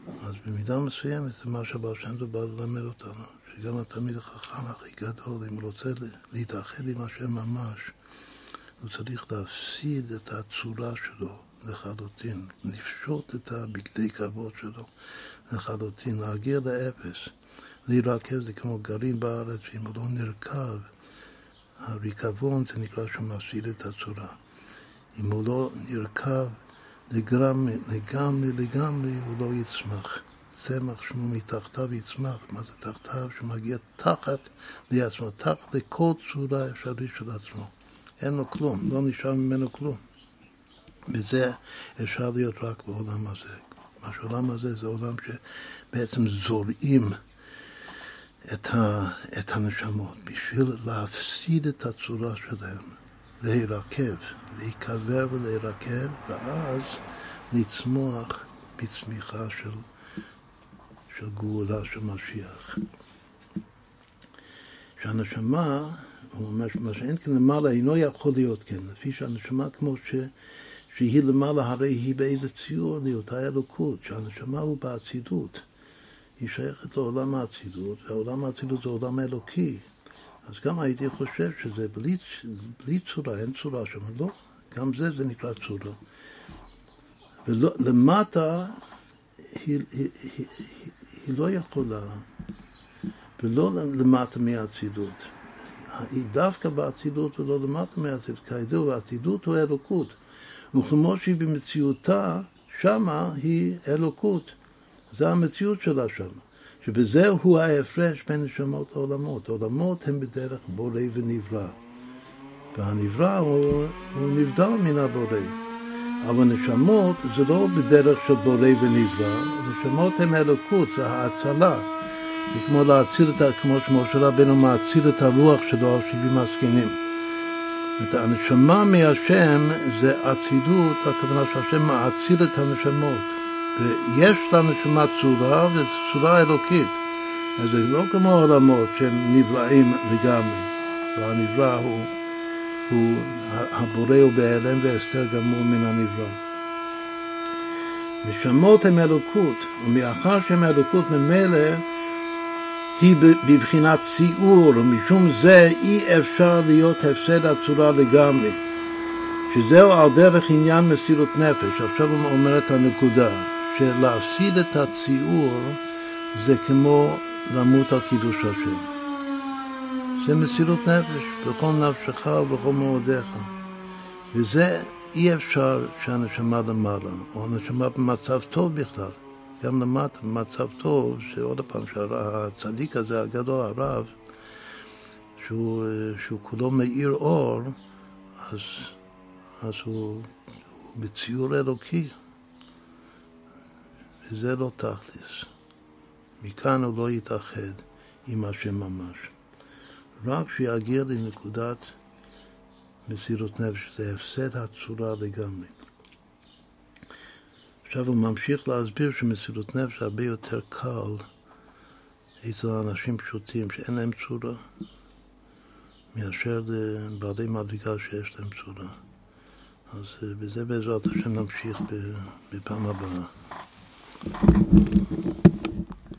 אז במידה מסוימת זה מה שהבעל שם טוב בא ללמד אותנו, שגם התלמיד החכם הכי גדול, אם הוא רוצה להתאחד עם השם ממש, הוא צריך להפסיד את הצורה שלו לחלוטין, לפשוט את הבגדי כבוד שלו לחלוטין, להגיע לאפס. להירקב זה כמו גרעין בארץ, ואם הוא לא נרכב, הריקבון זה נקרא שהוא מפסיד את הצורה. אם הוא לא נרכב לגמרי, הוא לא יצמח. צמח שמו מתחתיו יצמח. מה זה תחתיו? שמגיע תחת לעצמו, תחת לכל צורה אפשרית של עצמו. אין לו כלום, לא נשאר ממנו כלום. וזה אפשר להיות רק בעולם הזה. מה שהעולם הזה זה עולם שבעצם זורעים את הנשמות, בשביל להפסיד את הצורה שלהם, להירקב, להיקבר ולהירקב, ואז לצמוח בצמיחה של גאולה של משיח. שהנשמה, הוא אומר, מה שאין כאן למעלה אינו יכול להיות כן, לפי שהנשמה כמו שהיא למעלה, הרי היא באיזה ציור להיות, האלוקות, שהנשמה הוא בעצידות. היא שייכת לעולם האצילות, והעולם האצילות זה עולם האלוקי. אז גם הייתי חושב שזה בלי צורה, אין צורה שם, לא. גם זה נקרא צורה. ולמטה היא לא יכולה, ולא למטה מהאצילות. היא דווקא באצילות ולא למטה מהאצילות, כידוע, האצילות הוא אלוקות. וכמו שהיא במציאותה, שמה היא אלוקות. זה המציאות שלה שם, שבזהו ההפרש בין נשמות העולמות. העולמות הם בדרך בורא ונברא, והנברא הוא נבדל מן הבורא. אבל נשמות זה לא בדרך של בורא ונברא, נשמות הם אלוקות, זה ההצלה. זה כמו להציל כמו שמשה רבנו מאציל את הרוח שלו על 70 הזקנים. הנשמה מהשם זה אצילות, הכוונה שהשם מאציל את הנשמות. ויש לנשמה צורה, וזו צורה אלוקית. אז זה לא כמו העולמות שהם נבראים לגמרי. והנברא הוא הבורא הוא בהיעלם והסתר גמור מן הנברא. נשמות הם אלוקות, ומאחר שהם אלוקות ממילא, היא בבחינת ציור, ומשום זה אי אפשר להיות הפסד הצורה לגמרי. שזהו על דרך עניין מסירות נפש. עכשיו הוא אומר את הנקודה, שלהפסיד את הציור זה כמו למות על קידוש השם. זה מסירות נפש, בכל נפשך ובכל מאודיך. וזה אי אפשר שהנשמה למעלה, או הנשמה במצב טוב בכלל. גם למטה במצב טוב, שעוד פעם שהצדיק הזה, הגדול, הרב, שהוא כולו מאיר אור, אז הוא בציור אלוקי. וזה לא תכלס. מכאן הוא לא יתאחד עם השם ממש. רק שיגיע לנקודת מסירות נפש, זה הפסד הצורה לגמרי. עכשיו הוא ממשיך להסביר שמסירות נפש הרבה יותר קל אצל אנשים פשוטים שאין להם צורה, מאשר לבעלי מדרגה שיש להם צורה. אז בזה בעזרת השם נמשיך בפעם הבאה.